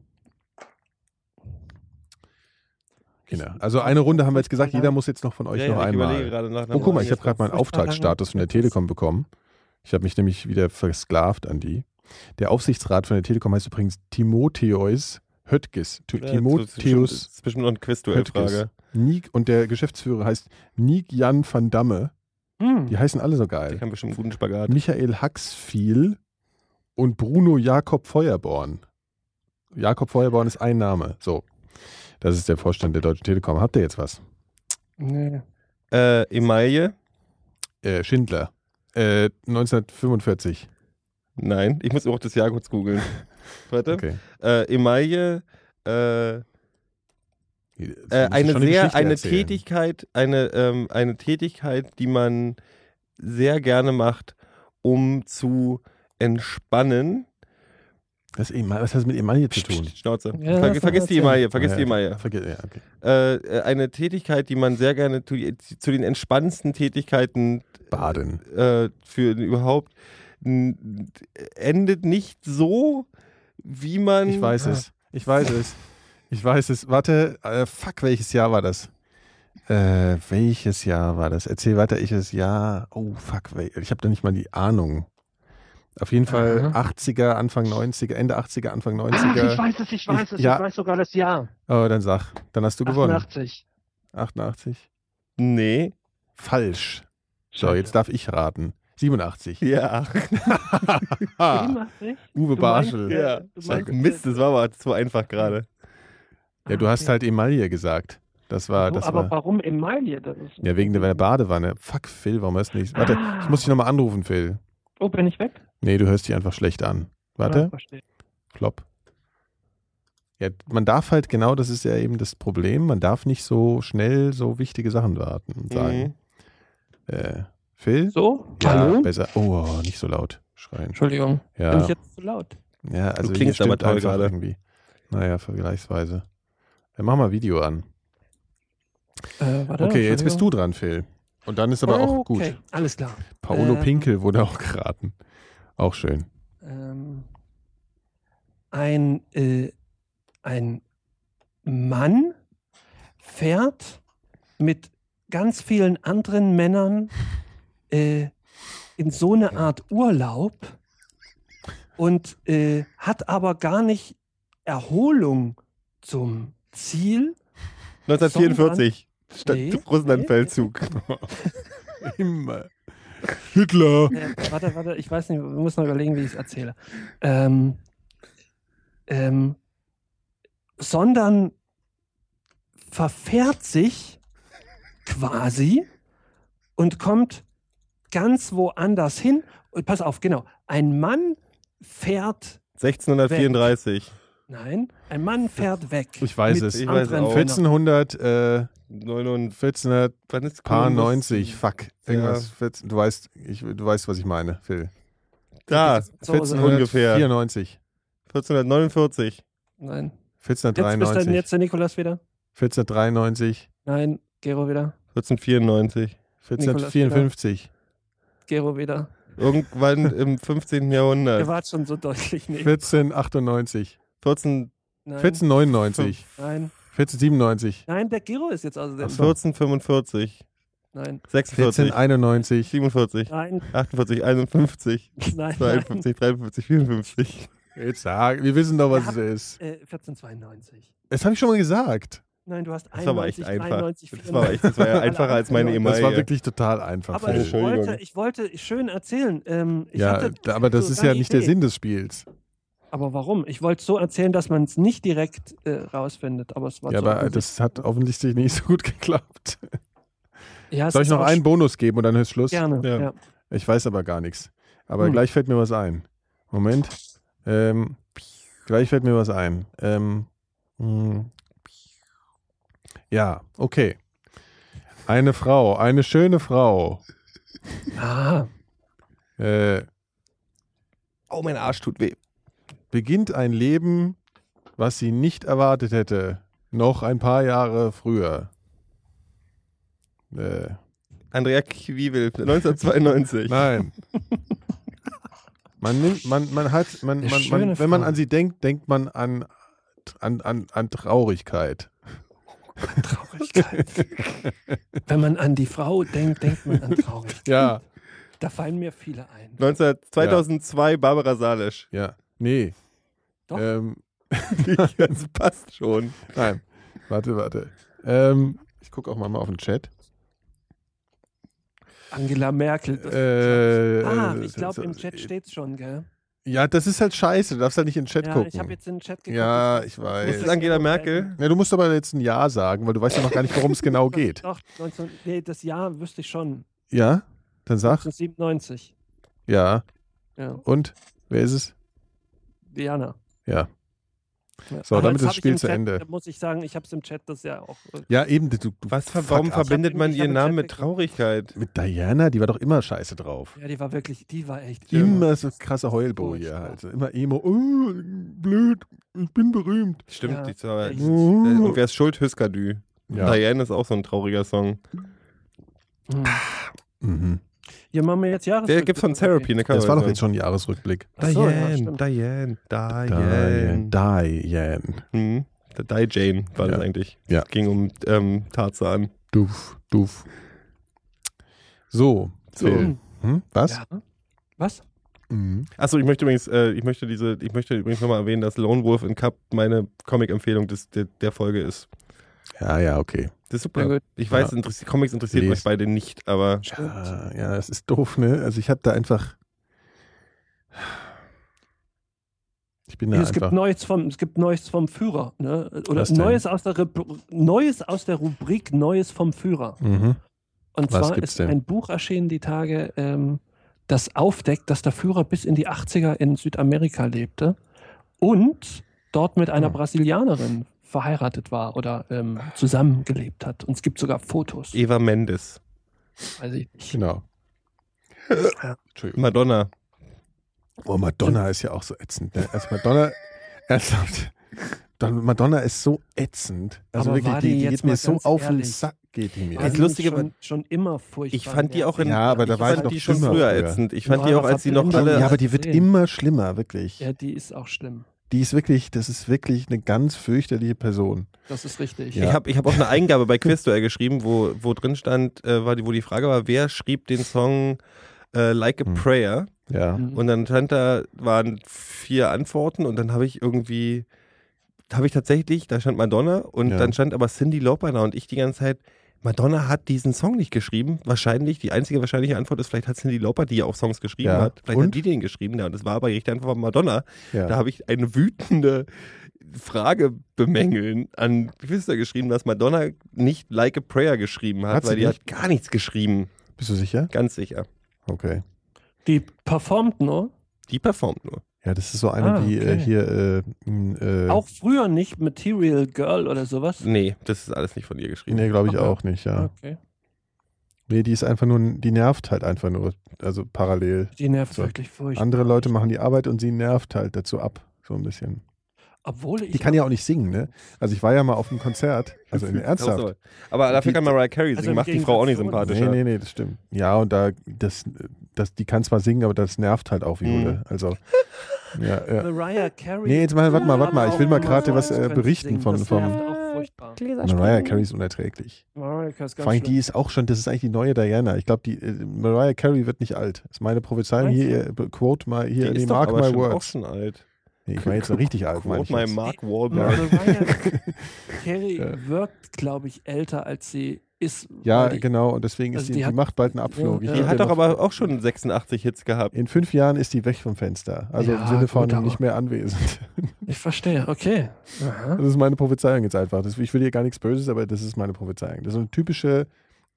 Genau. Also eine Runde haben wir jetzt gesagt, jeder muss jetzt noch von euch Ja, noch ja, ich überlege einmal. gerade nach einer Oh, guck mal, Frage. ich habe gerade meinen furchtbar Auftragsstatus von der lange. Telekom bekommen. Ich habe mich nämlich wieder versklavt an die. Der Aufsichtsrat von der Telekom heißt übrigens Timotheus Höttges. T- Ja, Timotheus Das ist bestimmt noch eine Quizduell-Frage. Nick und der Geschäftsführer heißt Nick Jan van Damme. Hm. Die heißen alle so Der geil. kann bestimmt einen guten Spagat. Michael Haxfiel und Bruno Jakob Feuerborn. Jakob Feuerborn ist ein Name. So. Das ist der Vorstand der Deutschen Telekom. Habt ihr jetzt was? Nee. Äh, Emaille? Äh, Schindler. Äh, neunzehnhundertfünfundvierzig. Nein, ich muss auch das Jahr kurz googeln. Warte. Okay. Äh, Emaille, äh, Äh, Äh, eine sehr, eine Tätigkeit, eine, ähm, eine Tätigkeit, die man sehr gerne macht, um zu entspannen. Das ist Ema- was hat das mit Emaille zu tun? Schnauze. Ja, Ver das vergiss hat die Sinn. Emaille, vergiss Ja, die Emaille. Verge ja, okay. Äh, äh, eine Tätigkeit, die man sehr gerne tu, zu den entspannendsten Tätigkeiten Baden. äh, für überhaupt n- endet nicht so, wie man. Ich weiß es. Ich weiß es. Ich weiß es. Warte, äh, fuck, welches Jahr war das? Äh, welches Jahr war das? Erzähl weiter, ich es Jahr. Oh, fuck, wel- ich habe da nicht mal die Ahnung. Auf jeden Fall Aha. achtziger, Anfang neunziger, Ende achtziger, Anfang Ach, ich neunziger. weiß es, ich weiß es, Ja. ich weiß sogar das Jahr. Oh, dann sag. Dann hast du gewonnen. achtundachtzig. achtundachtzig. Nee. Falsch. So, Scheiße. jetzt darf ich raten. siebenundachtzig. Ja. Ah, siebenundachtzig? Uwe Du Barschel. meinst, äh, Ja. du meinst, Mist, das war aber zu einfach gerade. Ja, du Ah, hast okay. halt Emaille gesagt. Das war, Wo- das aber war. warum Emaille? Das ist Ja, wegen der Badewanne. Fuck, Phil, warum hörst du nicht? Warte, Ah. ich muss dich nochmal anrufen, Phil. Oh, bin ich weg? Nee, du hörst dich einfach schlecht an. Ah, Warte, verstehe. Flop. Ja, man darf halt, genau, das ist ja eben das Problem, man darf nicht so schnell so wichtige Sachen warten und sagen. Mhm. Äh, Phil? So? Ja, Hallo? besser. Oh, nicht so laut schreien. Entschuldigung. Bin Ja, ich jetzt zu laut? ja also Du hier klingst aber stimmt toll einfach gerade. irgendwie. Naja, vergleichsweise. Ja, mach mal Video an. Äh, warte, Okay, jetzt bist Entschuldigung. du dran, Phil. Und dann ist aber auch Okay, gut. alles klar. Paolo Ähm. Pinkel wurde auch geraten. Auch schön. Ähm, ein, äh, ein Mann fährt mit ganz vielen anderen Männern äh, in so eine Art Urlaub und äh, hat aber gar nicht Erholung zum Ziel. neunzehnhundertvierundvierzig. Statt Nee, Russlandfeldzug. Immer. Hitler. Äh, warte, warte, ich weiß nicht, ich muss noch überlegen, wie ich es erzähle. Ähm, ähm, sondern verfährt sich quasi und kommt ganz woanders hin. Und pass auf, genau. Ein Mann fährt, sechzehnhundertvierunddreißig. nein, ein Mann fährt weg. Ich weiß mit es. Ich weiß anderen auch. Männern. vierzehnhundert, äh, neunundvierzig. vierzehnhundert, Wann ist Paar Kolumbus? neunzig, fuck. Irgendwas. vierzehn, du weißt, ich, du weißt, was ich meine, Phil. Da, So, so. ungefähr. vierzehnhundertvierundneunzig, vierzehnhundertneunundvierzig. Nein. Jetzt bist du vierzehnhundertdreiundneunzig, jetzt der Nikolas wieder? vierzehnhundertdreiundneunzig, Nein, Gero wieder. vierzehnhundertvierundneunzig. vierzehnhundertvierundfünfzig, Gero wieder. Irgendwann im fünfzehnten Ihr Jahrhundert. wart schon so deutlich nicht. vierzehnhundertachtundneunzig, vierzehn, Nein. vierzehnhundertneunundneunzig, Nein. vierzehnhundertsiebenundneunzig, Nein, der Gero ist jetzt außerdem. Ach so. vierzehnhundertfünfundvierzig. Nein. sechsundvierzig. vierzehnhunderteinundneunzig, siebenundvierzig. Nein. achtundvierzig. einundfünfzig. Nein. nein. zweiundfünfzig. dreiundfünfzig. vierundfünfzig. Jetzt sag, wir wissen doch, was Ja. es ist. Äh, vierzehnhundertzweiundneunzig. Das habe ich schon mal gesagt. Nein, du hast Das war aber echt einundneunzig, einfach. dreiundneunzig, Das war, echt, das war ja einfacher als meine Alle E-Mail. Das war hier. wirklich total einfach. Aber Phil. ich wollte, ich wollte schön erzählen. Ähm, ich ja, hatte da- aber das so ist ja eine nicht der Idee. Sinn des Spiels. Aber warum? Ich wollte so erzählen, dass man es nicht direkt äh, rausfindet. Aber es war Ja, so aber offensichtlich. das hat offensichtlich nicht so gut geklappt. Ja, es Soll ich ist noch auch einen Bonus geben und dann ist Schluss? Gerne. Ja. Ja. Ich weiß aber gar nichts. Aber Hm. gleich fällt mir was ein. Moment. Ähm, gleich fällt mir was ein. Ähm, hm. Ja, okay. Eine Frau, eine schöne Frau, Ah, äh, Oh, mein Arsch tut weh. beginnt ein Leben, was sie nicht erwartet hätte, noch ein paar Jahre früher. Äh, Andrea Kwiewel, neunzehnhundertzweiundneunzig. nein. Man nimmt, man, man hat, man, Eine man, schöne man, wenn man Frau. an sie denkt, denkt man an, an, an, an Traurigkeit. Traurigkeit. Wenn man an die Frau denkt, denkt man an Traurigkeit. Ja, Da fallen mir viele ein. neunzehn zweitausendzwei Barbara Salisch. ja. Nee. Doch. Ähm, Das passt schon. nein. Warte, warte. Ähm, ich gucke auch mal, mal auf den Chat. Angela Merkel. Das Äh, ah, äh, ich glaube, so- im Chat steht's schon, gell? Ja, das ist halt scheiße. Du darfst halt nicht in den Chat Ja, gucken. ich habe jetzt in den Chat geguckt. Ja, Das- ich das weiß. muss Ist ich es Angela noch Merkel? melden. Ja, du musst aber jetzt ein Ja sagen, weil du weißt ja noch gar nicht, worum es genau geht. Doch, neunzehn, nee, das Jahr wüsste ich schon. Ja? Dann sag. neunzehnhundertsiebenundneunzig. Ja. Ja, Und? Wer ist es? Diana. Ja. Ja. So, Aber damit jetzt ist das hab ich Spiel im zu Chat, Ende. da muss ich sagen, ich habe es im Chat das ja auch. äh, Ja, eben. Du, du Was, fuck warum up. verbindet man Ich hab ihren im Namen Chat mit geguckt. Traurigkeit? Mit Diana, die war doch immer scheiße drauf. Ja, die war wirklich, die war echt. Immer so krasse Heulboje Furchtbar. halt. Immer Emo. Oh, blöd, ich bin berühmt. Stimmt, Ja. die war, Ich- äh, und wer ist schuld? Hüskadü. Ja. Diane ist auch so ein trauriger Song. Hm. Mhm. Hier machen wir jetzt Jahres. Der gibt's von Therapy, eine Das war doch Coversong. jetzt schon ein Jahresrückblick. Ach so, ja, Diane, stimmt. Diane, Diane. Diane. Diane. Mhm. Der Die Jane war das Ja. eigentlich. Ja. Es ging um ähm, Tarzan. Duff, duff. So, So. Phil. Hm? Was? Ja. Was? Mhm. Achso, ich möchte übrigens, äh, ich möchte diese, ich möchte übrigens nochmal erwähnen, dass Lone Wolf in Cup meine Comic-Empfehlung des, der, der Folge ist. Ja, ja, okay. Das ist Sehr super. gut. Ich weiß, Ja. interess- Comics interessiert Lies. euch beide nicht, aber Ja, ja, das ist doof, ne? Also ich habe da einfach. Ich bin da es, gibt einfach. Neues vom, es gibt Neues vom Führer. Ne? Oder Was denn? Neues aus, der Rubri- Neues aus der Rubrik Neues vom Führer. Mhm. Und Was zwar gibt's ist denn? ein Buch erschienen die Tage, ähm, das aufdeckt, dass der Führer bis in die achtziger in Südamerika lebte und dort mit einer Hm. Brasilianerin verheiratet war oder ähm, zusammengelebt hat. Und es gibt sogar Fotos. Eva Mendes, Weiß ich nicht. Genau. Ja. Entschuldigung. Madonna. Oh, Madonna ist ja auch so ätzend. Ne? Also Madonna, ernsthaft. Don- Madonna ist so ätzend. Also Aber wirklich, war die, die die jetzt geht mir mal so ganz auf den ehrlich? Sack, geht die mir. Das Also Lustige schon, war- schon immer furchtbar. Ich fand die auch in, Ja, aber da ich war ich fand noch die schon schlimmer früher früher. ätzend. Ich fand Ja, die auch, aber als sie noch Verbindung- alle... Ja, aber die wird Sehen. immer schlimmer, wirklich. Ja, die ist auch schlimm. Die ist wirklich, das ist wirklich eine ganz fürchterliche Person. Das ist richtig. Ja. Ich habe ich hab auch eine Eingabe bei Quizduell geschrieben, wo, wo drin stand, äh, war die, wo die Frage war, wer schrieb den Song äh, Like a Hm. Prayer? Ja. Mhm. Und dann stand da, waren vier Antworten und dann habe ich irgendwie, habe ich tatsächlich, da stand Madonna und Ja. dann stand aber Cyndi Lauper da und ich die ganze Zeit, Madonna hat diesen Song nicht geschrieben. Wahrscheinlich, die einzige wahrscheinliche Antwort ist, vielleicht hat Cyndi Lauper, die ja auch Songs geschrieben Ja. hat. Vielleicht Und? hat die den geschrieben. Ja, und das war aber echt einfach Madonna. Ja. Da habe ich eine wütende Frage bemängeln an Twister geschrieben, dass Madonna nicht Like a Prayer geschrieben hat, Hat sie weil die nicht? hat gar nichts geschrieben. Bist du sicher? Ganz sicher. Okay. Die performt nur. Die performt nur. Ja, das ist so eine Ah, wie äh, okay. hier. Äh, m, äh, Auch früher nicht Material Girl oder sowas. Nee, das ist alles nicht von ihr geschrieben. Nee, glaube ich Okay. auch nicht, ja. Okay. Nee, die ist einfach nur, die nervt halt einfach nur, also parallel. Die nervt So. wirklich furchtbar. Andere Leute machen die Arbeit und sie nervt halt dazu ab, so ein bisschen. Obwohl ich. Die kann ja auch nicht singen, ne? Also ich war ja mal auf einem Konzert, also in ernsthaft. So. Aber dafür Die- kann Mariah Carey singen, Also im macht die Frau auch nicht Gegensatz zu uns. sympathischer. Nee, nee, nee, das stimmt. Ja, und da, das, das, die kann zwar singen, aber das nervt halt auch wie Mhm. Hulle. Also, ja, ja. Mariah Carey. Nee, jetzt mal, warte mal, warte mal. Ich will mal Aber gerade auch was äh, können berichten singen. von, Das von nervt auch furchtbar. Mariah Carey ist unerträglich. Mariah Carey ist ganz Vor allem, die schlimm. ist auch schon, das ist eigentlich die neue Diana. Ich glaube, die äh, Mariah Carey wird nicht alt. Das ist meine Prophezeiung. Meinst Hier, äh, quote mal, hier, Die nee, ist doch mark aber my schon auch words. schon alt. Nee, ich meine jetzt noch richtig alt, meine ich Quote my jetzt. Mark Ja, Wahlberg. Mariah Carey Ja. wirkt, glaube ich, älter als sie ist. Ja, weil die- genau. Und deswegen ist also die, die die hat- macht bald einen Abflug. Ja, Ich ja. Die geb hat dir doch noch- aber auch schon sechsundachtzig Hits gehabt. In fünf Jahren ist die weg vom Fenster. Also Ja, im Sinne von gut, aber- nicht mehr anwesend. Ich verstehe, okay. Aha. Das ist meine Prophezeiung jetzt einfach. Das, ich will hier gar nichts Böses, aber das ist meine Prophezeiung. Das ist so eine typische,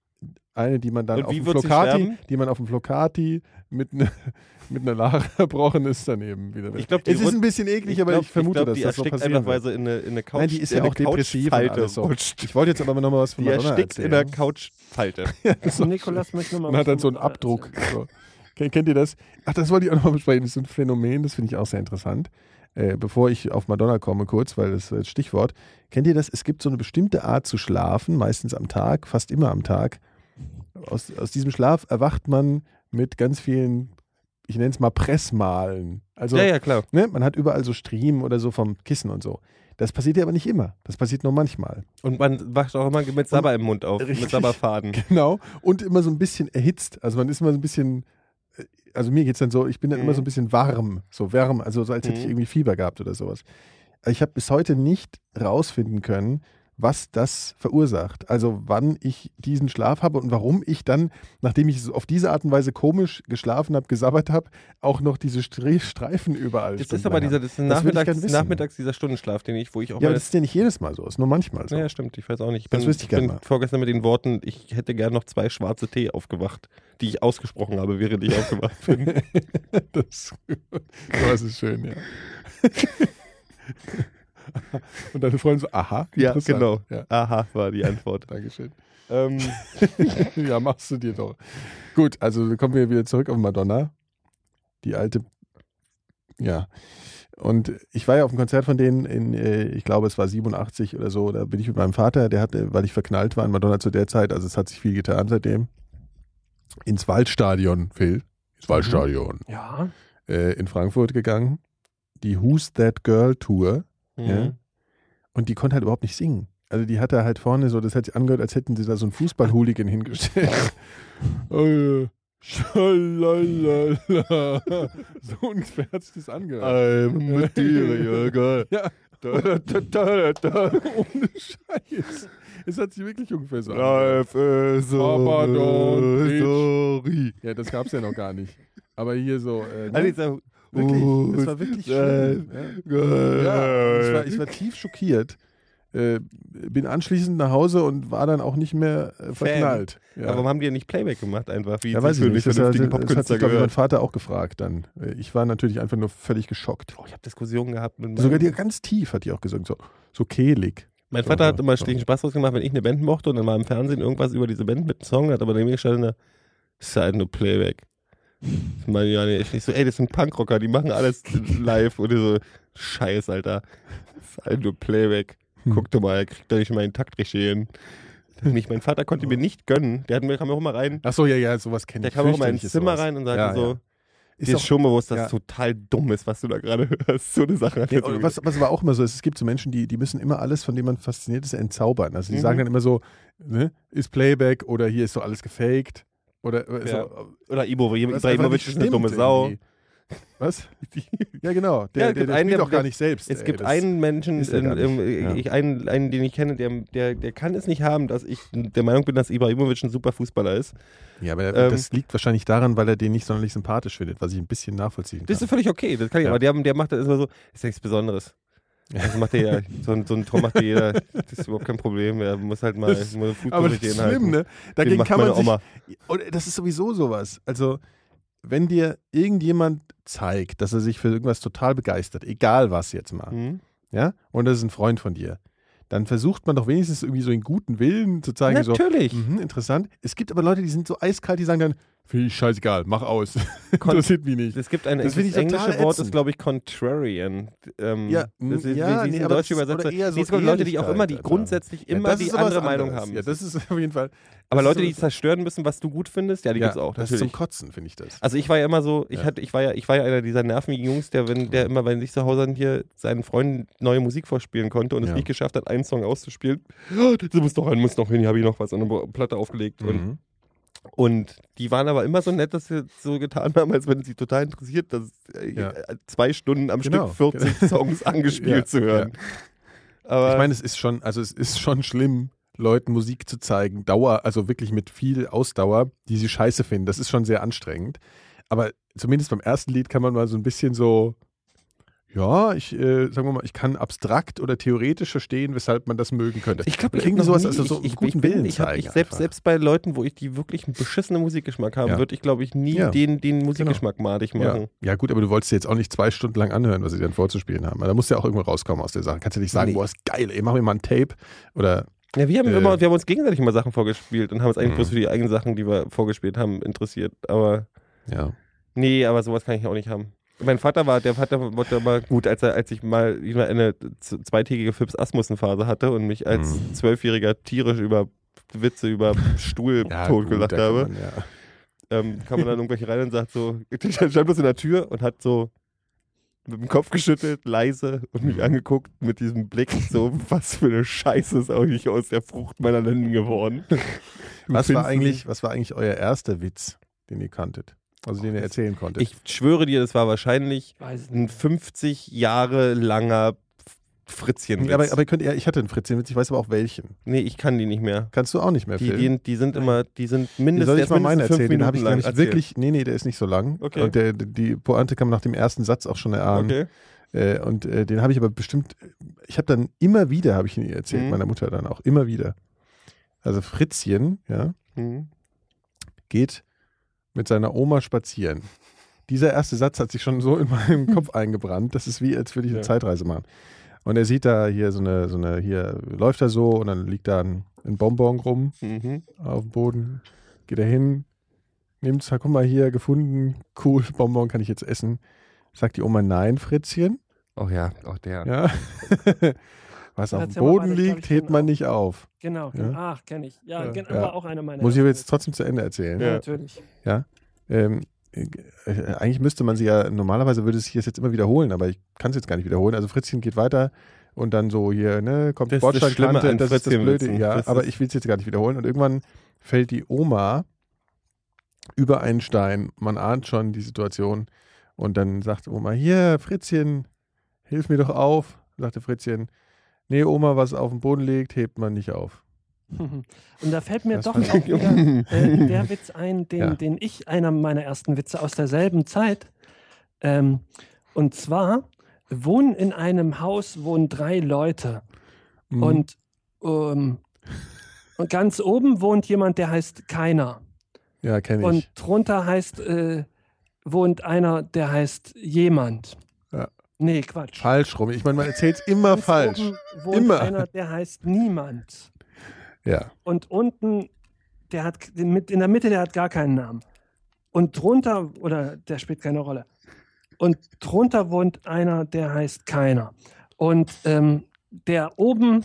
eine, die man dann Und auf wie dem wird sie Flocati, sterben? die man auf dem Flocati mit, ne, mit einer Lache erbrochen ist daneben wieder. Ich glaub, die es ist rut- ein bisschen eklig, aber glaub- ich vermute, glaub, dass die das so erstickt passieren einfach, weil wird. sie in eine, in eine Couch, Nein, die ist in ja eine auch depressiv und Couchfalte alles so. rutscht. Ich wollte jetzt aber nochmal was von Die Madonna erstickt in erzählen. der Couchfalte. Also Nikolas möchte nochmal Man hat dann so einen Abdruck. So. Kennt, kennt ihr das? Ach, das wollte ich auch nochmal besprechen. Das ist ein Phänomen, das finde ich auch sehr interessant. Äh, bevor ich auf Madonna komme, kurz, weil das ist das Stichwort. Kennt ihr das? Es gibt so eine bestimmte Art zu schlafen, meistens am Tag, fast immer am Tag. Aus, aus diesem Schlaf erwacht man mit ganz vielen, ich nenne es mal Pressmalen. Also, Ja, ja, klar. ne, man hat überall so Striemen oder so vom Kissen und so. Das passiert ja aber nicht immer. Das passiert nur manchmal. Und man wacht auch immer mit Sabber im Mund auf, Richtig. mit Sabberfaden. Genau. Und immer so ein bisschen erhitzt. Also man ist immer so ein bisschen, äh, also mir geht es dann so, ich bin dann Mhm. immer so ein bisschen warm. So wärm, also so als hätte ich Mhm. irgendwie Fieber gehabt oder sowas. Ich habe bis heute nicht rausfinden können, was das verursacht. Also wann ich diesen Schlaf habe und warum ich dann, nachdem ich so auf diese Art und Weise komisch geschlafen habe, gesabbert habe, auch noch diese Stre Streifen überall. Das ist stundenlang aber dieser, habe. das ist Das würde ich nachmittags, gern wissen. nachmittags dieser Stundenschlaf, den ich, wo ich auch Ja, aber meine- das ist ja nicht jedes Mal so, ist nur manchmal so. Ja, stimmt, ich weiß auch nicht. Ich Das bin, wüsste ich gern bin mal. vorgestern mit den Worten, ich hätte gern noch zwei schwarze Tee aufgewacht, die ich ausgesprochen habe, während ich aufgewacht bin. Das, das ist schön, ja. Und deine Freundin so, aha, Ja, interessant. genau. Ja, Aha, war die Antwort. Dankeschön. ähm, Ja, machst du dir doch. Gut, also kommen wir wieder zurück auf Madonna. Die alte, ja. Und ich war ja auf einem Konzert von denen in, äh, ich glaube, es war siebenundachtzig oder so, da bin ich mit meinem Vater, der hatte, weil ich verknallt war in Madonna zu der Zeit, also es hat sich viel getan seitdem, ins Waldstadion, Phil, ins Waldstadion, Ja. äh, in Frankfurt gegangen. Die Who's That Girl Tour. Ja. mhm. Und die konnte halt überhaupt nicht singen. Also die hatte halt vorne so, das hat sich angehört, als hätten sie da so einen Fußball-Hooligan hingestellt. Oh, ja. Schalalala. So ungefähr hat sich das angehört. I'm material girl. Ja. Da, da, da, da, da. Ohne Scheiß. Es hat sich wirklich ungefähr so angehört. Life is Aber don't bitch. sorry. Ja, das gab es ja noch gar nicht. Aber hier so, äh, Also ne? dieser, wirklich, das war wirklich schön. Ja. Ja, ich war, ich war tief schockiert. Äh, bin anschließend nach Hause und war dann auch nicht mehr äh, verknallt. Ja. Aber warum haben die ja nicht Playback gemacht einfach? Wie Ja, weiß sie ich für nicht. nicht Das, hat- vernünftigen das hat Popkünstler sich, glaube ich, mein gehört. Vater auch gefragt dann. Äh, Ich war natürlich einfach nur völlig geschockt. Oh, ich habe Diskussionen gehabt mit meinem, Sogar die ganz tief hat die auch gesungen, so, so kehlig. mein So, Vater hat so, immer so. stetigen Spaß draus gemacht, wenn ich eine Band mochte und dann mal im Fernsehen irgendwas über diese Band mit einem Song hat, aber neben mir gestanden, das ist halt nur Playback. Ich meine, ja, nee, ich so, ey, das sind Punkrocker, die machen alles live. Und ich so, Scheiß, Alter. Das ist halt nur Playback. Hm. Guck doch mal, er kriegt doch nicht mal einen Takt richtig hin. Nicht, mein Vater konnte mir nicht gönnen. Der hat mir, kam auch immer rein. Achso, ja, ja, sowas kenne Der ich. kam auch immer ins Fürchterlich ist Zimmer sowas. rein und sagte Ja, so, ja. Ist dir doch, ist schon bewusst, dass ja. das total dumm ist, was du da gerade hörst. So eine Sache. Hat nee, er zu mir was, was aber auch immer so ist, es gibt so Menschen, die, die müssen immer alles, von dem man fasziniert ist, entzaubern. Also die Mhm. sagen dann immer so, ne, ist Playback oder hier ist so alles gefaked. Oder äh, Ja. so, Oder Ibo, was einfach Ibrahimovic nicht ist eine dumme stimmt Sau. irgendwie. Was? Die, Ja, genau. Der, Ja, es der, gibt der einen, spielt der- doch gar nicht selbst. es ey, gibt das- einen Menschen, ist er in, gar nicht. im, Ja. ich, einen, einen, den ich kenne, der, der, der kann es nicht haben, dass ich der Meinung bin, dass Ibrahimovic ein super Fußballer ist. Ja, aber Ähm, das liegt wahrscheinlich daran, weil er den nicht sonderlich sympathisch findet, was ich ein bisschen nachvollziehen kann. Das ist völlig okay, das kann ich, Ja. aber der, der macht das immer so, ist nichts Besonderes. Das macht der ja, so, ein- so ein Tor macht der jeder, das ist überhaupt kein Problem, er muss halt mal Das- muss Fußball aber das mit denen ist halten. schlimm, ne? Den Dagegen macht kann man meine sich, Oma. und das ist sowieso sowas. Also, wenn dir irgendjemand zeigt, dass er sich für irgendwas total begeistert, egal was jetzt mal, Mhm. ja, und das ist ein Freund von dir, dann versucht man doch wenigstens irgendwie so in guten Willen zu zeigen, so, Natürlich. mhm, interessant. Es gibt aber Leute, die sind so eiskalt, die sagen dann, finde ich scheißegal, mach aus. Interessiert mich nicht. Es gibt ein Das das finde ich englische total Wort, ätzend. ist glaube ich contrarian. Ähm, Ja, das ist, ja, wie, wie nee, ist aber deutsche das ist- Übersetzer. oder eher so Nee, es gibt Leute, die auch immer, die Ehrlichkeit, grundsätzlich Ja, immer das die ist sowas andere Meinung anderes. haben. Ja, das ist auf jeden Fall. aber das Leute, ist die so- zerstören müssen, was du gut findest, ja, die ja, gibt's auch. das ist Natürlich. zum Kotzen, finde ich das. Also ich war ja immer so, ich Ja. hatte, ich war ja, ich war ja einer dieser nervigen Jungs, der, wenn der immer, wenn ich zu Hause hier seinen Freunden neue Musik vorspielen konnte und es Ja. nicht geschafft hat, einen Song auszuspielen, oh, das muss doch rein, muss noch hin, hier habe ich noch was an eine Platte aufgelegt. Und, Mhm. und die waren aber immer so nett, dass sie so getan haben, als wenn sie total interessiert, dass äh, Ja. zwei Stunden am Genau. Stück vierzig Songs angespielt Ja, zu hören. Aber Ich meine, es ist schon, also es ist schon schlimm, Leuten Musik zu zeigen, Dauer, also wirklich mit viel Ausdauer, die sie scheiße finden. Das ist schon sehr anstrengend. Aber zumindest beim ersten Lied kann man mal so ein bisschen so, ja, ich, äh, sagen wir mal, ich kann abstrakt oder theoretisch verstehen, weshalb man das mögen könnte. ich glaube, Oder ich irgendwie sowas, sowas, also so ich, ich, guten ich bin, Willen ich, hab, zeigen ich selbst, einfach. selbst bei Leuten, wo ich die wirklich einen beschissenen Musikgeschmack haben, Ja. würde ich, glaube ich, nie Ja. den, den Musikgeschmack madig Ja. machen. ja, gut, aber du wolltest dir jetzt auch nicht zwei Stunden lang anhören, was sie dann vorzuspielen haben. Da muss ja auch irgendwo rauskommen aus der Sache. Kannst du nicht sagen, Nee. boah, ist geil, ey, mach mir mal ein Tape. Oder, Ja, wir haben, Äh. immer, wir haben uns gegenseitig immer Sachen vorgespielt und haben uns eigentlich Mhm. bloß für die eigenen Sachen, die wir vorgespielt haben, interessiert. Aber ja. nee, aber sowas kann ich auch nicht haben. Mein Vater war, der Vater wollte mal gut, als er, als ich mal ich mal eine z- zweitägige Phipps-Asmussen-Phase hatte und mich als Mhm. Zwölfjähriger tierisch über Witze über Stuhl Ja, totgelacht gut, da kann habe, man, ja. ähm, kam man dann irgendwelche rein und sagt so, stand bloß in der Tür und hat so mit dem Kopf geschüttelt, leise und mich angeguckt mit diesem Blick, so, was für eine Scheiße ist eigentlich aus der Frucht meiner Lenden geworden. Was findest war, du eigentlich, was war eigentlich euer erster Witz, den ihr kanntet? Also den ihr erzählen konntet? Ich schwöre dir, das war wahrscheinlich Weiß es ein nicht. fünfzig Jahre langer Fritzchenwitz. aber, aber ihr könnt, ja, ich hatte einen Fritzchenwitz, ich weiß aber auch welchen. nee, ich kann die nicht mehr. Kannst du auch nicht mehr Die, filmen? die, die sind immer, die sind mindestens, Soll der ich ist mal meinen mindestens fünf erzählen? Den Minuten habe ich lang. gar nicht Erzähl. wirklich, nee, nee, der ist nicht so lang. Okay. Und der, die Pointe kann man nach dem ersten Satz auch schon erahnen. Okay. Äh, und äh, den habe ich aber bestimmt, ich habe dann immer wieder, habe ich ihn ihr erzählt, Mhm. meiner Mutter dann auch, immer wieder. Also Fritzchen, ja, Mhm. geht mit seiner Oma spazieren. Dieser erste Satz hat sich schon so in meinem Kopf eingebrannt, das ist wie, als würde ich eine Ja. Zeitreise machen. Und er sieht da hier so eine, so eine, hier läuft er so und dann liegt da ein, ein Bonbon rum Mhm. auf dem Boden. Geht er hin, nimmt's, guck mal hier, gefunden, cool, Bonbon kann ich jetzt essen. Sagt die Oma, nein, Fritzchen. Oh ja, auch der. Ja. Was auf dem Erzähl mal Boden weiter, ich glaub, liegt, ich hebt kenn man auch. nicht auf. Genau, Ja. ach, kenne ich. Ja, Ja. gen- Ja. war auch einer meiner. Muss ich aber ersten jetzt trotzdem zu Ende erzählen. Witze. Ja. Ja, natürlich. Ähm, äh, eigentlich müsste man sie ja, normalerweise würde es sich jetzt immer wiederholen, aber ich kann es jetzt gar nicht wiederholen. Also Fritzchen geht weiter und dann so hier, ne, kommt Das ist das Schlimme Bordsteinkante, an das ist das Blöde. Fritzchenwitzen. Ja, Das aber ist- ich will es jetzt gar nicht wiederholen. Und irgendwann fällt die Oma über einen Stein. Man ahnt schon die Situation. Und dann sagt Oma, hier, Fritzchen, hilf mir doch auf. Sagte Fritzchen, nee, Oma, was auf dem Boden liegt, hebt man nicht auf. Und da fällt mir Das doch fand auch ich- wieder äh, der Witz ein, den, Ja. den ich, einer meiner ersten Witze aus derselben Zeit. Ähm, und zwar wohnen in einem Haus wohnen drei Leute. Mhm. Und, ähm, und ganz oben wohnt jemand, der heißt Keiner. Ja, kenne ich. Und drunter heißt, äh, wohnt einer, der heißt Jemand. Ja. Nee, Quatsch. Falsch rum. Ich meine, man erzählt es immer Ganz falsch. oben wohnt Immer. einer, der heißt Niemand. Ja. Und unten, der hat mit, in der Mitte, der hat gar keinen Namen. Und drunter, oder der spielt keine Rolle. Und drunter wohnt einer, der heißt Keiner. Und ähm, der oben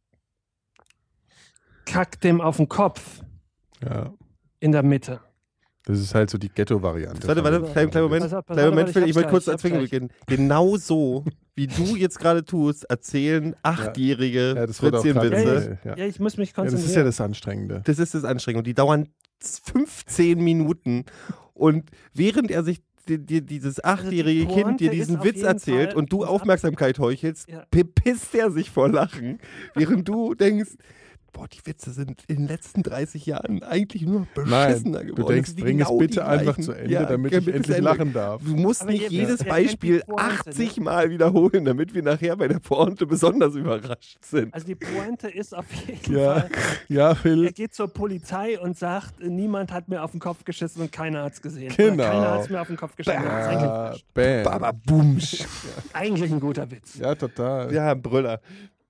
kackt dem auf den Kopf Ja. in der Mitte. Das ist halt so die Ghetto-Variante. Warte, warte, von- kleinen, kleinen Moment. Pass auf, pass Kleinen auf, Moment, ich Phil, ich hab's wollte kurz gleich, als ich hab's Finger beginnen. Genau so, wie du jetzt gerade tust, erzählen Achtjährige Ja, das wird auch Fritzchenwitze. gerade- Ja, ja. Ja, ich muss mich Ja, das konzentrieren. ist ja das Anstrengende. Das ist das Anstrengung. Die dauern fünfzehn Minuten. Und während er sich dir, dir dieses achtjährige die Kind dir Pointe diesen ist auf Witz jeden erzählt Fall, und du das Aufmerksamkeit heuchelst, Ja. pisst er sich vor Lachen, während du denkst, boah, die Witze sind in den letzten dreißig Jahren eigentlich nur beschissener Nein, geworden. du denkst, Das sind bring es genau bitte die einfach gleichen. zu Ende, Ja, damit damit ich es endlich Ende- lachen darf. Du musst Aber nicht ihr- jedes er kennt Beispiel die Pointe, ne? achtzig Mal wiederholen, damit wir nachher bei der Pointe besonders überrascht sind. Also die Pointe ist auf jeden Ja, Fall, ja, er Phil. geht zur Polizei und sagt, äh, niemand hat mir auf den Kopf geschissen und keiner hat es gesehen. Genau. Oder keiner hat es mir auf den Kopf geschissen. Das ist Ja, eigentlich, bam. Baba Bumsch. eigentlich ein guter Witz. Ja, total. Ja, Brüller.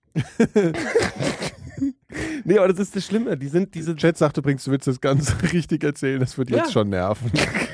Nee, aber das ist das Schlimme. Die sind diese Chat sagt übrigens, du willst das ganz richtig erzählen, das wird Ja. jetzt schon nerven.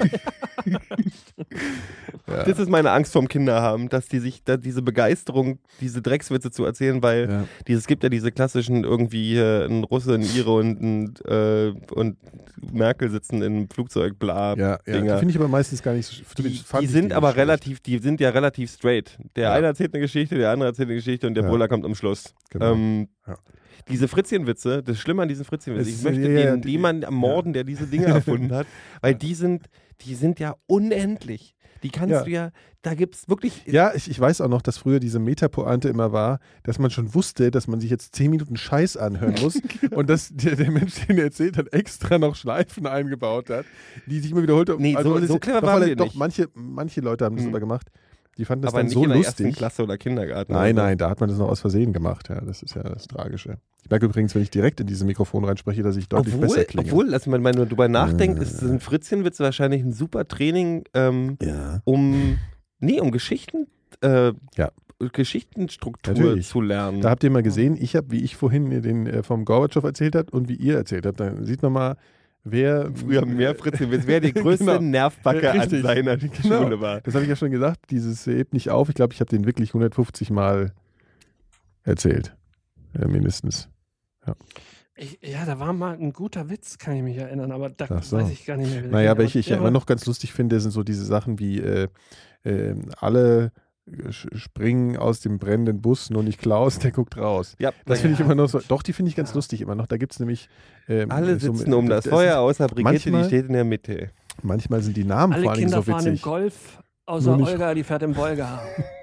ja. Das ist meine Angst vorm Kinderhaben, dass die sich da diese Begeisterung, diese Dreckswitze zu erzählen, weil Ja. dieses, es gibt ja diese klassischen irgendwie äh, ein Russe, ein Ire und, ein, äh, und Merkel sitzen im Flugzeug, bla, Ja, ja, die Dinger. finde ich aber meistens gar nicht so. Die, fand die ich sind nicht aber schlecht. relativ, die sind ja relativ straight. Der Ja. eine erzählt eine Geschichte, der andere erzählt eine Geschichte und der Ja. Brüller kommt am Schluss. Genau. Ähm, Ja. Diese Fritzchenwitze, das Schlimme an diesen Fritzchenwitzen, Es ich ist- möchte ja, ja, den die- jemanden ermorden, der diese Dinge erfunden hat, weil die sind, die sind ja unendlich. Die kannst Ja. du ja, da gibt es wirklich. Ja, ich, ich weiß auch noch, dass früher diese Metapointe immer war, dass man schon wusste, dass man sich jetzt zehn Minuten Scheiß anhören muss und dass der, der Mensch, den er erzählt hat, extra noch Schleifen eingebaut hat, die sich immer wiederholt haben. Nee, so- das- so clever doch, waren weil- wir doch, nicht. Manche, manche Leute haben das Hm. aber gemacht. Die fanden das aber dann nicht so in der ersten lustig. Klasse oder Kindergarten. Nein, oder so. nein, da hat man das noch aus Versehen gemacht. Ja, das ist ja das Tragische. Ich merke übrigens, wenn ich direkt in dieses Mikrofon reinspreche, dass ich deutlich Obwohl, besser klinge. obwohl, also wenn man nur drüber nachdenkt, Äh. ist ein Fritzchenwitz wahrscheinlich ein super Training, ähm, ja. um, nee, um Geschichten, äh, Ja. Geschichtenstruktur Natürlich. zu lernen. Da habt ihr mal gesehen, ich habe, wie ich vorhin den äh, vom Gorbatschow erzählt habe und wie ihr erzählt habt. Da sieht man mal, wer Früher mehr Fritzchenwitz, wer die größte Genau. Nervbacke an Richtig. seiner Genau. Schule war. Das habe ich ja schon gesagt, dieses hebt nicht auf. Ich glaube, ich habe den wirklich hundertfünfzig Mal erzählt. Ja, mindestens. Ich, ja, da war mal ein guter Witz, kann ich mich erinnern, aber da Ach so. weiß ich gar nicht mehr. wie der Naja, ging. welche ich der ja war- immer noch ganz lustig finde, sind so diese Sachen wie äh, äh, alle sch- springen aus dem brennenden Bus, nur nicht Klaus, der guckt raus. Ja, Das ja. finde ich immer noch so, doch, die finde ich ganz lustig immer noch. Da gibt es nämlich ähm, Alle so- sitzen um das das- Feuer, außer Brigitte, die manchmal- steht in der Mitte. Manchmal sind die Namen Alle vor allen Dingen Kinder so fahren im witzig. Golf, außer Nur nicht- Olga, die fährt im Volga.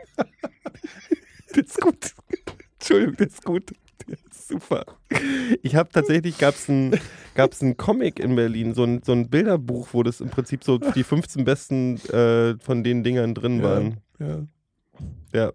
Das ist gut. Entschuldigung, das ist gut. Das ist super. Ich habe tatsächlich, gab es ein, gab's ein Comic in Berlin, so ein, so ein Bilderbuch, wo das im Prinzip so die fünfzehn besten äh, von den Dingern drin Ja, waren. ja. Ja.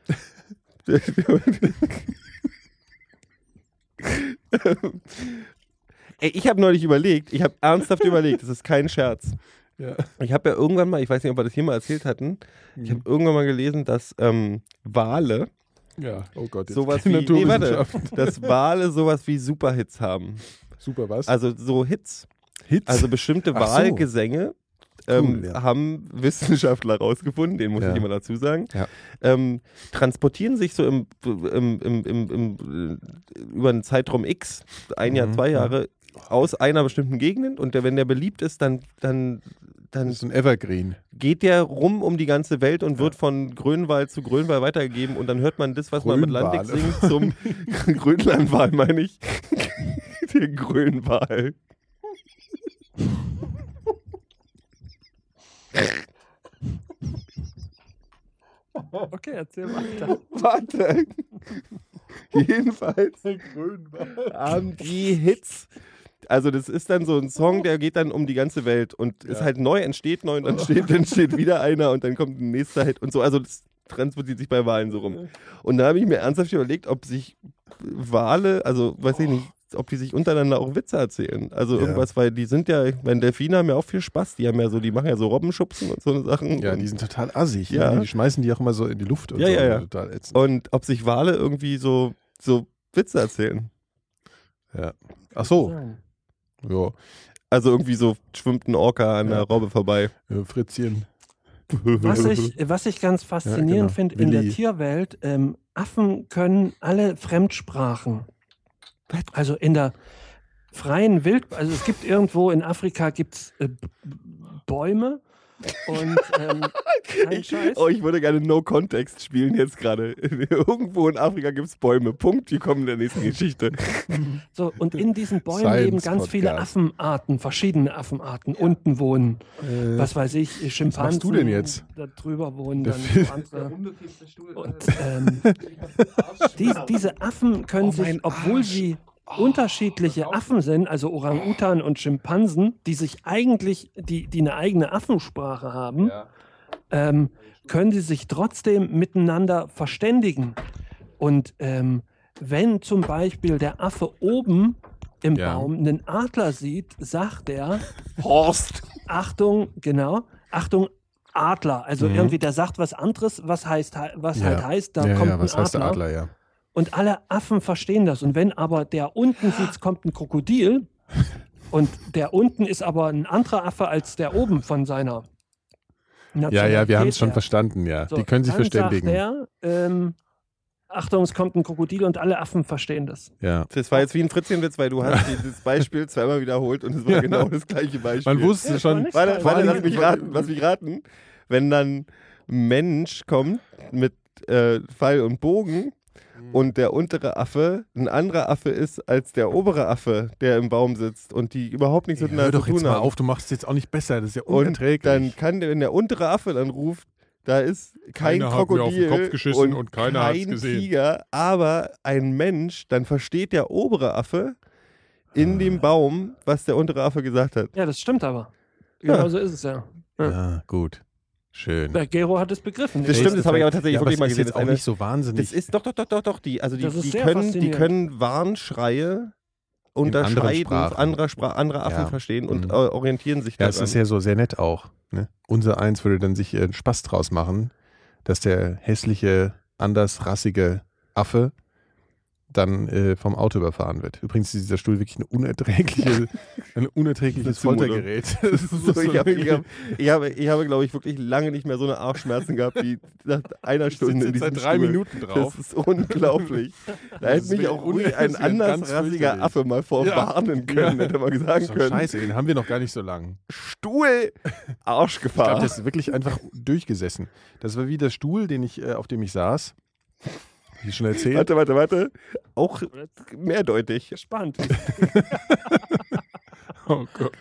Ey, ich habe neulich überlegt, ich habe ernsthaft überlegt, das ist kein Scherz. Ja. Ich habe ja irgendwann mal, ich weiß nicht, ob wir das hier mal erzählt hatten, ich habe irgendwann mal gelesen, dass ähm, Wale ja, oh Gott, jetzt sowas wie, nee, warte, Naturwissenschaften. dass Wale sowas wie Superhits haben. Super, was? Also so Hits, Hits? also bestimmte Ach so. Wahlgesänge ähm, Cool, ja. haben Wissenschaftler rausgefunden, den muss Ja. ich immer dazu sagen, Ja. ähm, transportieren sich so im, im, im, im, im, äh, über einen Zeitraum X, ein Jahr, Mhm. zwei Jahre, aus einer bestimmten Gegend und der, wenn der beliebt ist, dann, dann, dann das ist ein Evergreen. geht der rum um die ganze Welt und wird von Grönwald zu Grönwald weitergegeben und dann hört man das, was man mit Landex Grönwale. singt, zum Grönlandwal, meine ich. Der Grönwal. Okay, erzähl weiter. Warte. Jedenfalls haben die Hits. Also das ist dann so ein Song, der geht dann um die ganze Welt und ist halt neu, entsteht neu und dann steht, dann steht wieder einer und dann kommt ein nächster Hit und so. Also das transportiert sich bei Wahlen so rum. Und da habe ich mir ernsthaft überlegt, ob sich Wale, also weiß ich nicht, ob die sich untereinander auch Witze erzählen. Also Ja. irgendwas, weil die sind ja, meine Delfine haben ja auch viel Spaß, die haben ja so, die machen ja so Robbenschubsen und so eine Sachen. Ja, und, die sind total assig. Ja. Ne? Die schmeißen die auch immer so in die Luft und Ja, so. ja, ja. Total ätzend. und ob sich Wale irgendwie so, so Witze erzählen. Ja. Ach so. Sein. Ja. Also irgendwie so schwimmt ein Orca an Ja. der Robbe vorbei. Ja, Fritzchen. Was ich, was ich ganz faszinierend genau. finde in der Willi. Tierwelt, ähm, Affen können alle Fremdsprachen. Also in der freien Wild, also es gibt irgendwo in Afrika gibt's äh, B- Bäume Und ähm, kein Ich, Scheiß. oh, ich würde gerne No-Context spielen jetzt gerade. Irgendwo in Afrika gibt es Bäume. Punkt. Wir kommen in der nächsten Geschichte. So, und in diesen Bäumen Science leben ganz viele Podcast. Affenarten, verschiedene Affenarten. Unten wohnen, was weiß ich, Schimpansen. machst du denn jetzt? Da drüber wohnen Der dann Phil- so andere. Und ähm, die, diese Affen können sich, obwohl sie unterschiedliche Affen sind, also Orang-Utan und Schimpansen, die sich eigentlich, die, die eine eigene Affensprache haben, ähm, können sie sich trotzdem miteinander verständigen. Und ähm, wenn zum Beispiel der Affe oben im Ja. Baum einen Adler sieht, sagt er, Horst. Achtung, genau, Achtung, Adler. Also Mhm. irgendwie, der sagt was anderes, was heißt, was Ja. halt heißt, da ja, kommt ja, was ein heißt der Adler. Adler, ja. Und alle Affen verstehen das. Und wenn aber der unten sieht, es kommt ein Krokodil und der unten ist aber ein anderer Affe als der oben von seiner Ja, ja, wir haben es schon her. verstanden, ja. So, Die können sich dann verständigen. Sagt er, ähm, Achtung, es kommt ein Krokodil und alle Affen verstehen das. Ja. Das war jetzt wie ein Fritzchenwitz, weil du hast dieses Beispiel zweimal wiederholt und es war Ja. genau das gleiche Beispiel. Man wusste das schon, war nicht Warte, falsch. warte, Vor lass allem- mich raten, lass mich raten. Wenn dann ein Mensch kommt mit äh, Pfeil und Bogen und der untere Affe ein anderer Affe ist als der obere Affe, der im Baum sitzt und die überhaupt nichts hör miteinander doch zu jetzt tun mal haben. auf, du machst es jetzt auch nicht besser, das ist ja Und unerträglich. dann kann der, wenn der untere Affe dann ruft, da ist kein Keiner hat mir auf den Krokodil Kopf geschissen und keiner hat's kein gesehen. Tiger, aber ein Mensch, dann versteht der obere Affe in dem Baum, was der untere Affe gesagt hat. Ja, das stimmt aber. Ja. Genau so ist es ja. Ja, gut. Schön. Der Gero hat es begriffen. Das stimmt, das habe ich aber tatsächlich ja, wirklich aber mal es ist gesehen. jetzt Das auch eine- nicht so wahnsinnig. Das ist doch, doch, doch, doch, doch. Die, also die, Das ist die, sehr können, die faszinierend. können Warnschreie anderen unterscheiden, Sprachen. anderer Spra andere Affen Ja. verstehen und Mhm. äh, orientieren sich Ja, daran. es ist ja so sehr nett auch. Ne? Unser Eins würde dann sich äh, einen Spaß draus machen, dass der hässliche, andersrassige Affe dann äh, vom Auto überfahren wird. Übrigens ist dieser Stuhl wirklich eine unerträgliche, ein unerträgliches Zumutung. Foltergerät. Das ist So, ich, habe, ich, wirklich- habe, ich, habe, ich habe, glaube ich, wirklich lange nicht mehr so eine Arschschmerzen gehabt wie nach einer Ich Stunde sitze in jetzt diesem seit drei Stuhl. Minuten drauf. Das ist unglaublich. Da hätte ist mich mir auch ruhig ein un- das ist mir ganz andersrassiger fürchterlich. Affe mal vorwarnen können, Ja. hätte man Das sagen ist doch können. scheiße, den haben wir noch gar nicht so lang. Stuhl, Ich glaube, Arschgefahr. das ist wirklich einfach durchgesessen. Das war wie der Stuhl, den ich, äh, auf dem ich saß. Hab ich schon erzählt. Warte, warte, warte. Auch mehrdeutig. Gespannt. Oh Gott.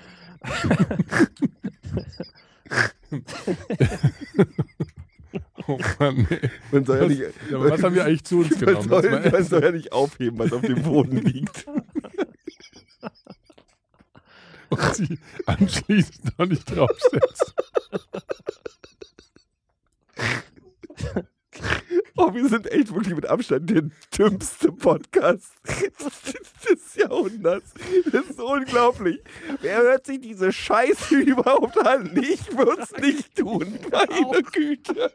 Oh Mann, ey. Man soll ja nicht, Ja, aber was haben wir eigentlich zu uns man genommen? Das soll, war- man soll ja nicht aufheben, was auf dem Boden liegt. Und sie anschließend noch nicht draufsetzt. Oh, wir sind echt wirklich mit Abstand der dümmste Podcast des Jahrhunderts. Das ist unglaublich. Wer hört sich diese Scheiße überhaupt an? Ich würde es nicht tun. Meine Güte.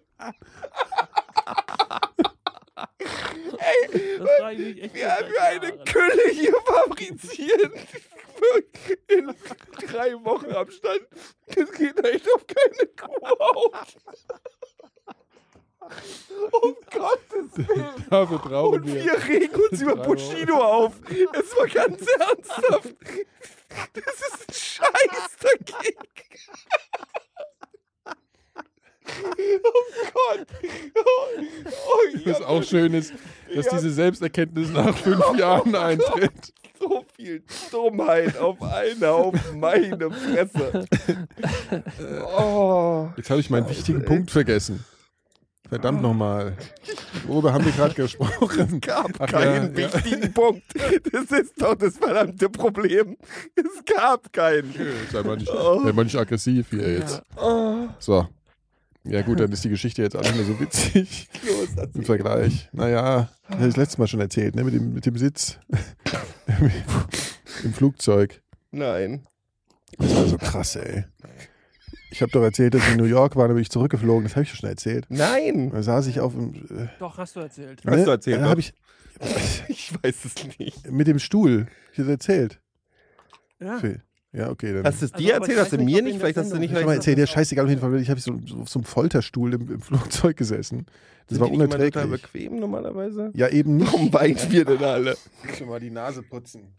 Das frage ich mich echt Wir schon haben seit ja eine Jahren. Gülle hier fabriziert. In drei Wochen Abstand. Das geht echt auf keine Kuh auf. Um Gottes Willen. Dafür brauchen Und wir. wir regen uns über Drei Wochen. Bushido auf. Es war ganz ernsthaft. Das ist ein Scheiß dagegen. Oh Gott. Oh, oh, ich Was hab auch schön ist, dass Ja. diese Selbsterkenntnis nach fünf Jahren eintritt. so viel Dummheit auf einen Haufen, meine Fresse. Oh. Jetzt habe ich meinen wichtigen Punkt vergessen. Verdammt nochmal. Worüber haben wir gerade gesprochen? gab Ach keinen ja, ja. wichtigen Punkt. Das ist doch das verdammte Problem. Es gab keinen. Sei mal nicht, sei mal nicht aggressiv hier jetzt. Oh. So. Ja gut, dann ist die Geschichte jetzt auch nicht mehr so witzig Los, erzähl. im Vergleich. Naja, das habe ich das letzte Mal schon erzählt, ne? mit, dem, mit dem Sitz im Flugzeug. Nein. Das war so krass, ey. Ich habe doch erzählt, dass ich in New York war, da bin ich zurückgeflogen. Das habe ich doch schon erzählt. Nein. Da saß ich auf dem... Äh, Doch, hast du erzählt. Hast du erzählt, Da doch. habe ich Ich weiß es nicht. mit dem Stuhl. Ich habe erzählt. Ja. Phil. Ja, okay. Dann Hast du es Also, dir aber erzählt? ich Hast du weiß nicht, mir ob nicht? in der Vielleicht hast du Sendung- nicht. ich habe mal erzählt, ja, scheißegal, auf jeden Fall. Ich habe so, so auf so einem Folterstuhl im, im Flugzeug gesessen. Das war Sind die nicht immer total unerträglich. bequem normalerweise. Ja, eben nicht. Warum weinen wir denn alle? Ich schon mal die Nase putzen.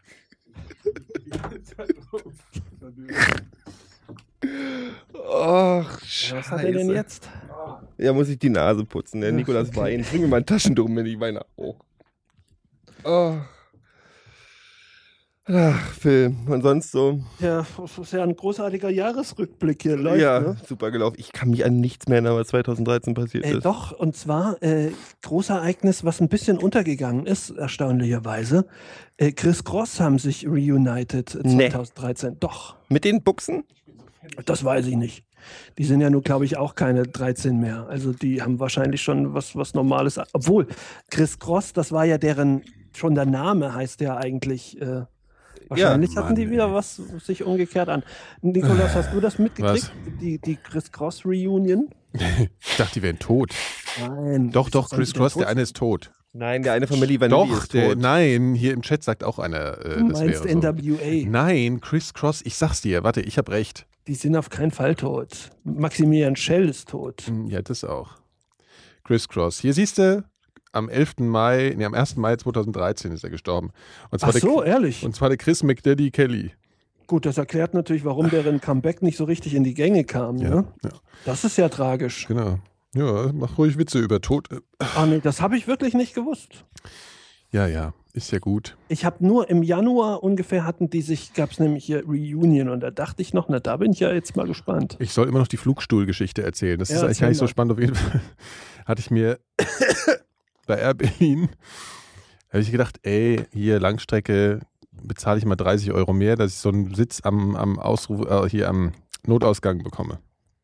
Ach, Was hat er denn jetzt? Ja, muss ich die Nase putzen. Der Ach, Nikolas okay. weint. Bring mir mal ein Taschentuch, wenn ich weine auch. Oh. Ach, Phil. Und sonst so? Ja, das ist ja ein großartiger Jahresrückblick hier. Läuft, ja, ne? super gelaufen. Ich kann mich an nichts mehr erinnern, was zweitausenddreizehn passiert Äh, ist. doch, und zwar äh, Großereignis, was ein bisschen untergegangen ist, erstaunlicherweise. Äh, Chris Cross haben sich reunited äh, Nee. zweitausenddreizehn. Doch, Mit den Buchsen? das weiß ich nicht. Die sind ja nun, glaube ich, auch keine dreizehn mehr. Also die haben wahrscheinlich schon was, was Normales. Obwohl, Chris Cross, das war ja deren, schon der Name heißt ja eigentlich... Äh, Wahrscheinlich Ja, hatten Mann, die wieder ey. was sich umgekehrt an. Nikolas, hast du das mitgekriegt? Was? Die, die Chris Cross Reunion? Ich dachte, die wären tot. Nein. Doch, wieso doch, sollen Chris die denn Cross, tot der eine ist tot. Nein, der eine von Milli Vanilli Doch, ist der, tot. nein, hier im Chat sagt auch einer, äh, Du das meinst wäre N so. W A. Nein, Chris Cross, ich sag's dir, warte, ich hab recht. Die sind auf keinen Fall tot. Maximilian Schell ist tot. Hm, Ja, das auch. Chris Cross. Hier siehst du, am elften Mai, nee, am ersten Mai zweitausenddreizehn ist er gestorben. Und zwar Ach so, der, ehrlich? Und zwar der Chris McDaddy Kelly. Gut, das erklärt natürlich, warum deren Comeback nicht so richtig in die Gänge kam. Ja, Ne? ja, Das ist ja tragisch. genau. Ja, mach ruhig Witze über Tod. Ah, nee, das habe ich wirklich nicht gewusst. Ja, ja, ist ja gut. Ich habe nur im Januar ungefähr hatten die sich, gab es nämlich hier Reunion und da dachte ich noch, na da bin ich ja jetzt mal gespannt. Ich soll immer noch die Flugstuhlgeschichte erzählen. Das Ja, ist eigentlich gar nicht so erzähl spannend. Auf jeden Fall hatte ich mir bei Air Berlin, habe ich gedacht, ey, hier Langstrecke bezahle ich mal dreißig Euro mehr, dass ich so einen Sitz am, am Ausruf, äh, hier am Notausgang bekomme.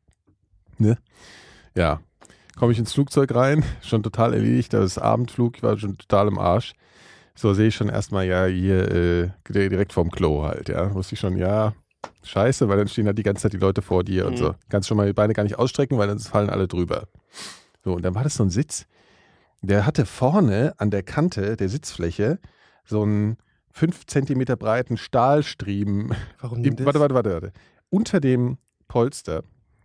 Ne? Ja. Komme ich ins Flugzeug rein, schon total erledigt, das ist Abendflug, ich war schon total im Arsch. So sehe ich schon erstmal, ja, hier äh, direkt vorm Klo halt, ja. Wusste ich schon, ja, scheiße, weil dann stehen halt die ganze Zeit die Leute vor dir und Mhm. so. Kannst schon mal die Beine gar nicht ausstrecken, weil dann fallen alle drüber. So, und dann war das so ein Sitz, der hatte vorne an der Kante der Sitzfläche so einen fünf Zentimeter breiten Stahlstriemen. Warum Im, denn das? warte, warte, warte, warte. Unter dem Polster.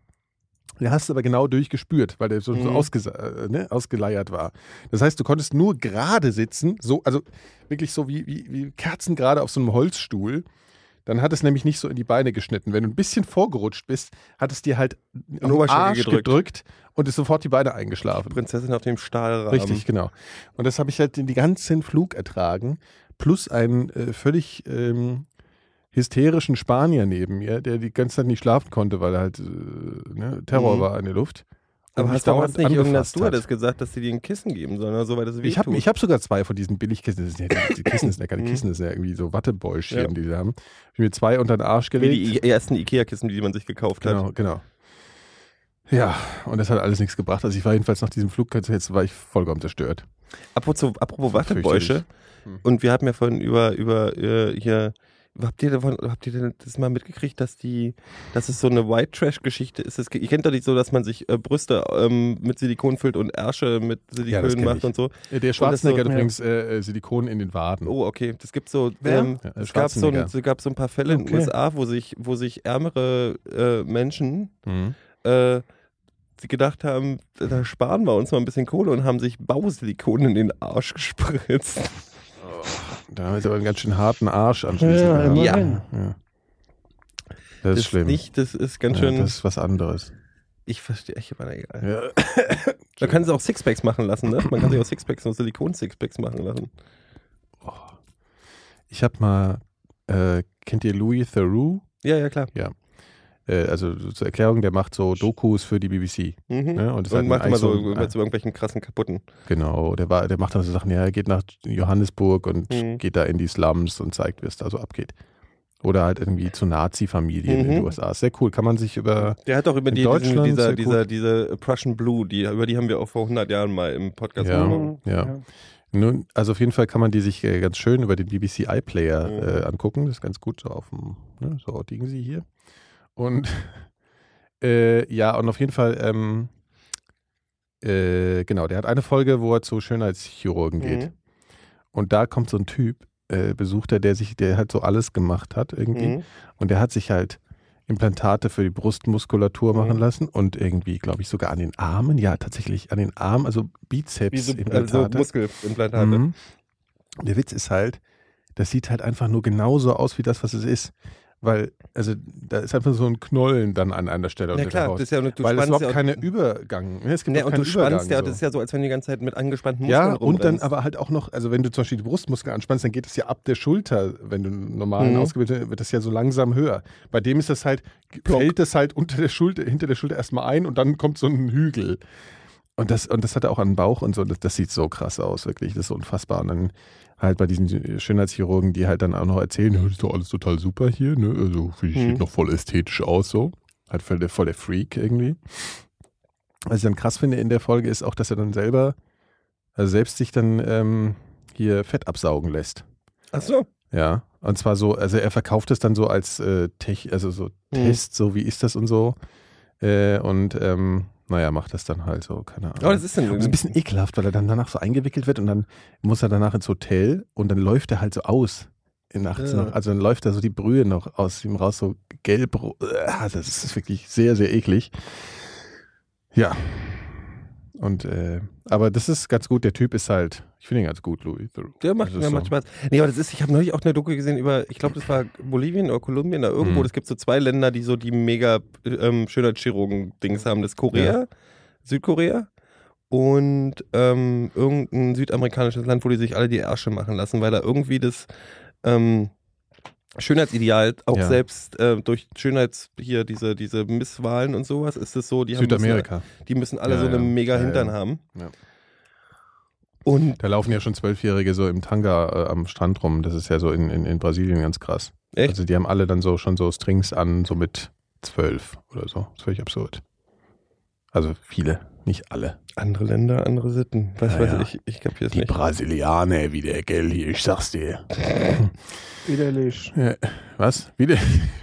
Den hast du aber genau durchgespürt, weil der so, so Mhm. ausges äh, ne, ausgeleiert war. Das heißt, du konntest nur gerade sitzen, so, also wirklich so wie, wie, wie kerzengerade auf so einem Holzstuhl. Dann hat es nämlich nicht so in die Beine geschnitten. Wenn du ein bisschen vorgerutscht bist, hat es dir halt am Oberschenkel Arsch gedrückt. gedrückt und ist sofort die Beine eingeschlafen. Prinzessin auf dem Stahlrahmen. Richtig, genau. Und das habe ich halt den ganzen Flug ertragen, plus einen äh, völlig ähm, hysterischen Spanier neben mir, der die ganze Zeit nicht schlafen konnte, weil halt äh, ne, Terror Mhm. war in der Luft. Und Aber mich hast du dauernd damals nicht irgendeiner angefasst Stewardess hat. gesagt, dass sie dir ein Kissen geben sollen, oder so, weil das Ich habe wehtut? ich hab sogar zwei von diesen Billigkissen. Das sind ja, die Kissen sind ja keine Mhm. Kissen, das sind ja irgendwie so Wattebäuschen, Ja. die sie haben. Hab ich mir zwei unter den Arsch Wie gelegt. die ersten Ikea-Kissen, die man sich gekauft Genau, hat. genau. Ja, und das hat alles nichts gebracht. Also ich war jedenfalls nach diesem Flug, jetzt war ich vollkommen zerstört. Apropos, apropos Wattebäusche. Hm. Und wir haben ja vorhin über, über äh, hier, habt ihr, davon, habt ihr denn das mal mitgekriegt, dass die, dass es so eine White Trash-Geschichte ist? Es, ihr kennt doch nicht so, dass man sich äh, Brüste ähm, mit Silikon füllt und Ärsche mit Ja, das Silikon kenn macht ich. und so. Der Schwarzenegger so- hat übrigens äh, äh, Silikon in den Waden. Oh, okay. Das gibt so, Wer? ähm, Ja, es, gab so ein, Schwarzenegger. es gab so ein paar Fälle in den Okay. U S A, wo sich, wo sich ärmere äh, Menschen Mhm. äh, sie gedacht haben, da sparen wir uns mal ein bisschen Kohle und haben sich Bausilikon in den Arsch gespritzt. Da haben sie aber einen ganz schön harten Arsch anschließend. Ja, gehabt. immerhin. Ja. Das ist schlimm. Nicht, das ist ganz ja, schön. das ist was anderes. ich verstehe, ich aber egal. Ja. Man kann sich auch Sixpacks machen lassen, ne? Man kann sich auch Sixpacks und Silikon-Sixpacks machen lassen. Ich habe mal, äh, kennt ihr Louis Theroux? Ja, ja, klar. Äh, also zur Erklärung, der macht so Dokus für die B B C. Mhm. Ne? Und das Und hat macht immer eigentlich so, so- über zu irgendwelchen krassen kaputten. Genau, der, war, der macht dann so Sachen, ja, er geht nach Johannesburg und Mhm. geht da in die Slums und zeigt, wie es da so abgeht. Oder halt irgendwie zu Nazi-Familien in Mhm. den U S A. Sehr cool, kann man sich über... Der hat auch über In die, diesen, Deutschland dieser, sehr dieser, gut. diese Prussian Blue, die, über die haben wir auch vor hundert Jahren mal im Podcast Ja. gesprochen. Ja. Nun, also auf jeden Fall kann man die sich äh, ganz schön über den B B C iPlayer Mhm. äh, angucken. Das ist ganz gut so auf dem, ne, so liegen sie hier. Und äh, ja, und auf jeden Fall, ähm, äh, genau, der hat eine Folge, wo er zu Schönheitschirurgen geht. Mhm. Und da kommt so ein Typ, äh, besucht er, der sich, der halt so alles gemacht hat irgendwie. Mhm. Und Und der hat sich halt Implantate für die Brustmuskulatur Mhm. machen lassen und irgendwie, glaube ich, sogar an den Armen. Ja, tatsächlich an den Armen, also Wie so, Bizeps-Implantate. also Muskelimplantate. Mhm. Der Witz ist halt, das sieht halt einfach nur genauso aus wie das, was es ist. weil, also da ist einfach so ein Knollen dann an einer Stelle. Ja unter der klar, Haut. das ist ja, du weil es spannst überhaupt ja auch, keine Übergang. Ne, es gibt ne, auch und keinen du spannst Übergang, ja, so. das ist ja so, als wenn du die ganze Zeit mit angespannten Muskeln Ja, und dann rumrennst. aber halt auch noch, also wenn du zum Beispiel die Brustmuskeln anspannst, dann geht es ja ab der Schulter, wenn du normal Mhm. ausgebildet bist, wird das ja so langsam höher. Bei dem ist das halt, fällt das halt unter der Schulter, hinter der Schulter erstmal ein und dann kommt so ein Hügel. Und das, und das hat er auch an den Bauch und so, das, das sieht so krass aus, wirklich, das ist so unfassbar. Und dann halt bei diesen Schönheitschirurgen, die halt dann auch noch erzählen, das ist doch alles total super hier, ne? Also finde ich, Mhm. sieht noch voll ästhetisch aus, so. Halt voll der, voll der Freak irgendwie. Was ich dann krass finde in der Folge ist auch, dass er dann selber, also selbst sich dann ähm, hier Fett absaugen lässt. Ach so. Ja. Und zwar so, also er verkauft es dann so als äh, Tech, also so Mhm. Test, so wie ist das und so. Äh, und ähm, naja, macht das dann halt so, keine Ahnung. Aber das ist dann Das ist ein bisschen ekelhaft, weil er dann danach so eingewickelt wird und dann muss er danach ins Hotel und dann läuft er halt so aus. In nachts Ja. noch. Also dann läuft da so die Brühe noch aus ihm raus, so gelb. Das ist wirklich sehr, sehr eklig. Ja. Und, äh, aber das ist ganz gut. Der Typ ist halt, ich finde ihn ganz gut, Louis. Der macht, Das ist der so. macht Spaß. Nee, aber das ist, ich habe neulich auch eine Doku gesehen über, ich glaube, das war Bolivien oder Kolumbien oder irgendwo. Mhm. Es gibt so zwei Länder, die so die mega ähm, Schönheitschirurgen-Dings haben. Das ist Korea, Südkorea und ähm, irgendein südamerikanisches Land, wo die sich alle die Ärsche machen lassen, weil da irgendwie das ähm, Schönheitsideal auch Ja. selbst äh, durch Schönheits, hier diese, diese Misswahlen und sowas, ist es so, die haben Südamerika. Müssen, die müssen alle Ja, so eine ja. mega Ja, Hintern ja. haben. Ja. Und Da laufen ja schon Zwölfjährige so im Tanga äh, am Strand rum. Das ist ja so in, in, in Brasilien ganz krass. echt? Also die haben alle dann so schon so Strings an, so mit zwölf oder so. Das ist völlig absurd. Also viele, nicht alle. Andere Länder, andere Sitten. Was Ja, weiß ja. ich, ich kapiere es Die nicht. Brasilianer wieder, gell, hier, ich sag's dir. Widerlich. Ja, was? Wieder?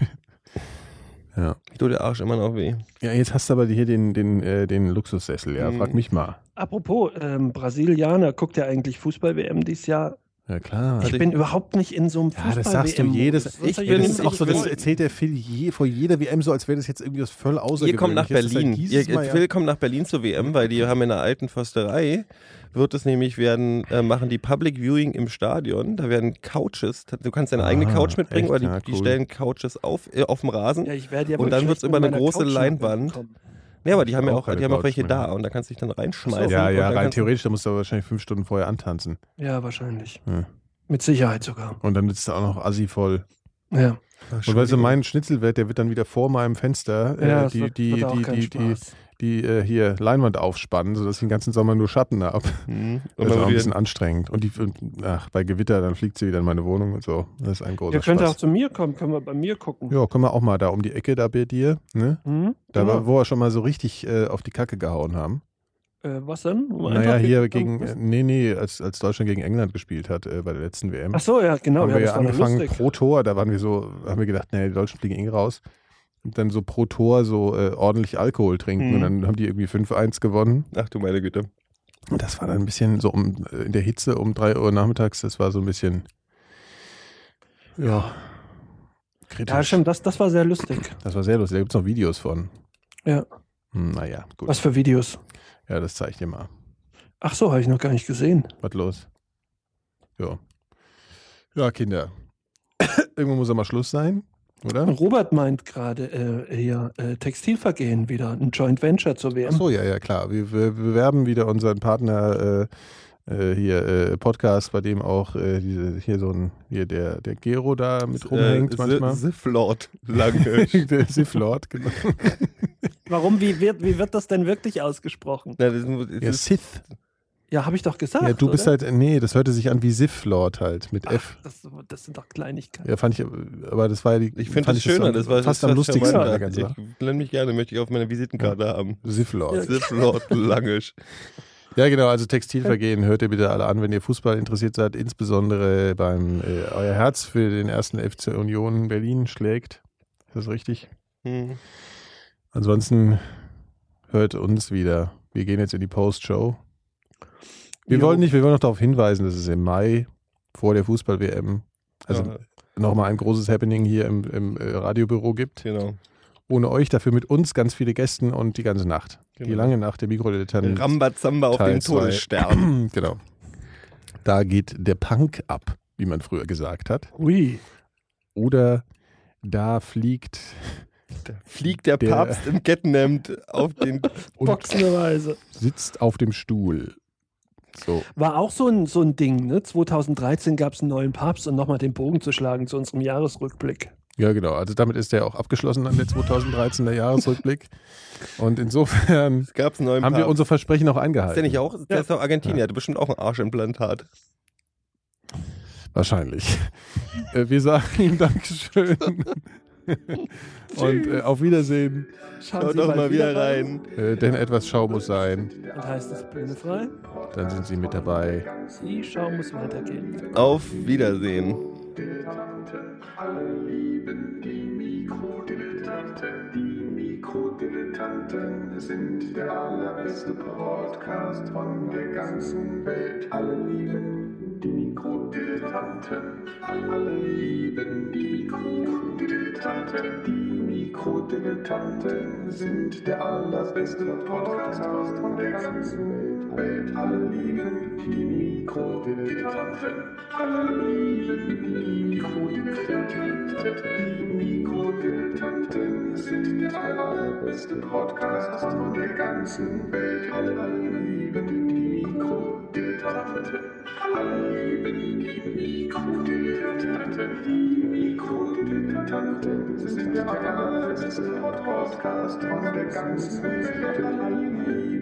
Ja. Ich tue der Arsch immer noch weh. Ja, jetzt hast du aber hier den, den, äh, den Luxussessel, ja. Mhm. Frag mich mal. Apropos, ähm, Brasilianer, guckt ja eigentlich Fußball-W M dieses Jahr. Ja, klar. Ich Also bin überhaupt nicht in so einem Ja, das sagst du Fußball-W M-Modus. jedes. Was Ich soll bin, denn das ist auch so, das wollen? erzählt der Phil je, vor jeder W M so, als wäre das jetzt irgendwie was voll außergewöhnliches. Ihr kommt nach Das ist halt Berlin. dieses Ihr, Mal, ja. Phil kommt nach Berlin zur W M, weil die haben in der alten Försterei, wird es nämlich werden, äh, machen die Public Viewing im Stadion. Da werden Couches, du kannst deine eigene Ah, Couch mitbringen, echt? weil die, Ja, die cool. stellen Couches auf, äh, auf dem Rasen. Ja, ich werde ja Und wohl dann schlecht wird's mit über eine meiner große Couch Leinwand. nachkommen. Ja, aber die haben ja Auch auch, keine die haben auch Couch welche mehr. da und da kannst du dich dann reinschmeißen. Ja, und ja, dann rein kannst du- theoretisch, da musst du wahrscheinlich fünf Stunden vorher antanzen. Ja, wahrscheinlich. Ja. Mit Sicherheit sogar. Und dann sitzt du auch noch assi voll. Ja, Und weißt du, mein Schnitzelwert, der wird dann wieder vor meinem Fenster äh, ja das die, wird, die, wird auch die, kein die, die, Spaß. die äh, hier Leinwand aufspannen, sodass ich den ganzen Sommer nur Schatten habe. Mhm. Das Und ist auch man ein wieder, bisschen anstrengend. Und, die, und ach, bei Gewitter, dann fliegt sie wieder in meine Wohnung und so. Das ist ein großer Ihr könnt auch Spaß. zu mir kommen, können wir bei mir gucken. Ja, können wir auch mal da um die Ecke da bei dir, ne? Hm? Da Genau. war, wo wir schon mal so richtig äh, auf die Kacke gehauen haben. Äh, was denn? Naja, Einfach hier gegen- gegen, äh, nee, nee, als, als Deutschland gegen England gespielt hat äh, bei der letzten W M. Ach so, ja, genau. haben Ja, wir das ja war noch angefangen lustig. pro Tor, da waren wir so, haben wir gedacht, nee, die Deutschen fliegen eh raus. Und dann so pro Tor so äh, ordentlich Alkohol trinken Mhm. und dann haben die irgendwie fünf eins gewonnen. ach du meine Güte. Und das war dann ein bisschen so um, äh, in der Hitze um drei Uhr nachmittags, das war so ein bisschen, ja, kritisch. Ja, stimmt, das, das war sehr lustig. Das war sehr lustig, da gibt es noch Videos von. Ja. Hm, naja, gut. Was für Videos? Ja, das zeige ich dir mal. Ach so, habe ich noch gar nicht gesehen. Was los? Ja. Ja, Kinder. Irgendwo muss ja mal Schluss sein, oder? Robert meint gerade äh, hier äh, Textilvergehen wieder, ein Joint Venture zur W M. Ach so, ja, ja, klar. Wir, wir bewerben wieder unseren Partner äh, äh, hier, äh, Podcast, bei dem auch äh, diese, hier so ein, hier der, der Gero da mit rumhängt äh, manchmal. Sif-Lord lange. Der Sith-Lord, genau. Warum, wie wird, wie wird das denn wirklich ausgesprochen? Na, das, das Ja, ist, Sith. Ja, habe ich doch gesagt. Ja, du bist oder? halt, nee, das hörte sich an wie Sith-Lord halt, mit F. Ach, das, das sind doch Kleinigkeiten. Ja, fand ich, aber das war ja die. ich finde fand das schöner. so Das war fast das am war lustigsten charmanter. an der ganzen Sache. Ich nenne mich gerne, möchte ich auf meiner Visitenkarte haben. Sith-Lord. Ja. Sif-Lord Langisch. Ja, genau, also Textilvergehen hört ihr bitte alle an, wenn ihr Fußball interessiert seid, insbesondere beim äh, euer Herz für den ersten F C Union Berlin schlägt. Ist das richtig? Hm. Ansonsten hört uns wieder. Wir gehen jetzt in die Post-Show. Wir Jo. wollen nicht, wir wollen noch darauf hinweisen, dass es im Mai vor der Fußball-W M, also Ja, nochmal ein großes Happening hier im, im äh, Radiobüro gibt. genau. Ohne euch, dafür mit uns ganz viele Gästen und die ganze Nacht. Die Genau. lange Nacht der Mikrodilettanten. Rambazamba auf Teil den zwei. Todesstern. Genau. Da geht der Punk ab, wie man früher gesagt hat. Ui. Oder da fliegt, Da fliegt der, Der- Papst im Kettenhemd auf den und Boxenderweise. sitzt auf dem Stuhl. So. War auch so ein, so ein Ding, ne? zwanzig dreizehn gab es einen neuen Papst und nochmal den Bogen zu schlagen zu unserem Jahresrückblick. Ja, genau. Also damit ist der auch abgeschlossen an der zwanzig dreizehn der Jahresrückblick. Und insofern Es gab einen neuen haben wir Papst. unsere Versprechen auch Ist der eingehalten. nicht auch? Der ist doch Argentinier, Ja. hat bestimmt auch ein Arschimplantat. Wahrscheinlich. äh, wir sagen ihm Dankeschön. Und äh, auf Wiedersehen. Schauen Schaut Sie doch bald mal wieder rein. Äh, denn etwas Schau muss sein. Und heißt es Bühne frei? Dann sind Sie mit dabei. Die Schau muss weitergehen. Auf Wiedersehen. Alle lieben die Mikrodilettanten. Die Mikrodilettanten sind der allerbeste Podcast von der ganzen Welt. Alle lieben die Mikrodilettanten. Alle lieben die Mikrodilettanten. Die Mikrodilettanten sind der allerbeste Podcast von der ganzen Welt. Alle lieben die Mikrodilettanten. Alle lieben die Mikrodilettanten. Die Mikrodilettanten sind der allerbeste Podcast von der ganzen Welt. Alle lieben die Mikrodilettanten. Alle lieben die Mikrodilettanten. Die Mikrodilettanten sind der allerbeste Podcast von der ganzen Welt. Alle lieben